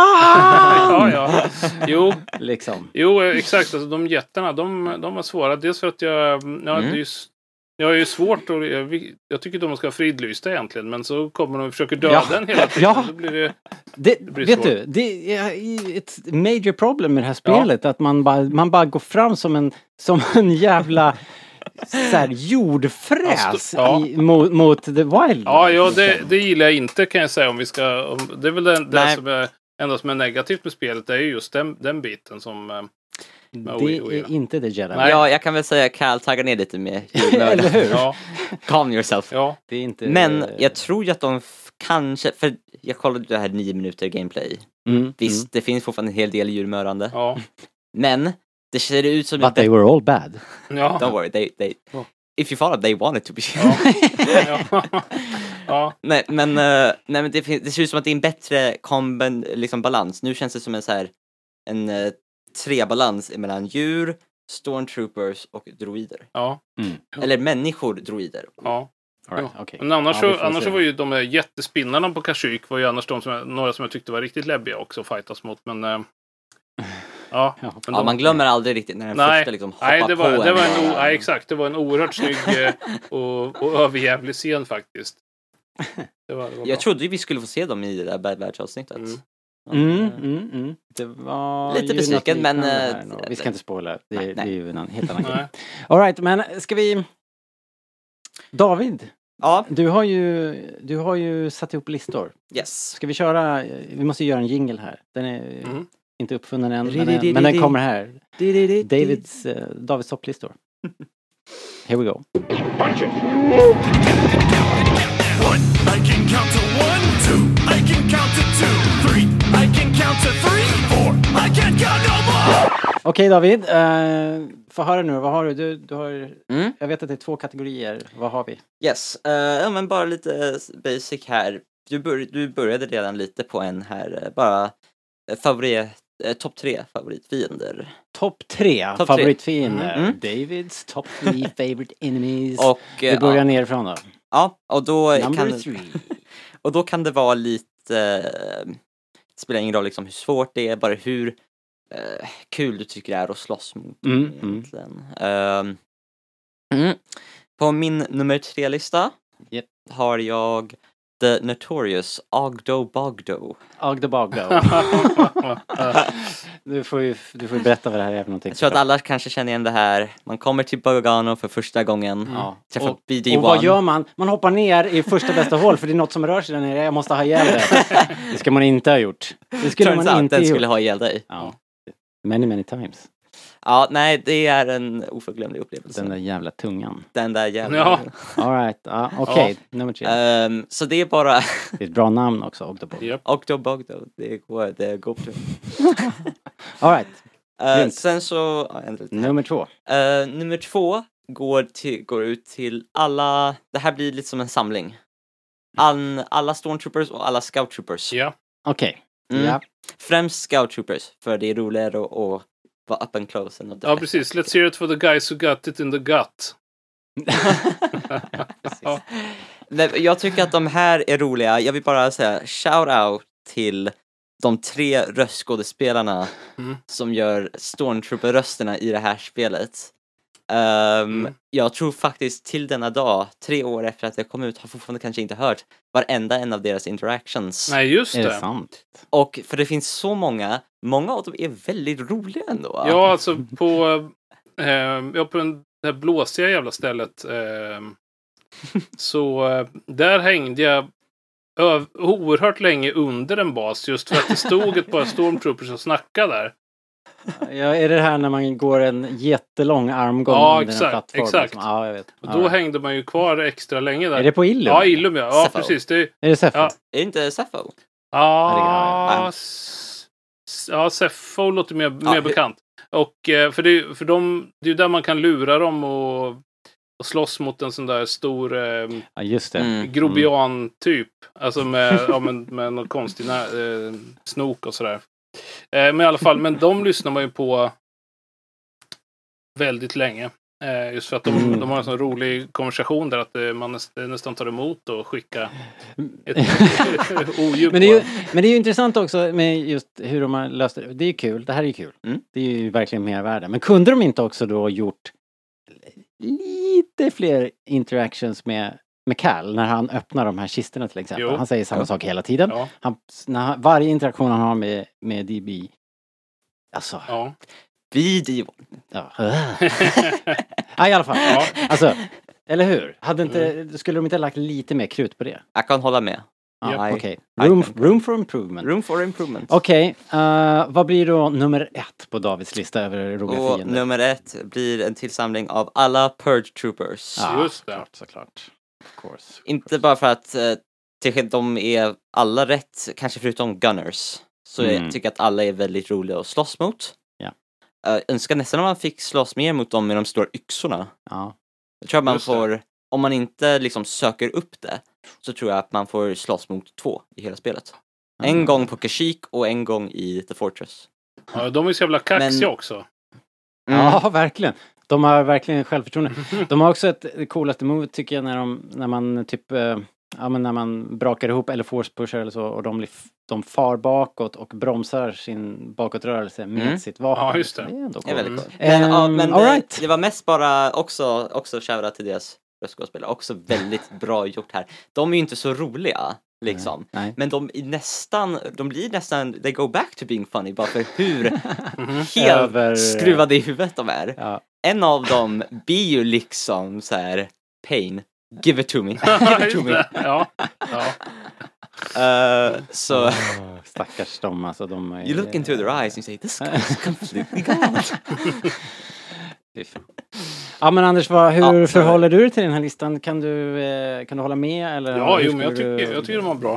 fan? ja, ja. Jo, Liksom. jo, exakt. Alltså, de jätterna, de, de var svåra. Dels för att jag, ja, Mm. det är ju, s- jag är ju svårt och jag, jag tycker de ska vara fridlysta egentligen, men så kommer de och försöker döda Ja. den hela tiden. Ja. Då blir det, Det, blir vet svårt. du, det är ett major problem med det här spelet, att man bara, man bara går fram som en, som en jävla så här, jordfräs Alltså, ja. i, mot, mot the wild. ja, ja det, det gillar jag inte kan jag säga om vi ska, om, det är väl det, det Nej. som är enda som är negativt med spelet, det är ju just den, den biten som eh, med Det O- är inte the Jedi. Nej. Ja, jag kan väl säga Cal taggar ner lite med Eller djurmördare. hur? ja, Calm yourself. ja, Det är inte... Men jag tror ju att de f- kanske, för jag kollade det här nio minuter gameplay. Mm, Visst, det finns fortfarande en hel del djurmördande. ja, Men det ser ut som mm. But they were all bad. ja, Don't worry, they, they, Ja. if you thought they wanted to be. ja, ja, nej, men, eh, nej, men det, fin- det ser ut som att det är en bättre komben, liksom balans. Nu känns det som en så här, en uh, trebalans mellan djur, stormtroopers och droider. ja, Eller människor, droider. ja. All right, okay. Men annars, Ja, vi så, får annars se. så var ju de här jättespinnarna på Kashyyyk var ju annars de som jag, några som jag tyckte var riktigt läbbiga också att fightas mot, men eh, ja, Ja. men Ja, de- man glömmer aldrig riktigt när den Nej, första liksom hoppar nej, det var, på det en. var en o, nej, exakt, det var en oerhört snygg eh, och, och överjävlig scen faktiskt. Det var, det var Jag bra. trodde vi skulle få se dem i det där Bad Batch-avsnittet. Mm. Mm, mm, mm. Det var Lite ju besviken, något men, liknande eh, här nu. Vi ska inte spoila. Det, nej, det nej. är ju en annan- helt annan grej. Nej. All right, men ska vi... David, Ja, du har ju, du har ju satt ihop listor. yes. Ska vi köra... Vi måste göra en jingle här. Den är Mhm. inte uppfunnen än, men, den- men den kommer här. Davids, uh, Davids topplistor. Here we go. Punch it! One, I can count to one, two, I can count to two, three, I can count to three, four, I can't count no more! Okej David, uh, få höra nu. Vad har du? Du, du har... Mm. Jag vet att det är två kategorier. Vad har vi? Yes, uh, ja men bara lite basic här. Du, bör, du började redan lite på en här, uh, bara uh, favorit, uh, topp tre favoritfiender. Topp tre Topp tre. favoritfiender. Mm. Davids top three favorite enemies. Och, vi uh, börjar ja, nerifrån då. ja, och då Number kan, three. och då kan det vara lite, uh, det spelar ingen roll liksom hur svårt det är, bara hur uh, kul du tycker det är att slåss mot Mm, dem egentligen. Um, mm. På min nummer tre-lista Yep. har jag The Notorious Ogdo Bogdo. Agdo Bagdo. du, får ju, du får ju berätta vad det här är för någonting. Jag tror att alla kanske känner igen det här. Man kommer till Bogano för första gången. Ja. Träffar Och, B D och vad one. gör man? Man hoppar ner i första bästa hål för det är något som rör sig där nere. Jag måste ha ihjäl det. Det ska man inte ha gjort. Det skulle Turns man out, inte den ha gjort. skulle ha ihjäl dig. Ja. Many, many times. Ja, nej, det är en oförglömlig upplevelse. Den där jävla tungan. Den där jävla... Ja. All right. Ja, okej. Nummer tre. Ehm, så det är bara Det är ett bra namn också, Agdo Bagdo. Japp. Ogdo Bogdo. Det går, det går på. All right. Uh, Grymt. sen så... Ja, ändra lite här. Nummer två. Eh, nummer två går, till, går ut till alla... Det här blir lite som en samling. All, alla Stormtroopers och alla Scout Troopers. Ja, Okej. Mm. Ja. Främst Scout Troopers, för det är roligare att, att vara up and close. Än Ja, precis. Let's hear it for the guys who got it in the gut. Ja. Nej, jag tycker att de här är roliga. Jag vill bara säga shout out till de tre röstskådespelarna Mm. som gör Stormtrooper-rösterna i det här spelet. Um, Mm. Jag tror faktiskt till denna dag, tre år efter att det kom ut, har fortfarande kanske inte hört varenda en av deras interactions. Nej, just Är det det. sant? Och för det finns så många, många av dem är väldigt roliga ändå. Ja, alltså på, eh, ja, på den, det här blåsiga jävla stället eh, så eh, där hängde jag ö- oerhört länge under en bas just för att det stod ett par stormtroopers och snackade där. Ja, är det här när man går en jättelång armgång Ja, under exakt, en plattform? exakt. Liksom? Ja, jag vet. Och Ja, då ja. hängde man ju kvar extra länge där. Är det på Illum? Ja, Illum ja. Ja, Cepho. precis. Det, Är det Cepho? Ja. Är det inte Cepho? ja, Ja. s- ja, Cepho låter mer, Ja, mer hur- bekant. Och eh, för, det, för de, det är ju där man kan lura dem och, och slåss mot en sån där stor eh, Ja, just det. Mm. grobian-typ. Alltså med, ja, med, med någon konstig nä- eh, snok och sådär. Eh, men i alla fall, men de lyssnar man ju på väldigt länge. Eh, just för att de, Mm. de har en sån rolig konversation där att eh, man näst, nästan tar emot och skickar ett odjur Men det, är ju, på. men det är ju intressant också med just hur de har löst det. Det är ju kul. Det här är ju kul. Mm. Det är ju verkligen mervärde. Men kunde de inte också då gjort lite fler interactions med, med Cal när han öppnar de här kistorna till exempel? Jo. Han säger samma Ja. sak hela tiden. Ja, Han, när han, varje interaktion han har med, med D B. Alltså, ja. Video. ja. ja, i alla fall. Ja. Alltså, eller hur? Hade inte, skulle de inte ha lagt lite mer krut på det? Jag kan hålla med. Ja, I- okej. I Room, can- room for improvement. Room for improvement. Okej, eh, vad blir då nummer ett på Davids lista över roliga Och fiender? nummer ett blir en tillsamling av alla Purge Troopers. Ja, Just det. såklart, såklart. Of course. Inte bara för att eh, till- de är alla rätt, kanske förutom Gunners. Så Mm. jag tycker att alla är väldigt roliga att slåss mot. Ja. Jag önskar nästan att man fick slåss mer mot dem med de stora yxorna. Ja. Jag tror att man Just det. får, om man inte liksom söker upp det, så tror jag att man får slåss mot två i hela spelet. En Mm. gång på Kashyyyk och en gång i The Fortress. Ja, de är så jävla kaxiga Men- också. Mm. Ja, verkligen. De har verkligen självförtroende. De har också ett det coolaste move tycker jag när de, när man typ, eh, ja men när man brakar ihop eller force pushar eller så och de, blir f- de far bakåt och bromsar sin bakåtrörelse med Mm. sitt vapen. Ja, just det. är ändå Det är coolt. väldigt coolt. Mm. Men, ja, Ehm, men all det, right. det var mest bara också, också shoutout till deras röstskådespelare. Också väldigt bra gjort här. De är ju inte så roliga, liksom. Nej. Men de är nästan, de blir nästan, they go back to being funny bara för hur helt Över- skruvade i huvudet de är. Ja. En av dem blir ju liksom så här pain. Give it to me. Give it Just to me. det. Ja, ja. Uh, så Åh, stackars dem alltså. De är, you look into their eyes and you say this guy's completely gone. Fy fan. Ja men Anders, vad, hur Ja, så- förhåller du dig till den här listan? Kan du, eh, kan du hålla med? Eller Ja, hur jo, men jag skulle tycker, du- jag tycker de var bra.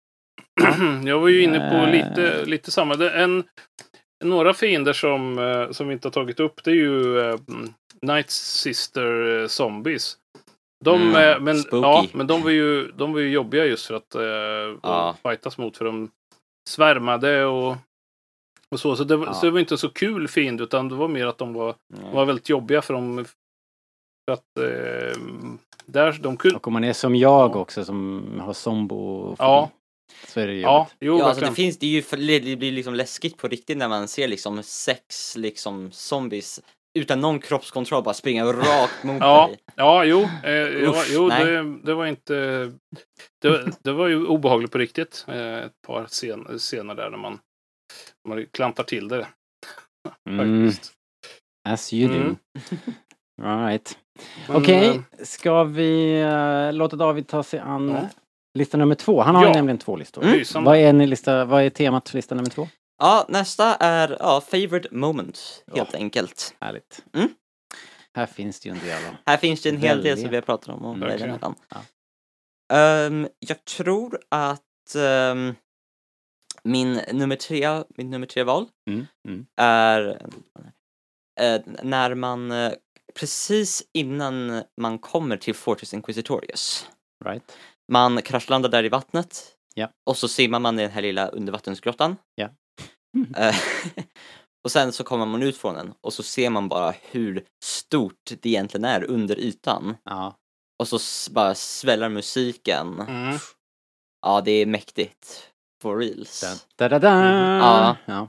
Jag var ju inne på Eh. lite, lite samma. Det är en, några fiender som, eh, som vi inte har tagit upp, det är ju eh, Night Sister eh, Zombies. De, Mm, eh, men, spooky. ja, men de var ju, de var ju jobbiga just för att eh, Ja. fightas mot, för de svärmade och, och så. Så det, var- Ja. så det var inte så kul fiend, utan det var mer att de var, de var väldigt jobbiga för de för att eh, där, de kunde... Och om man är som jag Ja. också som har sombo Ja. så är det jobbigt. Ja, jo, Ja, alltså verkligen. det finns, det är ju, för- det blir liksom läskigt på riktigt när man ser liksom sex liksom zombies utan någon kroppskontroll bara springa rakt mot Ja, dig. ja, jo, eh, ja, Usch, jo nej. det, det var inte... Det, det var ju obehagligt på riktigt. Eh, ett par scen, scener där när man, man klantar till det. Mm, Faktiskt. as you do. Mm. All right. Men, Okej, eh, ska vi uh, låta David ta sig an Ja. lista nummer två? Han har Ja. ju nämligen två listor. Mm. Lysande. Vad är, ni lista, vad är temat för lista nummer två? Ja, nästa är ja, favorite moment, helt Ja. enkelt. Härligt. Mm. Här finns det ju en del om. Här finns det en hel del Väldigt. som vi har pratat om och Mm. välja Verkligen. mellan. Ja. Ehm, jag tror att ehm, min nummer tre, min nummer tre val Mm. Mm. är eh, när man eh, precis innan man kommer till Fortress Inquisitorius. Right. Man kraschlandar där i vattnet. Ja. Och så simmar man i den här lilla undervattensgrottan. Ja. Eh, Och sen så kommer man ut från den och så ser man bara hur stort det egentligen är under ytan. Ja. Och så s- bara sväller musiken. Mm. Ja, det är mäktigt. For reals. Da, da, da. Ja. Ja.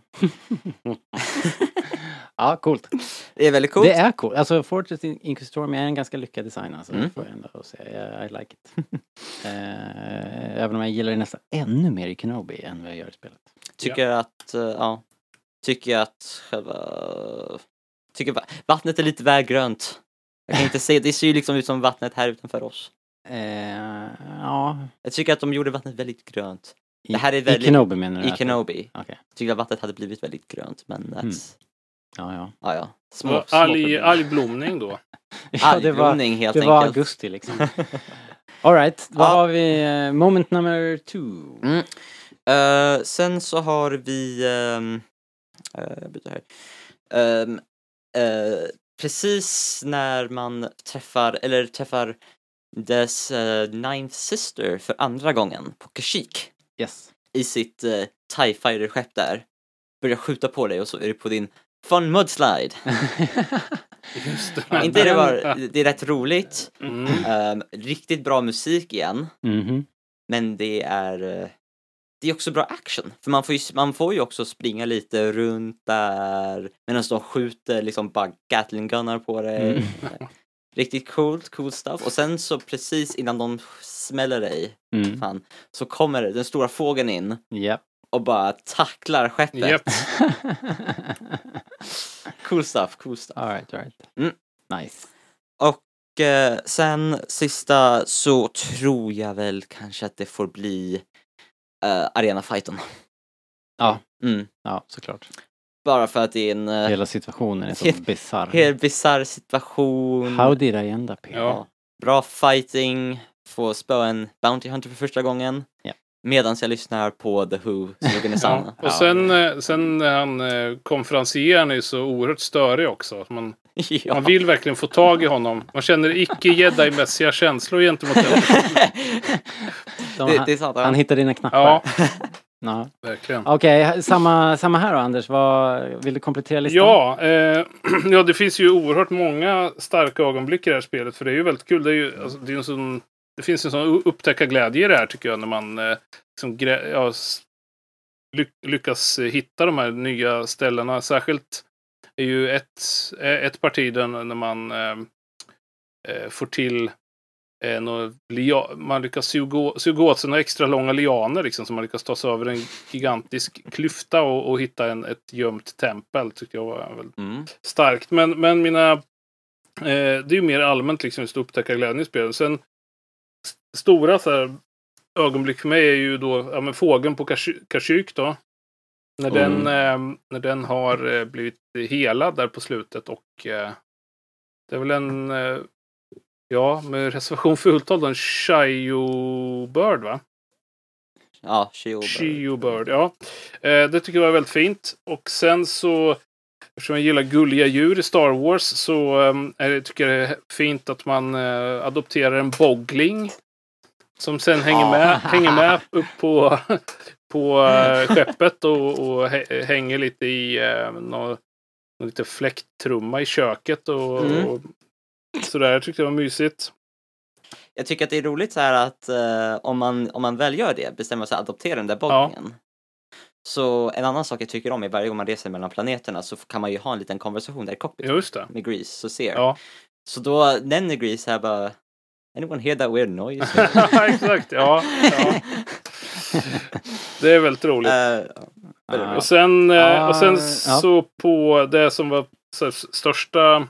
Ja, coolt. Det är väldigt coolt. Det är coolt. Alltså Fortress Inquisitorium är en ganska lyckad design. Alltså. Mm. Det får jag ändå säga. I like it. eh, även om jag gillar det nästan ännu mer i Kenobi än vad jag gör i spelet. Tycker att, eh, ja. Tycker att själva... Tycker va- vattnet är lite väl grönt. Jag kan inte se, det ser ju liksom ut som vattnet här utanför oss. Eh, ja. Jag tycker att de gjorde vattnet väldigt grönt. I, Det här är I väldigt- Kenobi menar du? I att- Kenobi. Okej. Tycker att vattnet hade blivit väldigt grönt, men that's... Mm. Ja, ja. Ja, ja. Små, Och små Alg, problem. algblomning då. Ja, det var, Algblomning helt det var enkelt. augusti liksom. All right, vad Ja. har vi? eh, Moment number two. Mm. Eh, sen så har vi... Um, jag byter här. Ehm, eh, precis när man träffar, eller träffar dess uh, Ninth Sister för andra gången på Kashyyyk Yes. i sitt uh, TIE Fighter-skepp där, börjar skjuta på dig och så är du på din Fun Mudslide. Just det. Ja, inte det var, det är rätt roligt. Mm. Ehm, riktigt bra musik igen. Mhm. Men det är eh, det är också bra action. För man får ju, man får ju också springa lite runt där medan de skjuter liksom bara Gatling gunnar på dig. Mm. Riktigt coolt, cool stuff. Och sen så precis innan de smäller dig, Mm. fan, så kommer den stora fågeln in Japp. och bara tacklar skeppet. Japp. Cool stuff, cool stuff. All right, all right. Mm. Nice. Och eh, sen sista så tror jag väl kanske att det får bli uh, Arena-fighten. Ja. Mm. Ja, såklart. Bara för att det är en uh, Hela situationen är så Helt- bisarr. helt bizarr situation. How did I end up here? Ja. Bra fighting, få spöa en Bounty Hunter för första gången. Ja. Medan jag lyssnar på The Who, Slogan Ja. Sanna. Och sen, eh, sen när han eh, konferencieren är så oerhört störig också. Man, Ja. man vill verkligen få tag i honom. Man känner icke-jedi-mässiga känslor gentemot honom. De, det, han, det är sant. han hittar dina knappar. Ja, Ja. verkligen. Okej, samma, samma här då Anders. Vad, vill du komplettera listan? Ja, eh, ja, det finns ju oerhört många starka ögonblick i det här spelet. För det är ju väldigt kul. Det, är ju, alltså, det, är en sån, det finns en sån upptäcka glädje i det här tycker jag. När man eh, liksom, grä, ja, s- ly, lyckas hitta de här nya ställena. Särskilt är ju ett, ett parti där när man eh, eh, får till eh, något, lia, man lyckas suga å- suga åt sig några extra långa lianer liksom, så man lyckas ta sig över en gigantisk klyfta och, och hitta en, ett gömt tempel tycker jag var väldigt Mm. starkt. Men, men mina eh, det är ju mer allmänt liksom just att upptäcka glädjen i spelet. Sen st- stora så här, ögonblick för mig är ju då ja, men fågeln på Kashy- Kashyyyk då. När, Mm. den, eh, när den har eh, blivit helad där på slutet och eh, det är väl en eh, ja, med reservation för uttal då, en Shio Bird va? Ja, Shield. Shio Bird, ja. Eh, det tycker jag var väldigt fint. Och sen så, eftersom jag gillar gulliga djur i Star Wars så eh, är det, tycker jag det är fint att man eh, adopterar en bogling. Som sen hänger med, hänger med upp på, på eh, skeppet och, och hä- hänger lite i eh, någon, någon lite fläkttrumma i köket och, Mm. och sådär. Jag tyckte det var mysigt. Jag tycker att det är roligt så här att eh, om, man, om man väl gör det, bestämmer sig att adoptera den där boggingen. Så en annan sak jag tycker om är varje gång man reser mellan planeterna så kan man ju ha en liten konversation där i cockpit Just det. med Grease, så ser. Ja, Så då nämner Grease här bara, anyone hear that weird noise? exakt. Ja, ja. Det är väldigt roligt. Eh, väldigt bra. Och sen, eh, Ja, och sen ja. så på det som var så här, största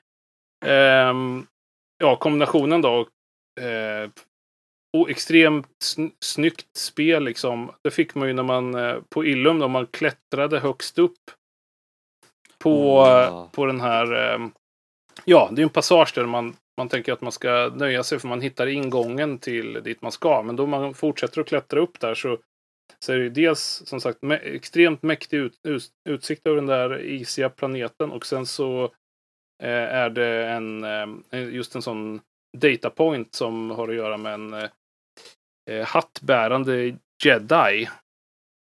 ehm, ja, kombinationen då. Eh, och extremt sn- snyggt spel liksom. Det fick man ju när man eh, på Illum då man klättrade högst upp på, Oh, eh, ja. på den här ehm, ja, det är en passage där man, man tänker att man ska nöja sig för man hittar ingången till dit man ska. Men då man fortsätter att klättra upp där så Så är det ju dels som sagt mä- extremt mäktig ut, ut, utsikt över den där isiga planeten och sen så eh, är det en eh, just en sån data point som har att göra med en eh, hattbärande jedi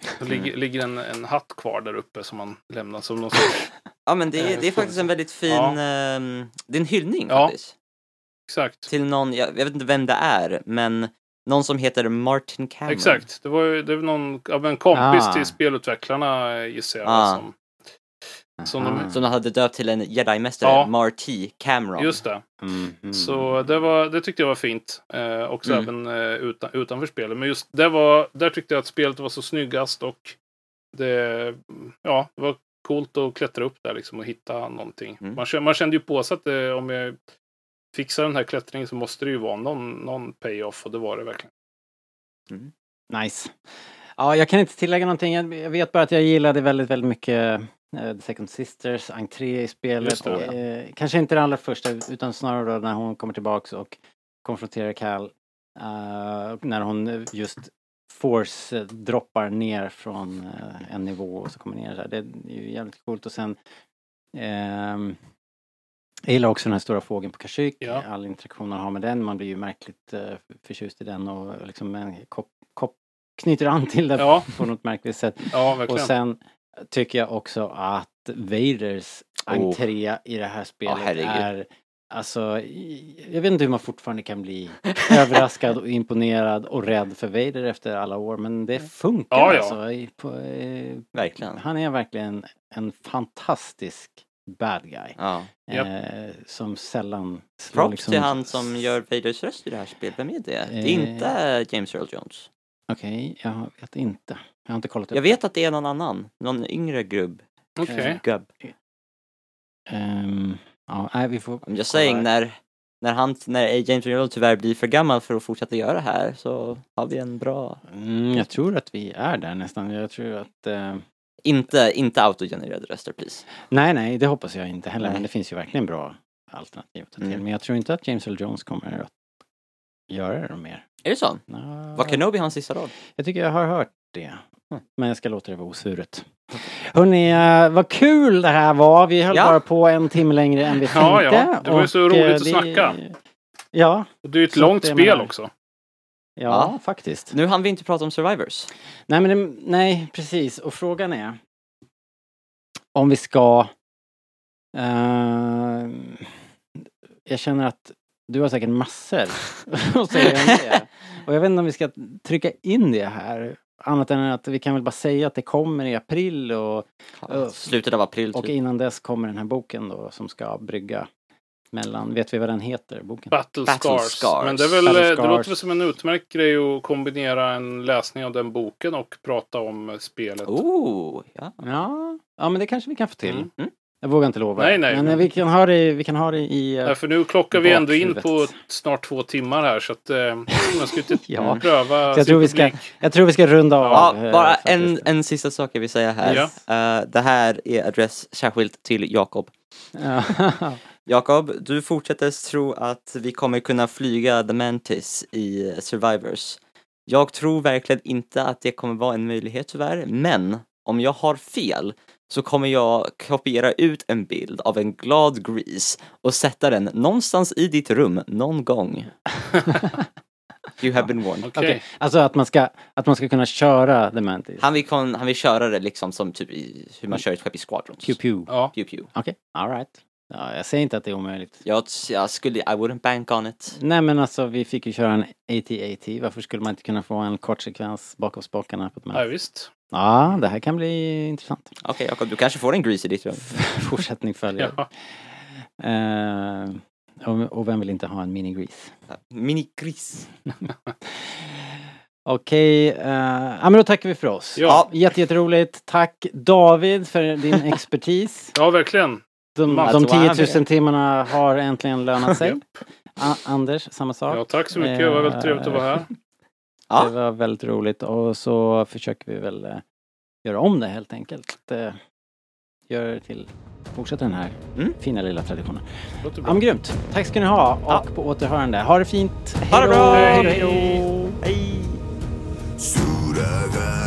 Det ligger, ligger en, en hatt kvar där uppe som man lämnar som någon sorts... Ja, men det är, det är faktiskt en väldigt fin... Ja. Um, det är en hyllning Ja. faktiskt. Exakt. Till någon, jag, jag vet inte vem det är, men någon som heter Martin Cameron. Exakt. Det var ju det var någon av en kompis Ah. till spelutvecklarna, gissar jag. Ah. Som, som de, Som de hade döpt till en jedi-mästare, Ja. Marty Cameron. just det. Mm, mm. Så det, var, det tyckte jag var fint. Eh, också Mm. även eh, utan, utanför spelet. Men just det var, där tyckte jag att spelet var så snyggast. Och det, ja, det var coolt att klättra upp där liksom, och hitta någonting. Mm. Man, kände, man kände ju på sig att det, om jag fixar den här klättringen så måste det ju vara någon, någon payoff. Och det var det verkligen. Nice. Ja, jag kan inte tillägga någonting. Jag jag vet bara att jag gillade väldigt, väldigt mycket uh, The Second Sisters entré i spelet. Just det. Eh, kanske inte det allra första, utan snarare då när hon kommer tillbaks och konfronterar Cal. Uh, när hon just force eh, droppar ner från eh, en nivå och så kommer ner så här. Det är ju jävligt coolt. Och sen ehm, jag gillar också den här stora fågeln på Kashyyyk. Ja. All interaktion man har med den. Man blir ju märkligt uh, förtjust i den och liksom en kopp, kopp knyter an till det Ja. på något märkligt sätt. Ja, Och verkligen. sen tycker jag också att Vaders Oh. entré i det här spelet Ja, herregud. är alltså, i- jag vet inte hur man fortfarande kan bli överraskad och imponerad och rädd för Vader efter alla år, men det funkar Ja, ja. alltså. I- På, eh, Verkligen. han är verkligen en fantastisk bad guy. Ja. Japp. Eh, som sällan slår Props liksom- till han som gör Vaders röst i det här spelet. Vem är det? Det är Eh. inte James Earl Jones. Okej, jag vet inte. Jag har inte kollat upp Jag vet att det är någon annan. Någon yngre grubb. Okej. Gubb. Ehm, ja, nej, vi får I'm just saying, när, när, han, när James Earl Jones tyvärr blir för gammal för att fortsätta göra det här så har vi en bra... Mm, jag tror att vi är där nästan. Jag tror att... Eh... Inte, inte autogenererade röster, please. Nej, nej, det hoppas jag inte heller. Nej. Men det finns ju verkligen bra alternativ att ta till. Mm. Men jag tror inte att James Earl Jones kommer att göra det mer. Är det så? Nå, Var Kenobi hans sista roll? Jag tycker jag har hört det. Men jag ska låta det vara osvuret. Hörrni, eh, vad kul det här var. Vi höll Ja. bara på en timme längre än vi tänkte. Ja, ja. Det var ju så Och, roligt eh, att det- snacka. Ja, Och det är ju ett Så långt det är spel man- också. ja, Ja. faktiskt. Nu hann vi inte prata om Survivors. Nej, men det, nej, precis. Och frågan är om vi ska... eh, jag känner att du har säkert massor att säga om det. Och jag vet inte om vi ska trycka in det här. Annat än att vi kan väl bara säga att det kommer i april och, Ja, slutet av april. och Typ. innan dess kommer den här boken då som ska brygga mellan... Vet vi vad den heter, boken? Battle, Battle Scars. Scars. Men det är väl, Battle det Scars. låter väl som en utmärkt grej att kombinera en läsning av den boken och prata om spelet. Oh, ja. Ja, ja, men det kanske vi kan få till. Mm. Mm. Jag vågar inte lova. Nej, nej, men men- vi kan ha det, vi kan ha det i... eh, Ja, för nu klockar vi ändå in bakhuvudet. på snart två timmar här så att eh, man ska inte Ja. pröva Så jag sin tror vi ska, publik. jag tror vi ska runda av. Ja, eh, bara faktiskt. en, en sista sak jag vill säga här. Ja. Eh, det här är adress särskilt till Jakob. Ja. Jakob, du fortsätter tro att vi kommer kunna flyga The Mantis i Survivors. Jag tror verkligen inte att det kommer vara en möjlighet tyvärr, men om jag har fel så kommer jag kopiera ut en bild av en glad Grease och sätta den någonstans i ditt rum någon gång. You have been warned. Okej. Okej, alltså att man ska, att man ska kunna köra The Mantis. Han vill, kon- han vill köra det liksom som typ i, hur man kör ett skepp i Squadrons. Pew pew. Ja. Pew pew. Okej, all right. Ja, jag säger inte att det är omöjligt. Jag, jag skulle, I wouldn't bank on it. Nej, men alltså vi fick ju köra en A T A T. Varför skulle man inte kunna få en kort sekvens bakom spakarna på ett Ja, Mantis? visst. Ja, det här kan bli intressant. Okej Jakob, du kanske får en Grease i ditt rum. Fortsättning följer. Ja. Eh, och, och vem vill inte ha en mini-Grease? Mini-Grease. Okej, eh, ja men då tackar vi för oss. Ja. Jätte, jätteroligt. Tack David för din expertis. Ja, verkligen. De, That's de why I'm tio tusen timmarna har äntligen lönat sig. Japp. A- Anders, samma sak. Ja, tack så mycket. Det var väldigt trevligt att vara här. Ja. Det var väldigt roligt och så försöker vi väl eh, göra om det helt enkelt. Eh, göra det till, fortsätta den här Mm. fina lilla traditionen. Låter Ja bra. men grymt. Tack ska ni ha och Ja. på återhörande. Ha det fint. Ha det bra! Hej då! Hej då! Hej! Suragare.